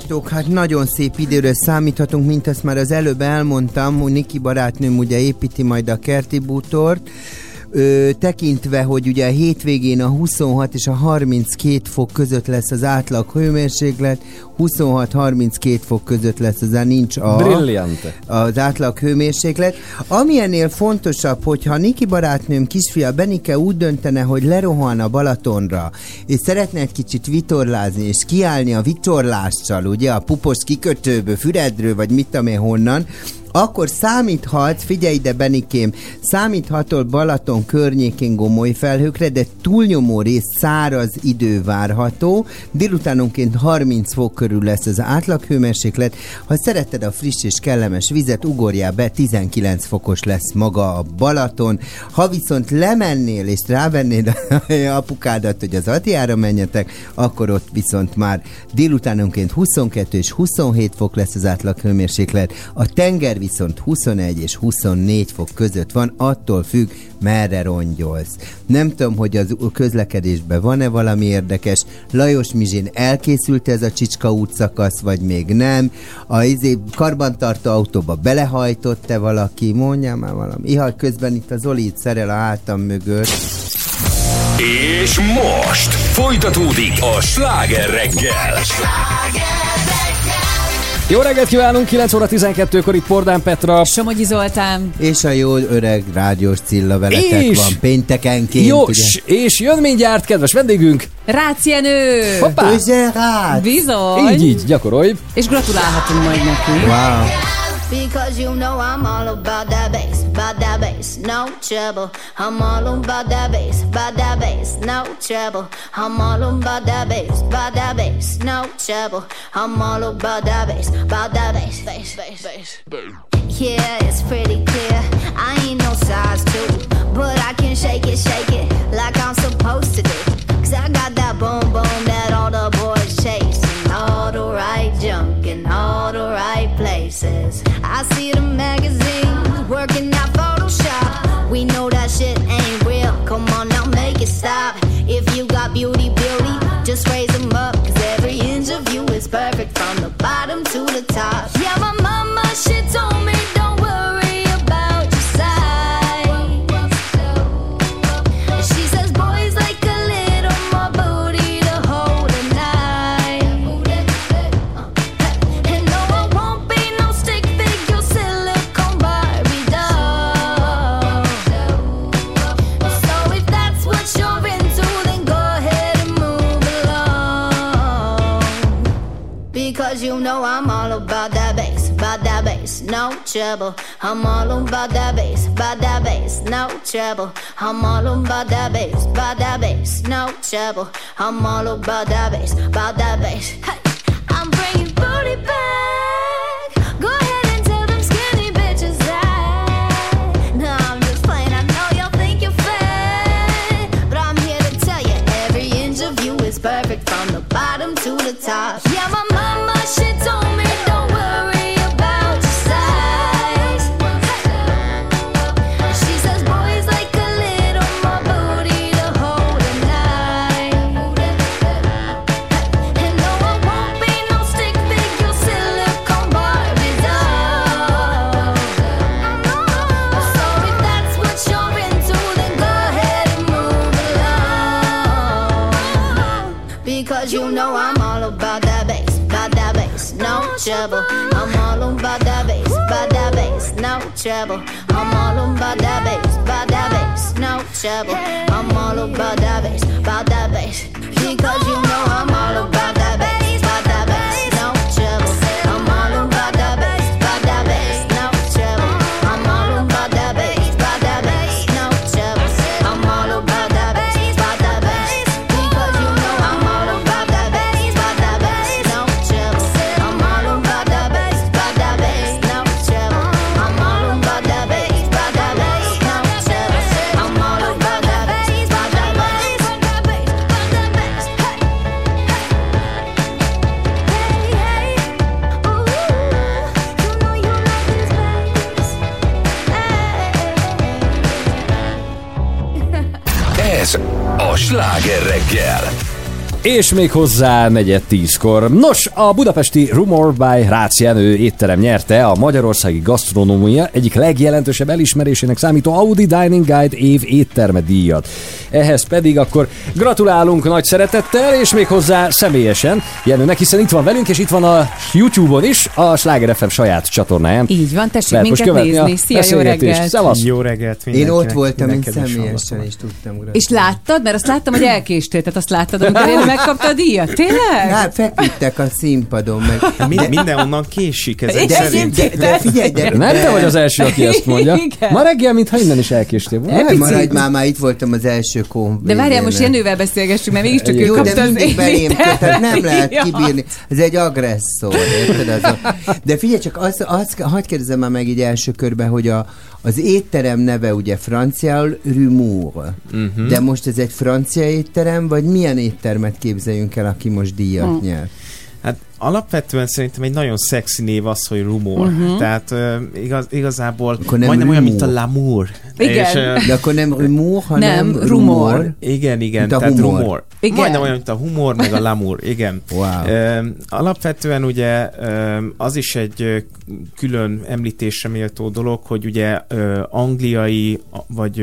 hallgatók, hát nagyon szép időre számíthatunk, mint ezt már az előbb elmondtam, hogy Niki barátnőm ugye építi majd a kerti bútort, tekintve, hogy ugye a hétvégén a 26 és a 32 fok között lesz az átlag hőmérséklet, 26-32 fok között lesz, az nincs az átlag hőmérséklet. Ami ennél fontosabb, hogyha Niki barátnőm kisfia Benike úgy döntene, hogy lerohan a Balatonra, és szeretne egy kicsit vitorlázni, és kiállni a vitorlással, ugye a Pupos kikötőből, Füredről, vagy mit tudom én honnan, akkor számíthat, figyelj ide Benikém, számíthatol Balaton környékén gomoly felhőkre, de túlnyomó rész száraz idő várható, délutánonként 30 fok körül lesz az átlaghőmérséklet. Ha szereted a friss és kellemes vizet, ugorjál be, 19 fokos lesz maga a Balaton. Ha viszont lemennél és rávennéd apukádat, hogy az Atiára menjetek, akkor ott viszont már délutánonként 22 és 27 fok lesz az átlaghőmérséklet. A tenger viszont 21 és 24 fok között van, attól függ, merre rongyolsz. Nem tudom, hogy az közlekedésben van-e valami érdekes. Lajos Mizsén elkészült ez a Csicska útszakasz, vagy még nem? A karbantartó autóba belehajtott-e valaki? Mondjál már valami. Ihaj, közben itt az Zoli szerel a hátam mögött. És most folytatódik a Sláger reggel. Jó reggelt kívánunk, 9 óra 12-kor itt Pordán Petra, Somogyi Zoltán és a jó öreg rádiós Cilla veletek és van péntekenként. Jó, és jön mindjárt kedves vendégünk, Rácz Jenő! Hoppá! Bizony! Így, gyakorolj! És gratulálhatunk majd neki. Wow! Because you know I'm all about that bass, no trouble. I'm all about that bass, no trouble. I'm all about that bass, no trouble. I'm all about that bass, bass. Yeah, it's pretty clear. I ain't no size 2, but I can shake it like I'm supposed to do. 'Cause I got that boom boom that all the boys chase. All the right junk in all the right places. I see the magazines working out Photoshop. We know that shit ain't real. Come on now, make it stop. If you got beauty, just raise them up. 'Cause every inch of you is perfect from the bottom to the top. Yeah, my mama, she told me don't worry about your size. She says boys like a little more booty to hold at night. And no, I won't be no stick figure silicone Barbie doll. So if that's what you're into, then go ahead and move along. Because you know I'm all about that bass, no trouble. I'm all about that bass, no trouble. I'm all about that bass, no trouble. I'm all about that bass. Hey, I'm bringing booty back. Go ahead and tell them skinny bitches that. No, I'm just playing. I know y'all think you're fat, but I'm here to tell you every inch of you is perfect from the bottom to the top. Yeah, my mama, she told me don't worry about your size. She says boys like a little more booty to hold at night. And no, I won't be no stick figure silicone Barbie doll. So if that's what you're into, then go ahead and move along. Because you know I'm all about that bass, no trouble. I'm all about that bass, no trouble. I'm all about that bass, no trouble. I'm all about that bass, because you know I'm all about that bass, no trouble. I'm all about that bass, no trouble. I'm all about that bass, no trouble. I'm all about that bass, because you know I'm all about that bass, no trouble. I'm all about that bass, no trouble. I'm all about that bass, no trouble. I'm all about that bass, Ez a Sláger reggel. És még hozzá 9:10-kor. Nos, a budapesti Rumor by Rácz Jenő étterem nyerte a magyarországi gasztronómia egyik legjelentősebb elismerésének számító Audi Dining Guide év étterme díjat. Ehhez pedig akkor gratulálunk nagy szeretettel, és még hozzá személyesen Jenőnek, hiszen itt van velünk, és itt van a YouTube-on is, a Sláger FM saját csatornáján. Így van, tessék minket nézni. Szia, jó reggelt! Szevasz. Jó reggelt mindenkinek. Én ott voltam, mint személyesen, és tudtam gratulálni. És láttad? Mert azt láttam, hogy elkéstél, tehát azt láttad, amikor én megkapta a díjat. Tényleg? Hát feküdtek a színpadon meg. Mindenhonnan késik ez. De figyelj, nem te vagy az első, aki ezt mondja. Ma reggel, mintha innen is elkéstél volna. Nem, maradj már itt voltam az első konvégén. De várjál, most Jenővel beszélgessünk, mert mégiscsak ő kapta az évet. Nem lehet kibírni. Ez egy agresszor, érted? De figyelj csak, hadd kérdezem már meg így első körben, hogy az étterem neve ugye franciául Rumour. De most ez egy francia étterem, vagy milyen éttermet képzeljünk el, aki most díjat nyer? Hát alapvetően szerintem egy nagyon szexi név az, hogy Rumor. Tehát igazából majdnem olyan, mint a L'amour. Igen. De akkor nem Rumor, hanem Rumor. Igen, tehát Rumor. Majdnem olyan, mint a humor, meg a L'amour. Igen. Wow. Alapvetően ugye az is egy külön említésre méltó dolog, hogy ugye angliai, vagy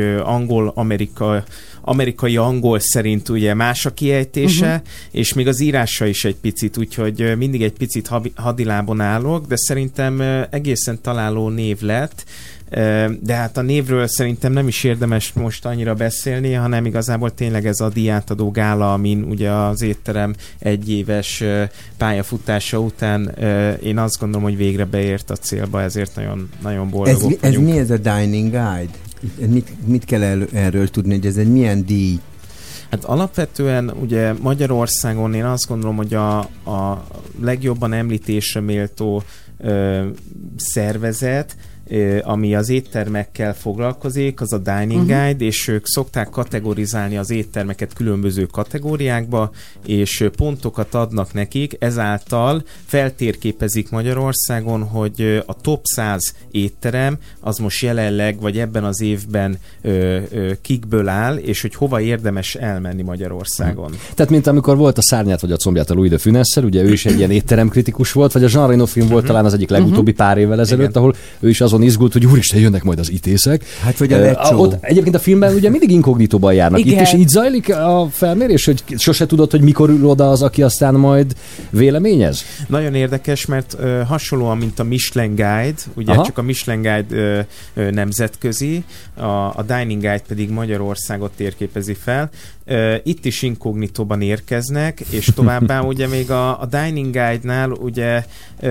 amerikai angol szerint ugye más a kiejtése, és még az írása is egy picit, úgyhogy mindig egy picit hadilábon állok, de szerintem egészen találó név lett, de hát a névről szerintem nem is érdemes most annyira beszélni, hanem igazából tényleg ez a díjátadó gála, amin ugye az étterem egyéves pályafutása után én azt gondolom, hogy végre beért a célba, ezért nagyon, nagyon boldogok vagyunk. Ez mi ez a Dining Guide? Mit kell erről tudni, hogy ez egy milyen díj? Hát alapvetően ugye Magyarországon én azt gondolom, hogy a legjobban említésre méltó szervezet, ami az éttermekkel foglalkozik, az a Dining Guide, és ők szokták kategorizálni az éttermeket különböző kategóriákba, és pontokat adnak nekik, ezáltal feltérképezik Magyarországon, hogy a top 100 étterem az most jelenleg, vagy ebben az évben kikből áll, és hogy hova érdemes elmenni Magyarországon. Tehát mint amikor volt a Szárnyát vagy a combját a Louis de Funessel, ugye ő is egy ilyen étteremkritikus volt, vagy a Jean Reno film volt talán az egyik legutóbbi pár évvel ezelőtt, ahol ő is azon izgult, hogy úristen, jönnek majd az ítészek. Hát vagy a lecsó. Ott egyébként a filmben ugye mindig inkognitóban járnak. Igen. Itt is így zajlik a felmérés, hogy sose tudod, hogy mikor ül oda az, aki aztán majd véleményez? Nagyon érdekes, mert hasonlóan, mint a Michelin Guide, ugye csak a Michelin Guide nemzetközi, a Dining Guide pedig Magyarországot térképezi fel. Itt is inkognitóban érkeznek, és továbbá ugye még a Dining Guide-nál ugye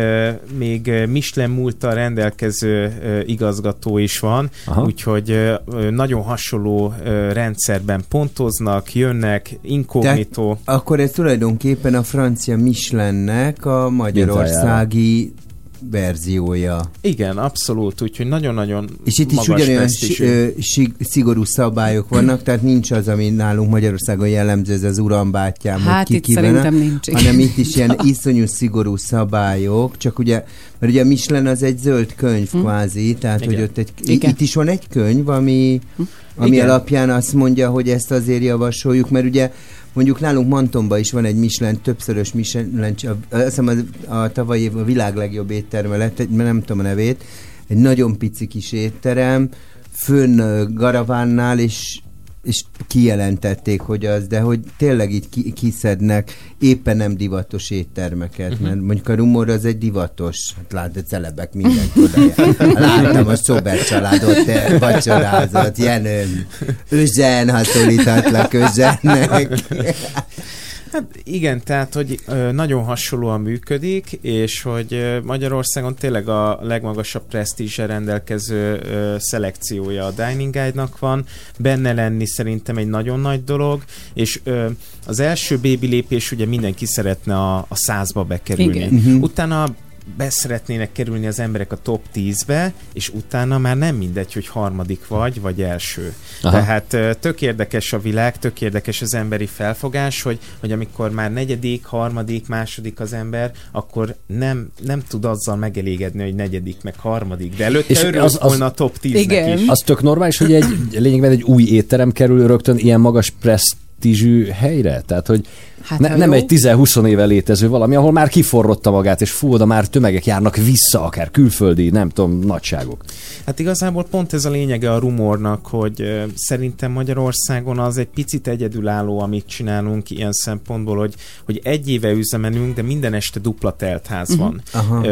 még Michelin múlttal rendelkező igazgató is van, úgyhogy nagyon hasonló rendszerben pontoznak, jönnek, inkognitó. Akkor ez tulajdonképpen a francia Michelinnek a magyarországi verziója. Igen, abszolút, úgyhogy nagyon-nagyon és itt is ugyanolyan szigorú szabályok vannak, tehát nincs az, ami nálunk Magyarországon jellemző, ez az urambátyám, hát hogy itt szerintem nincs. Hanem itt is ilyen iszonyú szigorú szabályok, csak ugye, mert ugye a Michelin az egy zöld könyv kvázi, tehát hogy ott itt is van egy könyv, ami alapján azt mondja, hogy ezt azért javasoljuk, mert ugye mondjuk nálunk Mantonban is van egy Michelin, többszörös Michelin, azt hiszem a tavalyi év a világ legjobb étterme lett, nem tudom a nevét, egy nagyon pici kis étterem, fönn Garavánnál, és kijelentették, hogy az, de hogy tényleg így kiszednek éppen nem divatos éttermeket, mert mondjuk a Rumor az egy divatos, hát látod, celebek mindent oda. Láttam a Sober családot, vacsorázott, Jenőn, Özsen, ha szólítatlak Özsennek. Hát igen, tehát, hogy nagyon hasonlóan működik, és hogy Magyarországon tényleg a legmagasabb presztízsel rendelkező szelekciója a Dining Guide-nak van. Benne lenni szerintem egy nagyon nagy dolog, és az első baby lépés ugye mindenki szeretne a 100-ba bekerülni. Utána beszeretnének kerülni az emberek a top 10-be, és utána már nem mindegy, hogy harmadik vagy első. Tehát tök érdekes a világ, tök érdekes az emberi felfogás, hogy amikor már negyedik, harmadik, második az ember, akkor nem tud azzal megelégedni, hogy negyedik, meg harmadik, de előtte örült volna a top 10-nek is. Az tök normális, hogy lényegben egy új étterem kerül rögtön ilyen magas presztízsű helyre? Tehát, hogy Hát, nem egy 10-20 éve létező valami, ahol már kiforrotta magát, és oda már tömegek járnak vissza, akár külföldi, nem tudom, nagyságok. Hát igazából pont ez a lényege a rumornak, hogy szerintem Magyarországon az egy picit egyedülálló, amit csinálunk ilyen szempontból, hogy egy éve üzemelünk, de minden este dupla teltház van.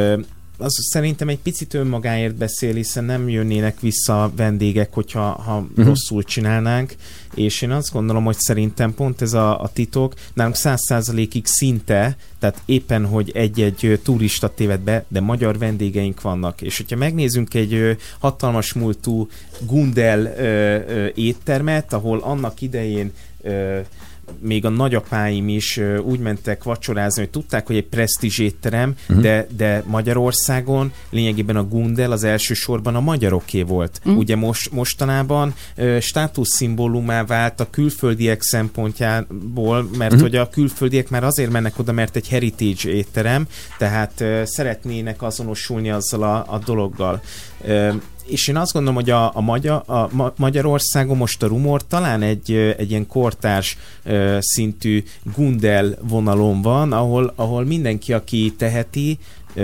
Az szerintem egy picit önmagáért beszél, hiszen nem jönnének vissza vendégek, hogyha rosszul csinálnánk, és én azt gondolom, hogy szerintem pont ez a titok, nálunk 100%-ig szinte, tehát éppen, hogy egy-egy turista téved be, de magyar vendégeink vannak, és hogyha megnézzünk egy hatalmas múltú Gundel éttermet, ahol annak idején még a nagyapáim is úgy mentek vacsorázni, hogy tudták, hogy egy presztízs étterem, de Magyarországon lényegében a Gundel az elsősorban a magyaroké volt. Ugye mostanában státuszszimbólumá vált a külföldiek szempontjából, mert hogy a külföldiek már azért mennek oda, mert egy heritage étterem, tehát szeretnének azonosulni azzal a dologgal. És én azt gondolom, hogy a Magyarországon most a rumor talán egy ilyen kortárs szintű Gundel vonalon van, ahol mindenki, aki teheti,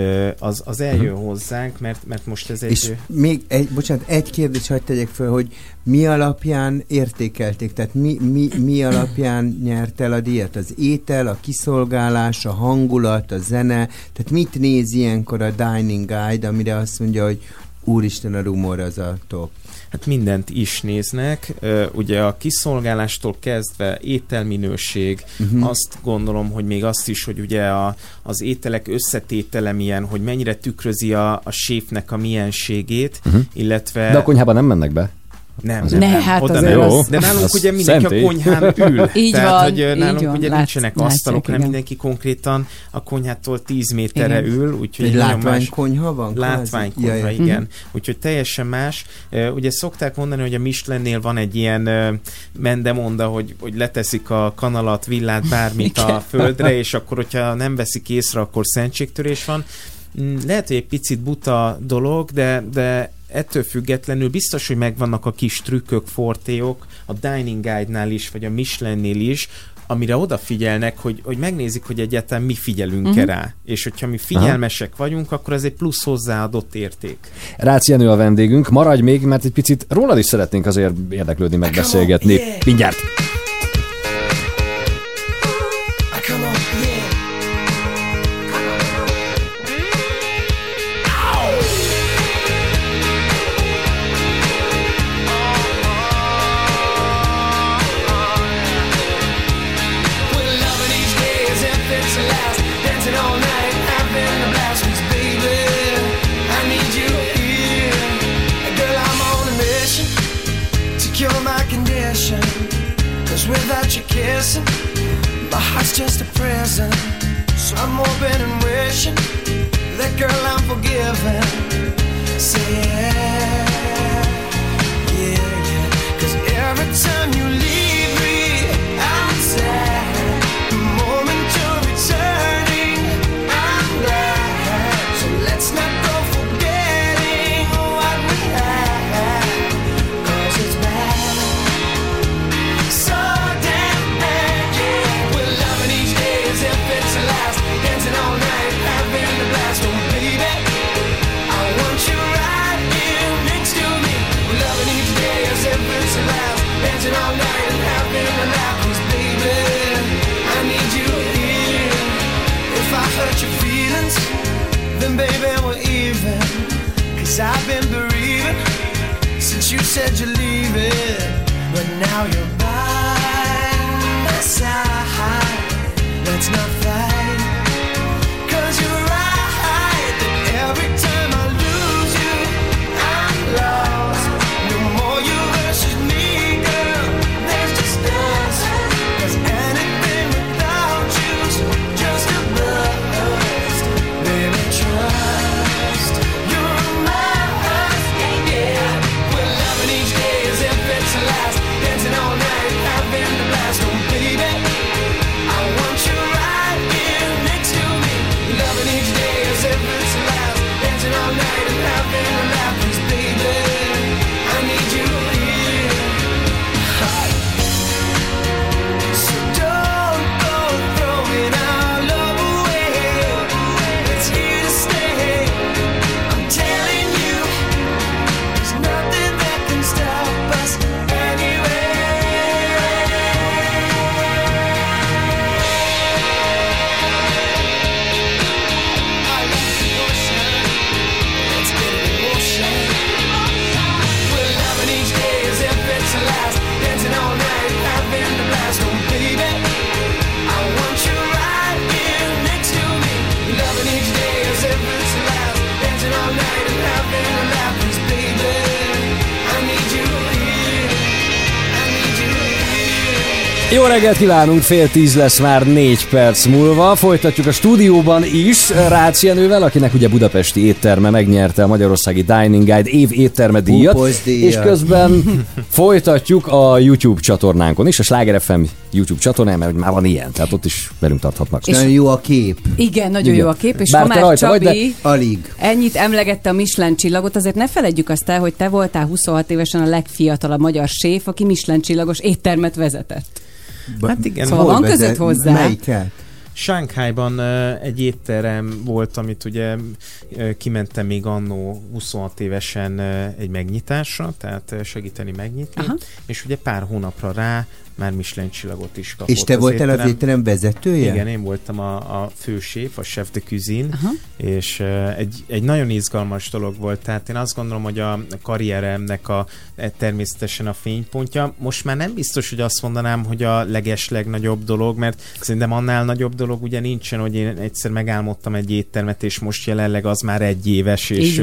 az eljön hozzánk, mert most ez egy... És még egy kérdés hadd tegyek föl, hogy mi alapján értékelték? Tehát mi alapján nyert el a díjat? Az étel, a kiszolgálás, a hangulat, a zene? Tehát mit néz ilyenkor a Dining Guide, amire azt mondja, hogy úristen, a rumor az a top? Hát mindent is néznek, ugye a kiszolgálástól kezdve ételminőség, azt gondolom, hogy még azt is, hogy ugye az ételek összetétele milyen, hogy mennyire tükrözi a séfnek a mienségét, illetve... De a konyhában nem mennek be? Nem. Hát oda nem. De nálunk ugye mindenki a konyhán ül. Így tehát, van, hogy nálunk így van. ugye nincsenek asztalok, hanem igen. mindenki konkrétan a konyhától 10 méterre ül. Úgyhogy egy látványkonyha van? Látványkonyha, igen. Úgyhogy teljesen más. Ugye szokták mondani, hogy a Michelinnél van egy ilyen mendemonda, hogy leteszik a kanalat, villát, bármit a földre, és akkor, hogyha nem veszik észre, akkor szentségtörés van. Lehet, hogy egy picit buta dolog, de ettől függetlenül biztos, hogy megvannak a kis trükkök, fortéok, a Dining Guide-nál is, vagy a Michelinnél is, amire odafigyelnek, hogy megnézik, hogy egyáltalán mi figyelünk-e rá. És hogyha mi figyelmesek vagyunk, akkor ez egy plusz hozzáadott érték. Rácz Jenő a vendégünk. Maradj még, mert egy picit rólad is szeretnénk azért érdeklődni, megbeszélgetni. Mindjárt! Without you kissing, my heart's just a prison. So I'm hoping and wishing that girl I'm forgiven. Say yeah. Cause every time you leave me, I'm sad. The moment you're returning, I'm glad. So let's not go forgetting what we had. Cause it's bad. Dancing all night and having a laugh, 'cause baby, I need you here. If I hurt your feelings, then baby we're even. 'Cause I've been bereaving since you said you're leaving. But now you're by my side. Let's not fight, 'cause you're right that every time I lose you, I'm lost. No more you versus me. Jó reggelt kívánunk, 9:30 lesz már 4 perc múlva. Folytatjuk a stúdióban is Rácz Jenővel, akinek ugye budapesti étterme megnyerte a Magyarországi Dining Guide év étterme díjat. És közben folytatjuk a YouTube csatornánkon is, a Sláger FM YouTube csatornán, mert már van ilyen, tehát ott is velünk tarthatnak. És nagyon jó a kép. Igen, nagyon jó a kép, és bár ha már rajta Csabi vagy, alig ennyit emlegette a Michelin csillagot, azért ne feledjük azt el, hogy te voltál 26 évesen a legfiatalabb magyar séf, aki Michelin csillagos éttermet vezetett. Hát igen, szóval van között hozzá. Melyiket? Shanghaiban egy étterem volt, amit ugye kimentem még annó 26 évesen egy megnyitásra, tehát segíteni megnyitni, és ugye pár hónapra rá már Michelin csillagot is kapott. És te voltál az étterem vezetője? Igen, én voltam a főséf, a chef de cuisine, és egy nagyon izgalmas dolog volt, tehát én azt gondolom, hogy a karrieremnek természetesen a fénypontja. Most már nem biztos, hogy azt mondanám, hogy a legnagyobb dolog, mert szerintem annál nagyobb dolog ugye nincsen, hogy én egyszer megálmodtam egy éttermet, és most jelenleg az már 1 éves, és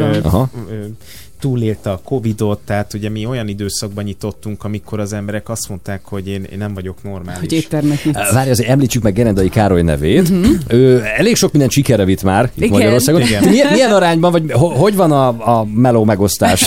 túlélte a Covidot, tehát ugye mi olyan időszakban nyitottunk, amikor az emberek azt mondták, hogy én nem vagyok normális. Hogy éttermet nyitsz. Várj, azért említsük meg Gerendai Károly nevét. Ő elég sok minden sikerre vitt már itt Magyarországon. Milyen arányban, vagy hogy van a meló megosztás?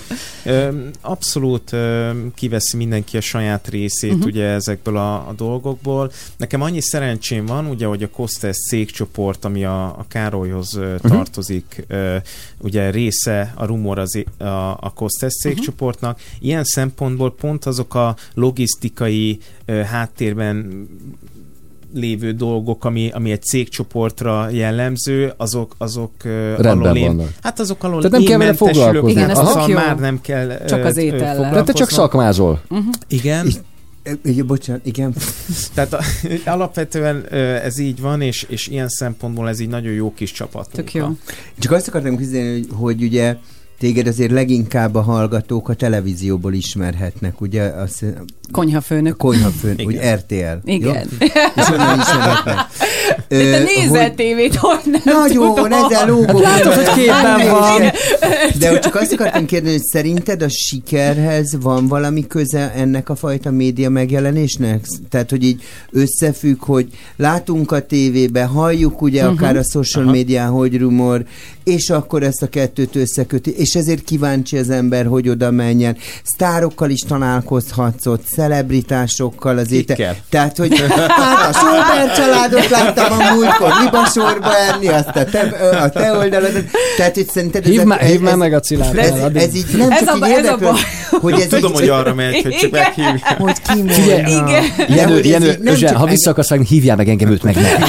Abszolút kiveszi mindenki a saját részét ugye ezekből a dolgokból. Nekem annyi szerencsém van, ugye, hogy a Kostes cégcsoport, ami a Károlyhoz tartozik, ugye része a Rumor a Kostes cégcsoportnak. Ilyen szempontból pont azok a logisztikai háttérben lévő dolgok, ami egy cégcsoportra jellemző, azok alól én... vannak. Hát azok alól tehát nem kell vele foglalkozni. Igen, ez már nem kell csak az étellel. Tehát te csak szakmázol. Igen. Bocsánat, igen. Tehát alapvetően ez így van, és ilyen szempontból ez így nagyon jó kis csapatunk. Tök jó. Csak azt akartam kérdezni, hogy ugye téged azért leginkább a hallgatók a televízióból ismerhetnek, ugye? Konyhafőnök. Konyhafőnök, úgy RTL. Igen. Jó? És onnan ismerhetnek. De te nézel tévét, hogy nem nagyon, tudom. ezzel lógok. Látod, hogy képen van. De hogy csak azt akartam kérdezni, hogy szerinted a sikerhez van valami köze ennek a fajta média megjelenésnek? Tehát, hogy így összefügg, hogy látunk a tévébe, halljuk ugye akár a social médián, hogy rumor, és akkor ezt a kettőt összeköti, és ezért kíváncsi az ember, hogy oda menjen. Sztárokkal is találkozhatsz ott, celebritásokkal azért. Tehát, hogy a Solberg családot láttam a múltkor libasorba enni, azt a te oldalad. Tehát, hogy szerinted... Hívd már meg a Cilát. Ez így nem csak így érdekel, hogy ez tudom, hogy arra megy, hogy csak meghívják. Hogy ki mondja. Jenő, ha vissza akarsz vágni, hívjál meg engem, őt meg nem.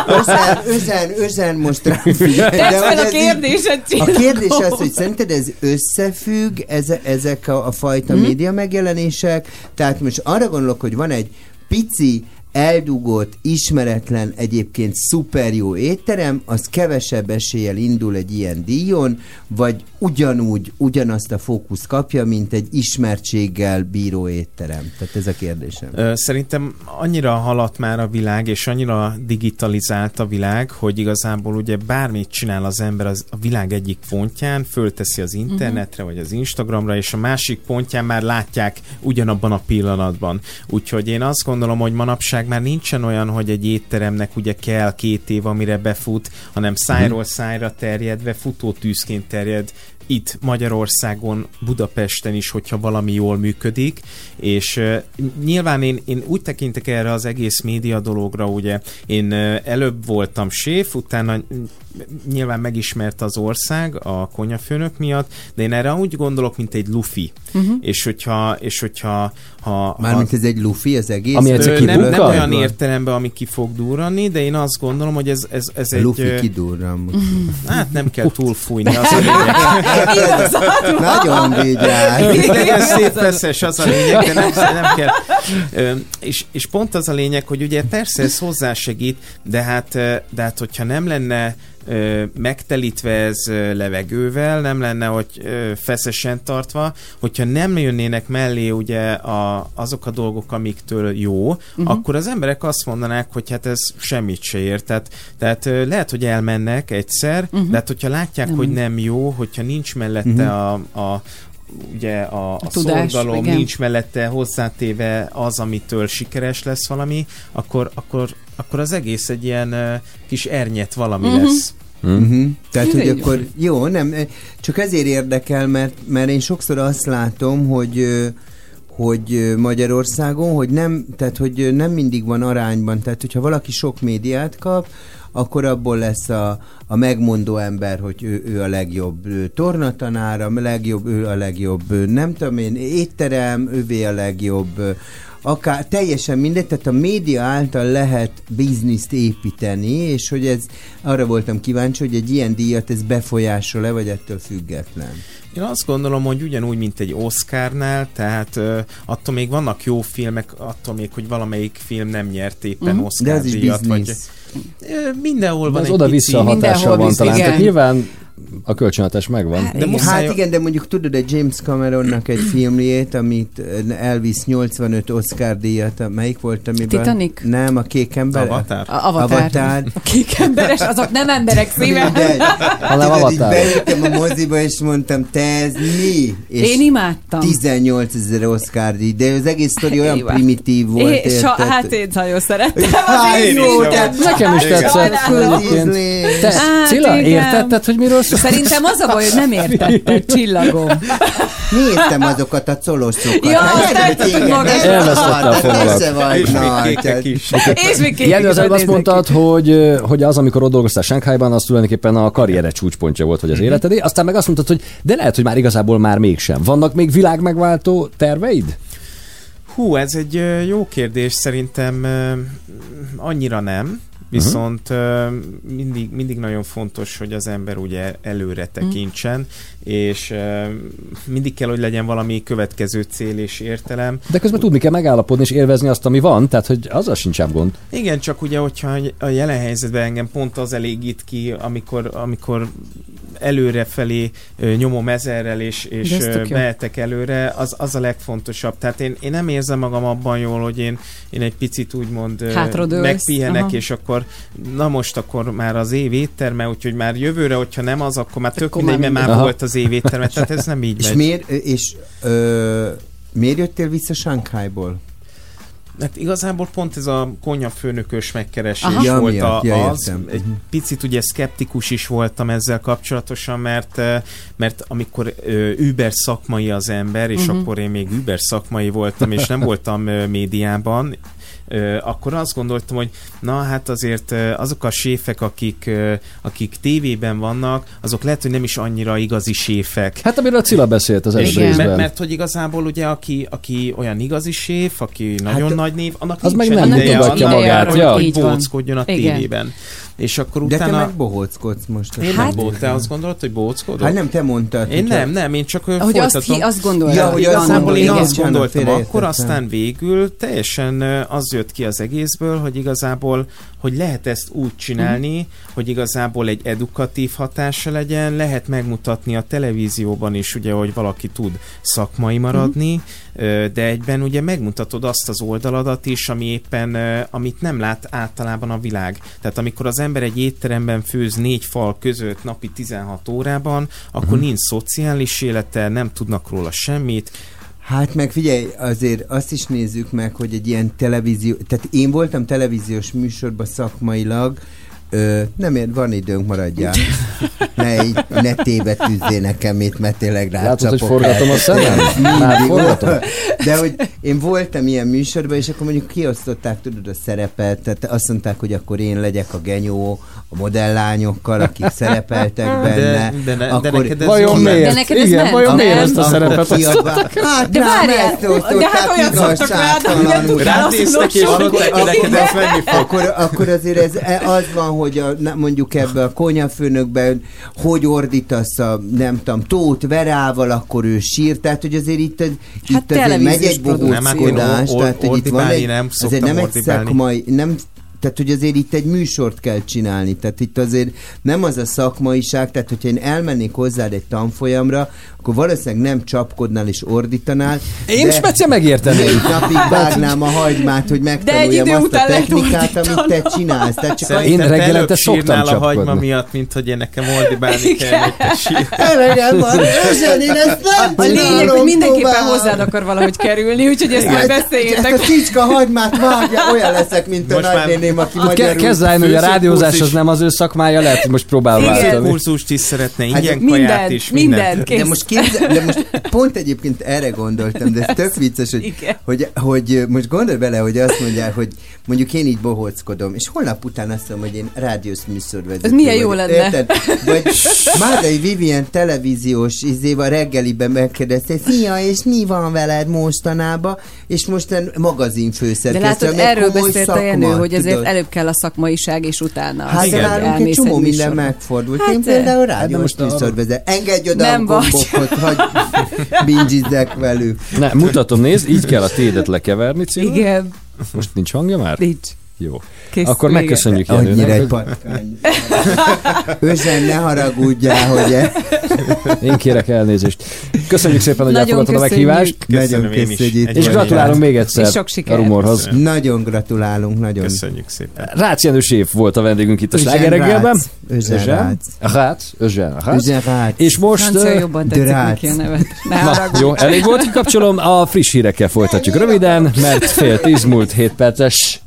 Özen most rám a kérdésed, a kérdés az, hogy szerinted ez összefügg, ezek a fajta média megjelenések, tehát most arra gondolok, hogy van egy pici, eldugott, ismeretlen, egyébként szuper jó étterem, az kevesebb eséllyel indul egy ilyen díjon, vagy ugyanazt a fókusz kapja, mint egy ismertséggel bíró étterem? Tehát ez a kérdésem. Szerintem annyira haladt már a világ, és annyira digitalizált a világ, hogy igazából ugye bármit csinál az ember a világ egyik pontján, fölteszi az internetre, vagy az Instagramra, és a másik pontján már látják ugyanabban a pillanatban. Úgyhogy én azt gondolom, hogy manapság már nincsen olyan, hogy egy étteremnek ugye kell 2 év, amire befut, hanem szájról szájra terjedve, futótűzként terjed itt Magyarországon, Budapesten is, hogyha valami jól működik, és nyilván én úgy tekintek erre az egész média dologra, ugye én előbb voltam séf, utána nyilván megismert az ország a konyhafőnök miatt, de én erre úgy gondolok, mint egy lufi. És hogyha mármint ez egy lufi az egész? Ami nem olyan értelemben, ami ki fog durrani, de én azt gondolom, hogy ez egy... Lufi kidurran. Hát nem kell túlfújni, az a lényeg. Nagyon vigyázz. Legyen szép feszes, az a lényeg, de nem kell. És pont az a lényeg, hogy ugye persze ez hozzásegít, de hát hogyha nem lenne megtelítve ez levegővel, nem lenne, hogy feszesen tartva, hogyha nem jönnének mellé ugye azok a dolgok, amiktől jó, akkor az emberek azt mondanák, hogy hát ez semmit se ér. Tehát lehet, hogy elmennek egyszer, de hát hogyha látják, hogy nem jó, hogyha nincs mellette ugye a tudás, szorgalom, igen. nincs mellette hozzátéve az, amitől sikeres lesz valami, akkor az egész egy ilyen kis ernyet valami lesz. Tehát, hogy akkor jó, nem, csak ezért érdekel, mert én sokszor azt látom, hogy Magyarországon, hogy nem mindig van arányban, tehát hogyha valaki sok médiát kap, akkor abból lesz a megmondó ember, hogy ő a legjobb tornatanár, ő a legjobb, nem tudom én, étterem, ővé a legjobb, akár teljesen mindegy, tehát a média által lehet bizniszt építeni, és hogy ez, arra voltam kíváncsi, hogy egy ilyen díjat ez befolyásol-e, vagy ettől független? Én azt gondolom, hogy ugyanúgy, mint egy Oscarnál, tehát attól még vannak jó filmek, attól még, hogy valamelyik film nem nyert éppen Oscar-díjat, vagy mindenhol van ez egy oda-vissza pici... hatással van talán, tehát nyilván a kölcsönhatás megvan. Hát igen, de mondjuk tudod, egy James Cameronnak egy filmjét, amit Elvis 85 Oscar díjat, melyik volt, amiben... Titanic? Nem, a kék ember. Avatar. A kék emberes, azok nem emberek szíve. Hanem Avatar. Beültem a moziba, és mondtam, te ez mi? És én imádtam. 18 000 Oscar díj, de az egész sztori olyan primitív volt. Hát én nagyon szerettem. Nekem is tetszett. Te, Cilla, értetted, hogy miről szól? Szerintem az a baj, hogy nem értetted, csillagom. Néztem azokat a coloszokat. Ja, tetszett magas. Elvesztette a fonalat. És még Jenny, az előbb azt mondtad, hogy az, amikor ott dolgoztál Sánkhájban, az tulajdonképpen a karriered csúcspontja volt, vagy az életedé. Aztán meg azt mondtad, hogy de lehet, hogy már igazából már mégsem. Vannak még világmegváltó terveid? Hú, ez egy jó kérdés, szerintem annyira nem. Viszont mindig nagyon fontos, hogy az ember ugye előre tekintsen, és mindig kell, hogy legyen valami következő cél és értelem. De közben tudni kell megállapodni és élvezni azt, ami van, tehát hogy azzal sincs gond. Igen, csak ugye, hogyha a jelen helyzetben engem pont az elégít ki, amikor előre felé nyomom ezerrel, és mehetek előre, az a legfontosabb. Tehát én nem érzem magam abban jól, hogy én egy picit úgymond megpihenek, és akkor na most akkor már az év étterme, úgyhogy már jövőre, hogyha nem az, akkor már tök mindegy, mert már volt az év étterme, tehát ez nem így megy. Miért jöttél vissza Sánkhájból? Hát igazából pont ez a konyhafőnökös megkeresés volt az. Egy picit ugye szkeptikus is voltam ezzel kapcsolatosan, mert amikor über szakmai az ember, és akkor én még über szakmai voltam, és nem voltam médiában, akkor azt gondoltam, hogy na hát azért azok a séfek, akik tévében vannak, azok lehet, hogy nem is annyira igazi séfek. Hát amiről Cilla beszélt az első részben. Mert hogy igazából ugye aki olyan igazi séf, aki nagyon nagy név, annak az nincsen meg nem mutatja magát, hogy bóckodjon a tévében. És akkor utána... De te meg bohóckodsz most. Én nem te azt gondolod, hogy bohóckodok? Hát nem, te mondtad. Én nem, én csak hogy azt gondoltam. Ja, hogy én azt gondoltam akkor, aztán végül teljesen az jött ki az egészből, hogy igazából, hogy lehet ezt úgy csinálni, hogy igazából egy edukatív hatása legyen, lehet megmutatni a televízióban is, ugye, hogy valaki tud szakmai maradni, de egyben ugye megmutatod azt az oldaladat is, ami éppen, amit nem lát általában a világ. Tehát amikor az ember egy étteremben főz 4 fal között napi 16 órában, akkor nincs szociális élete, nem tudnak róla semmit. Hát meg figyelj, azért azt is nézzük meg, hogy egy ilyen televízió, tehát én voltam televíziós műsorban szakmailag, nem van időnk, maradjál. Ne tévedtűzzél nekem itt, mert tényleg rácsapok. Látod, hogy forgatom a szemem? Már forgatom. De hogy én voltam ilyen műsorban, és akkor mondjuk kiosztották, tudod, a szerepet, tehát azt mondták, hogy akkor én legyek a genyó a modellányokkal, akik szerepeltek benne. De neked ez vajon miért? Igen, vajon miért ezt a szerepet osztották? Hát de várjál, de hát olyat szoktak rád, rád néztek, és mondták, hogy neked ez menni fog. Akkor azért ez az van, hogy mondjuk ebben a konyhafőnökben hogy ordítasz a, nem tudom, Tóth Verával, akkor ő sír, tehát hogy azért itt azért megy egy bohóckodás, tehát hogy itt van egy, azért nem egy szakmai, nem tehát, hogy azért itt egy műsort kell csinálni, tehát itt azért nem az a szakmaiság, tehát hogyha én elmennék hozzád egy tanfolyamra, akkor valószínűleg nem csapkodnál és ordítanál. Én speciál megértem. Egy napig vágnám a hagymát, hogy megtanuljam azt a technikát, amit te csinálsz. Tehát csak én reggelente szoktam a hagyma csapkodni. miatt, mint hogy én nekem ordibálni kell, hogy te sír. Elegem van, Özsen, én ezt nem A lényeg, hogy mindenképpen hozzád akar valahogy kerülni, úgyhogy ezt már beszéljétek. Ezt a cicska hagymát vágja, olyan leszek, mint a nagynéném, aki magyarul... Kezd rájönni, hogy a rádiózás az nem az ő szakmája, lehet, hogy most próbál változtatni. Kurzust is szeretne, ingyen kaját is, mindent. De most pont egyébként erre gondoltam, de ez tök vicces, hogy most gondolj bele, hogy azt mondják, hogy mondjuk én így bohóckodom, és holnap után azt mondom, hogy én rádiós műsorvezető. Ez milyen jó lenne. Érted? Vagy Mádai Vivien televíziós izéval reggeliben megkérdezte, szia, és mi van veled mostanában? És most magazin főszerkesztő. De látod, erről beszélt a Jenő, hogy azért előbb kell a szakmaiság, és utána. Hát de nálunk egy csomó minden megfordult. Hát, én például rádiós műsorvezető. Engedj oda a gombokot, hogy bingizzek velük. Ne, mutatom, nézd, így kell a tédet lekeverni, Cilla. Igen. Most nincs hangja már? Nincs. Jó. Kész, akkor vége. Megköszönjük Jenőnek. Annyira egy patkány. Özsen, ne haragudjál, hogy Én kérek elnézést. Köszönjük szépen, hogy elfogadtad a meghívást. Nagyon köszönjük. És gratulálunk még egyszer a Rumorhoz. Nagyon gratulálunk, nagyon. Köszönjük szépen. Rácz Jenő séf volt a vendégünk itt a Sláger reggelben. Özsen Rác. És most... Francia jobban tetszik neki a nevet. Jó, elég volt, kikapcsolom. A friss hírekkel folytatjuk röviden, mert 9:30 múlt 7 perces.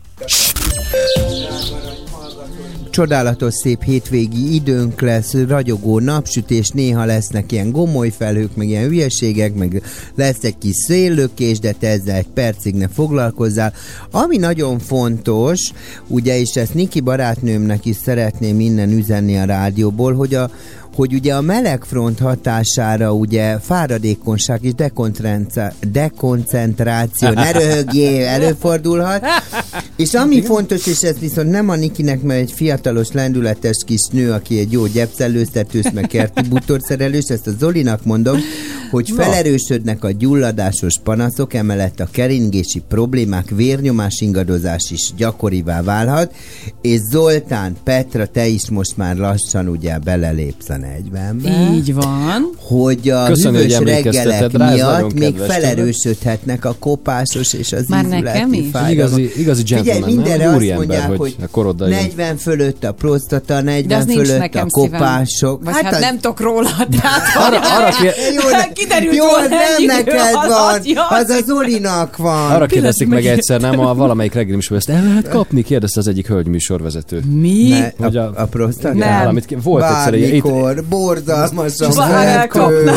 Csodálatos szép hétvégi időnk lesz, ragyogó napsütés, néha lesznek ilyen gomolyfelhők, meg ilyen hülyeségek, meg lesz egy kis széllökés, de te ezzel egy percig ne foglalkozzál. Ami nagyon fontos, ugye, és ezt Niki barátnőmnek is szeretném innen üzenni a rádióból, hogy ugye a melegfront hatására ugye fáradékonyság és dekoncentráció, ne röhögjél, előfordulhat. És ami fontos, és ez viszont nem a Nikinek, mert egy fiatalos, lendületes kis nő, aki egy jó gyepszellőztetős, meg kerti bútorszerelős, ezt a Zolinak mondom, hogy felerősödnek a gyulladásos panaszok, emellett a keringési problémák, vérnyomás ingadozás is gyakorivá válhat, és Zoltán, Petra, te is most már lassan ugye belelépsz a 40-be. Így van. Hogy a hűvös reggelek miatt még felerősödhetnek a kopásos és az ízületi fájdalmak. Igazi gentleman, mindenre nem? azt mondják, hogy 40 fölött a prostata, 40 fölött a kopások. Vagy hát nem tudok róla. Kiderült, jó, az nem neked van, az a Zolinak van. Arra kérdezték meg egyszer, nem a valamelyik reggeli műsorvezető, ezt el lehet kapni? Kérdezte az egyik hölgy műsorvezető. Mi? A prostata? Nem. Volt bármikor, borzalmasan fertő.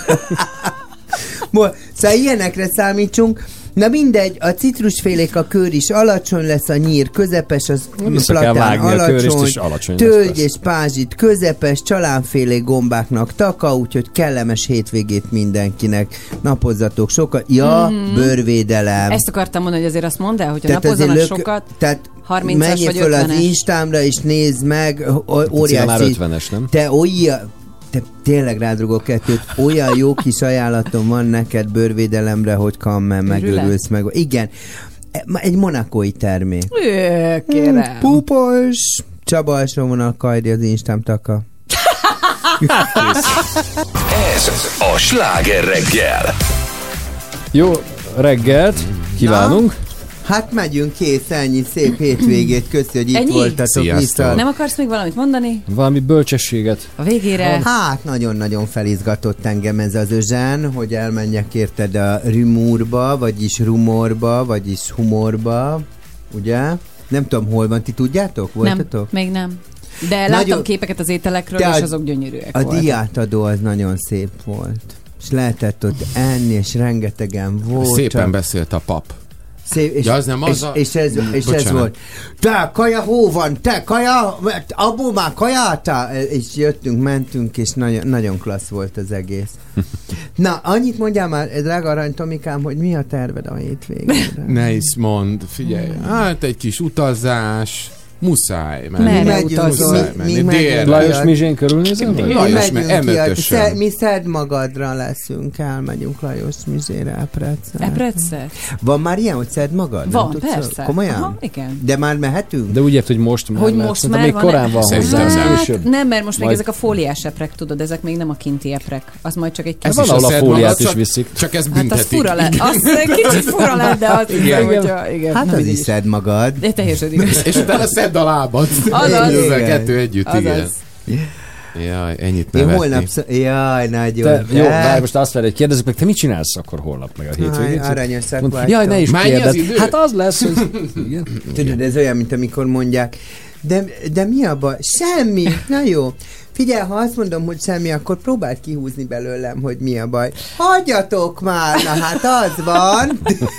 Szóval ilyenekre számítsunk. Na mindegy, a citrusfélék, a kőr is alacsony lesz, a nyír közepes, az platán alacsony, tölgy és pázsit közepes, csalánfélék gombáknak taka, úgyhogy kellemes hétvégét mindenkinek. Napozzatok sokat. Bőrvédelem. Ezt akartam mondani, hogy azért azt mondd el, hogyha napozzanak sokat, tehát 30-as menjél vagy föl 50-es. az Instámra, és nézd meg, óriási. Már 50-es, nem? Te tényleg rádrugok kettőt, olyan jó kis ajánlatom van neked bőrvédelemre, hogy megörülsz meg. Igen, egy monakói termék. Kérem. Púpos, Csaba alsóvonal Kajdi az Instám taka. Ez a Sláger reggel. Jó reggelt kívánunk. Hát megyünk, kész, ennyi, szép hétvégét, köszi, hogy itt voltatok vissza. Nem akarsz még valamit mondani? Valami bölcsességet. A végére? Hát nagyon-nagyon felizgatott engem ez az Özsen, hogy elmenjek érted a Rumorba, vagyis Rumorba, vagyis Humorba, ugye? Nem tudom, hol van, ti tudjátok? Voltatok? Nem, még nem. De láttam képeket az ételekről, és azok gyönyörűek voltak. A diátadó az nagyon szép volt. És lehetett ott enni, és rengetegen volt. Szépen beszélt a pap. Szép, és, ja, az nem az és ez volt. Te, kaja, hó van? Te, kaja? Abból már kajáltál? És jöttünk, mentünk, és nagyon, nagyon klassz volt az egész. Na, annyit mondjál már, drága Arany Tomikám, hogy mi a terved a hétvégére? Ne is mondd, figyelj. Hát egy kis utazás, Muszáj Merre utazol? Lajos Mizsén körülnézem? Lajos M5-ösen. Mi Szedd magadra leszünk, elmegyünk Lajos Mizsére, Epretszre. Epretszre? Van már ilyen, hogy szedd magad? Van, persze. Komolyan? Aha, igen. De már mehetünk? De úgy ért, hogy most már hogy lehet. most már még van korán van hozzá. Nem, mert most még ezek a fóliás eprek, tudod, ezek még nem a kinti eprek. Az majd csak egy kis... Van, ahol a fóliát is viszik. Csak ez büntetik. Hát az fura lett. Az kicsit fura lett, de az igen. Hát az is szedd magad. De teljesen igaz. És utána szedd a lábad. Kettő együtt, igen. Jaj, ennyit nevetni. Jaj, nagyon. Jó, várj, most azt várj, hogy kérdezzük meg, te mit csinálsz akkor holnap meg a hétvégén? Aranyosak vagytok. Jaj, ne is kérdezz. Hát az lesz, hogy... Igen. Tudod, ez olyan, mint amikor mondják, de mi a baj? Semmi. Na jó. Figyelj, ha azt mondom, hogy semmi, akkor próbáld kihúzni belőlem, hogy mi a baj. Hagyjatok már! Na hát az van.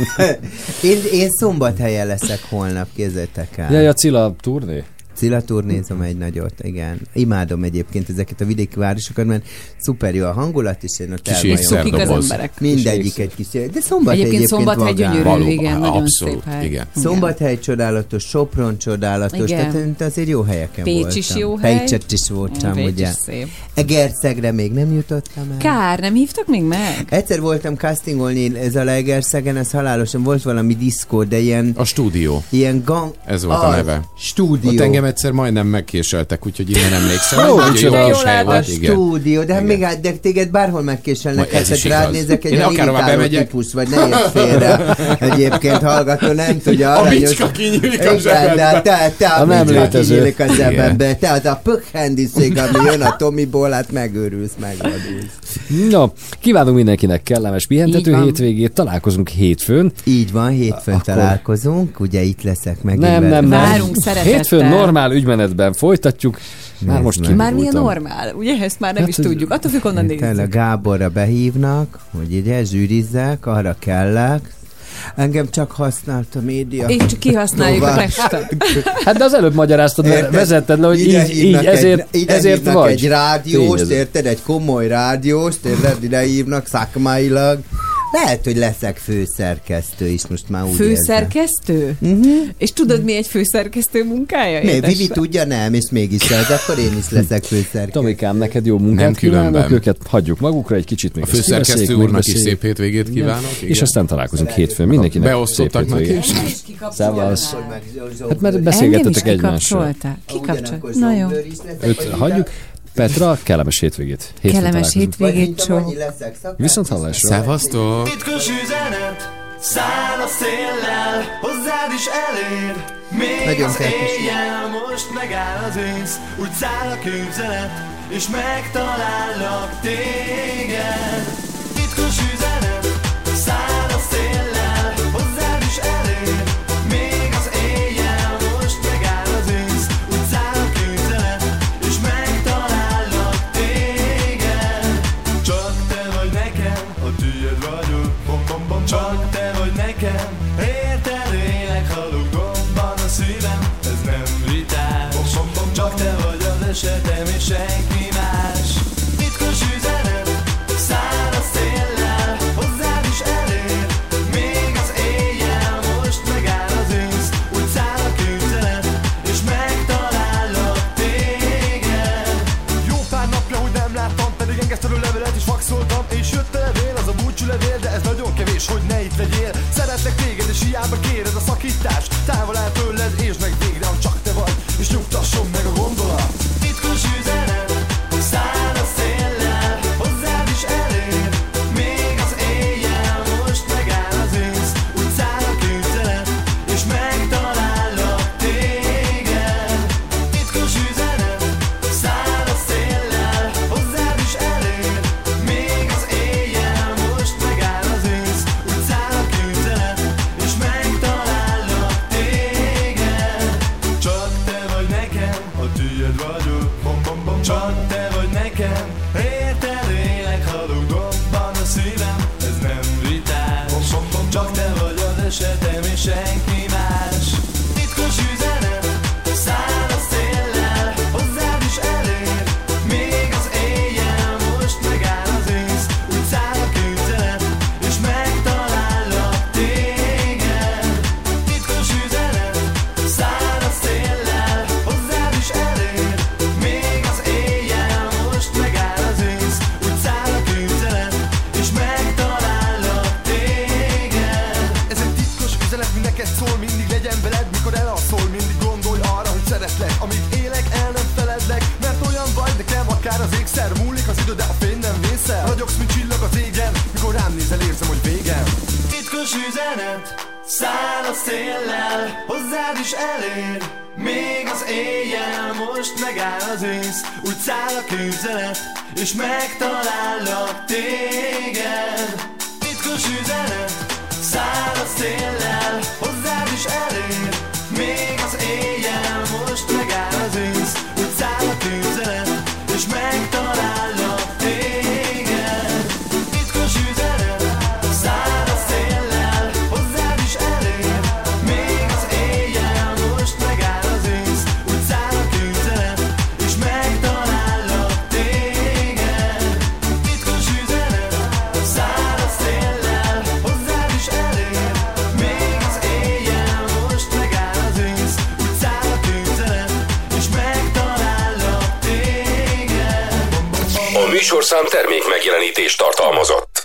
Én Szombathelyen leszek holnap, képzeljétek el. Jaj, a Cilla turné? Cilla turnézom egy nagyot, igen. Imádom egyébként ezeket a vidéki városokat, mert szuper jó a hangulat, és én ott elvajom. Mindegyik egy kis... De Szombathely egyébként Szombathely gyönyörű, igen, nagyon abszolút, szép hely. Igen. Szombathely csodálatos, Sopron csodálatos, tehát azért jó helyeken voltam. Pécs is jó hely. Pécset is voltam, Pécs ugye. is szép. Egerszegre még nem jutottam el. Kár, nem hívtak még meg? Egyszer voltam castingolni ez a Egerszegen, ez halálosan volt valami diszkó, de ilyen... A stúdió. Ilyen ez volt a neve. Stúdió. Ott engem egyszer majdnem megkéseltek, úgyhogy innen emlékszem. Jó kis hely volt. Stúdió, de még téged bárhol megkéselnek, hát rád nézek egy irritáló típus, vagy ne érts félre. Egyébként hallgató, nem tudja. A bicska kinyílik a zsebedbe. Te a bicska kinyílik a zsebedbe. Te az a pökhendiszég, ami jön a Tomiból, hát megőrülsz, megvadulsz. No, kívánunk mindenkinek kellemes pihentető hétvégét, találkozunk hétfőn. Így van, hétfőn találkozunk, ugye itt leszek megint. Nem. Várunk szeretettel. Hétfőn normál ügymenetben folytatjuk. Már most már milyen normál? Ugye ezt már nem is tudjuk. Attól függ, onnan nézzük. A Gáborra behívnak, hogy ide zsűrizzek, arra kellek. Engem csak használt a média. Én csak kihasználjuk a restet. Hát de az előbb magyaráztad, vezetted le, hogy így ezért vagy. Egy rádióst, érted? Egy komoly rádióst, érted? Ide hívnak szakmailag. Lehet, hogy leszek főszerkesztő is, most már úgy főszerkesztő? És tudod, mi egy főszerkesztő munkája? Vivi tudja, nem, és mégis az, akkor én is leszek főszerkesztő. Tomikám, neked jó munkát kívánok, őket hagyjuk magukra egy kicsit még. A főszerkesztő úrnak is szép hétvégét kívánok. És aztán találkozunk hétfőn. Mindenkinek beosztottak meg is. Szevasz. Hát mert beszélgettetek egymással. Kikapcsolt. Na jó. Őt hagyjuk. Petra, kellemes hétvégét. Kellemes hétvégét, Csó. Viszont hallásra. Szevasztok. Titkos üzenet, száll a széllel, hozzád is elér. Még az éjjel most megáll az ősz, úgy száll a képzelet, és megtalállak téged. Titkos üzenet, száll a széllel, hozzád is elér. Még az éjjel most megáll az ősz, úgy száll a képzelet, és megtalállak téged. Csak te vagy nekem, a tiéd vagyok, csak te vagy nekem, érted élek, halok gomban a szívem, ez nem vitás. Csak te vagy az esetem és senki más. Titkos üzenet, száll a széllel, hozzád is elér. Még az éjjel most megáll az ősz, úgy száll a képzelet, és megtalállak téged. Jó pár napja, hogy nem láttam, pedig engesztelő levelet is faxoltam, és jött a levél, az a búcsú levél, de ez nagyon kevés, hogy ne itt legyél. Szeretlek téged, és hiába kéred a szakítás, távol áll tőled, és meg végre, ha csak te vagy, és nyugtasson meg a gondolat. Titkos üzenet, száll a széllel, hozzád is elér. Még az éjjel most megáll az ősz, úgy száll a képzelet, és megtalállak téged. Titkos üzenet, száll a széllel, hozzád is elér. Még az éjjel most megáll az ősz, úgy száll a képzelet, és megtalállak téged. Csak te vagy nekem, a tiéd vagyok, csak te vagy nekem, érted élek, halok gomban a szívem, ez nem vitás. Csak te vagy az esetem és senki más. Titkos üzenet, száll a széllel, hozzád is elér. Még az éjjel most megáll az ősz, úgy száll a képzelet, és megtalállak téged. Titkos üzenet, száll a széllel, Száll a széllel, hozzád is elér. Még az éjjel, most megáll az ész. Úgy száll a képzelet, és megtalállak téged. Titkos üzenet, száll a széllel, hozzád is elér. Még az éjjel, most megáll az ész. Úgy száll a képzelet, és megtalállak téged. Titkos üzenet, száll a széllel, hozzád is elér. Még az éjjel, most megáll az ész. Úgy száll a képzelet, és megtalállak téged. Titkos üzenet, száll a széllel, hozzád is elér. Még az éjjel, most megáll az ész. Úgy száll a képzelet, és megtalállak téged. A műsorszám termék megjelenítést tartalmazott.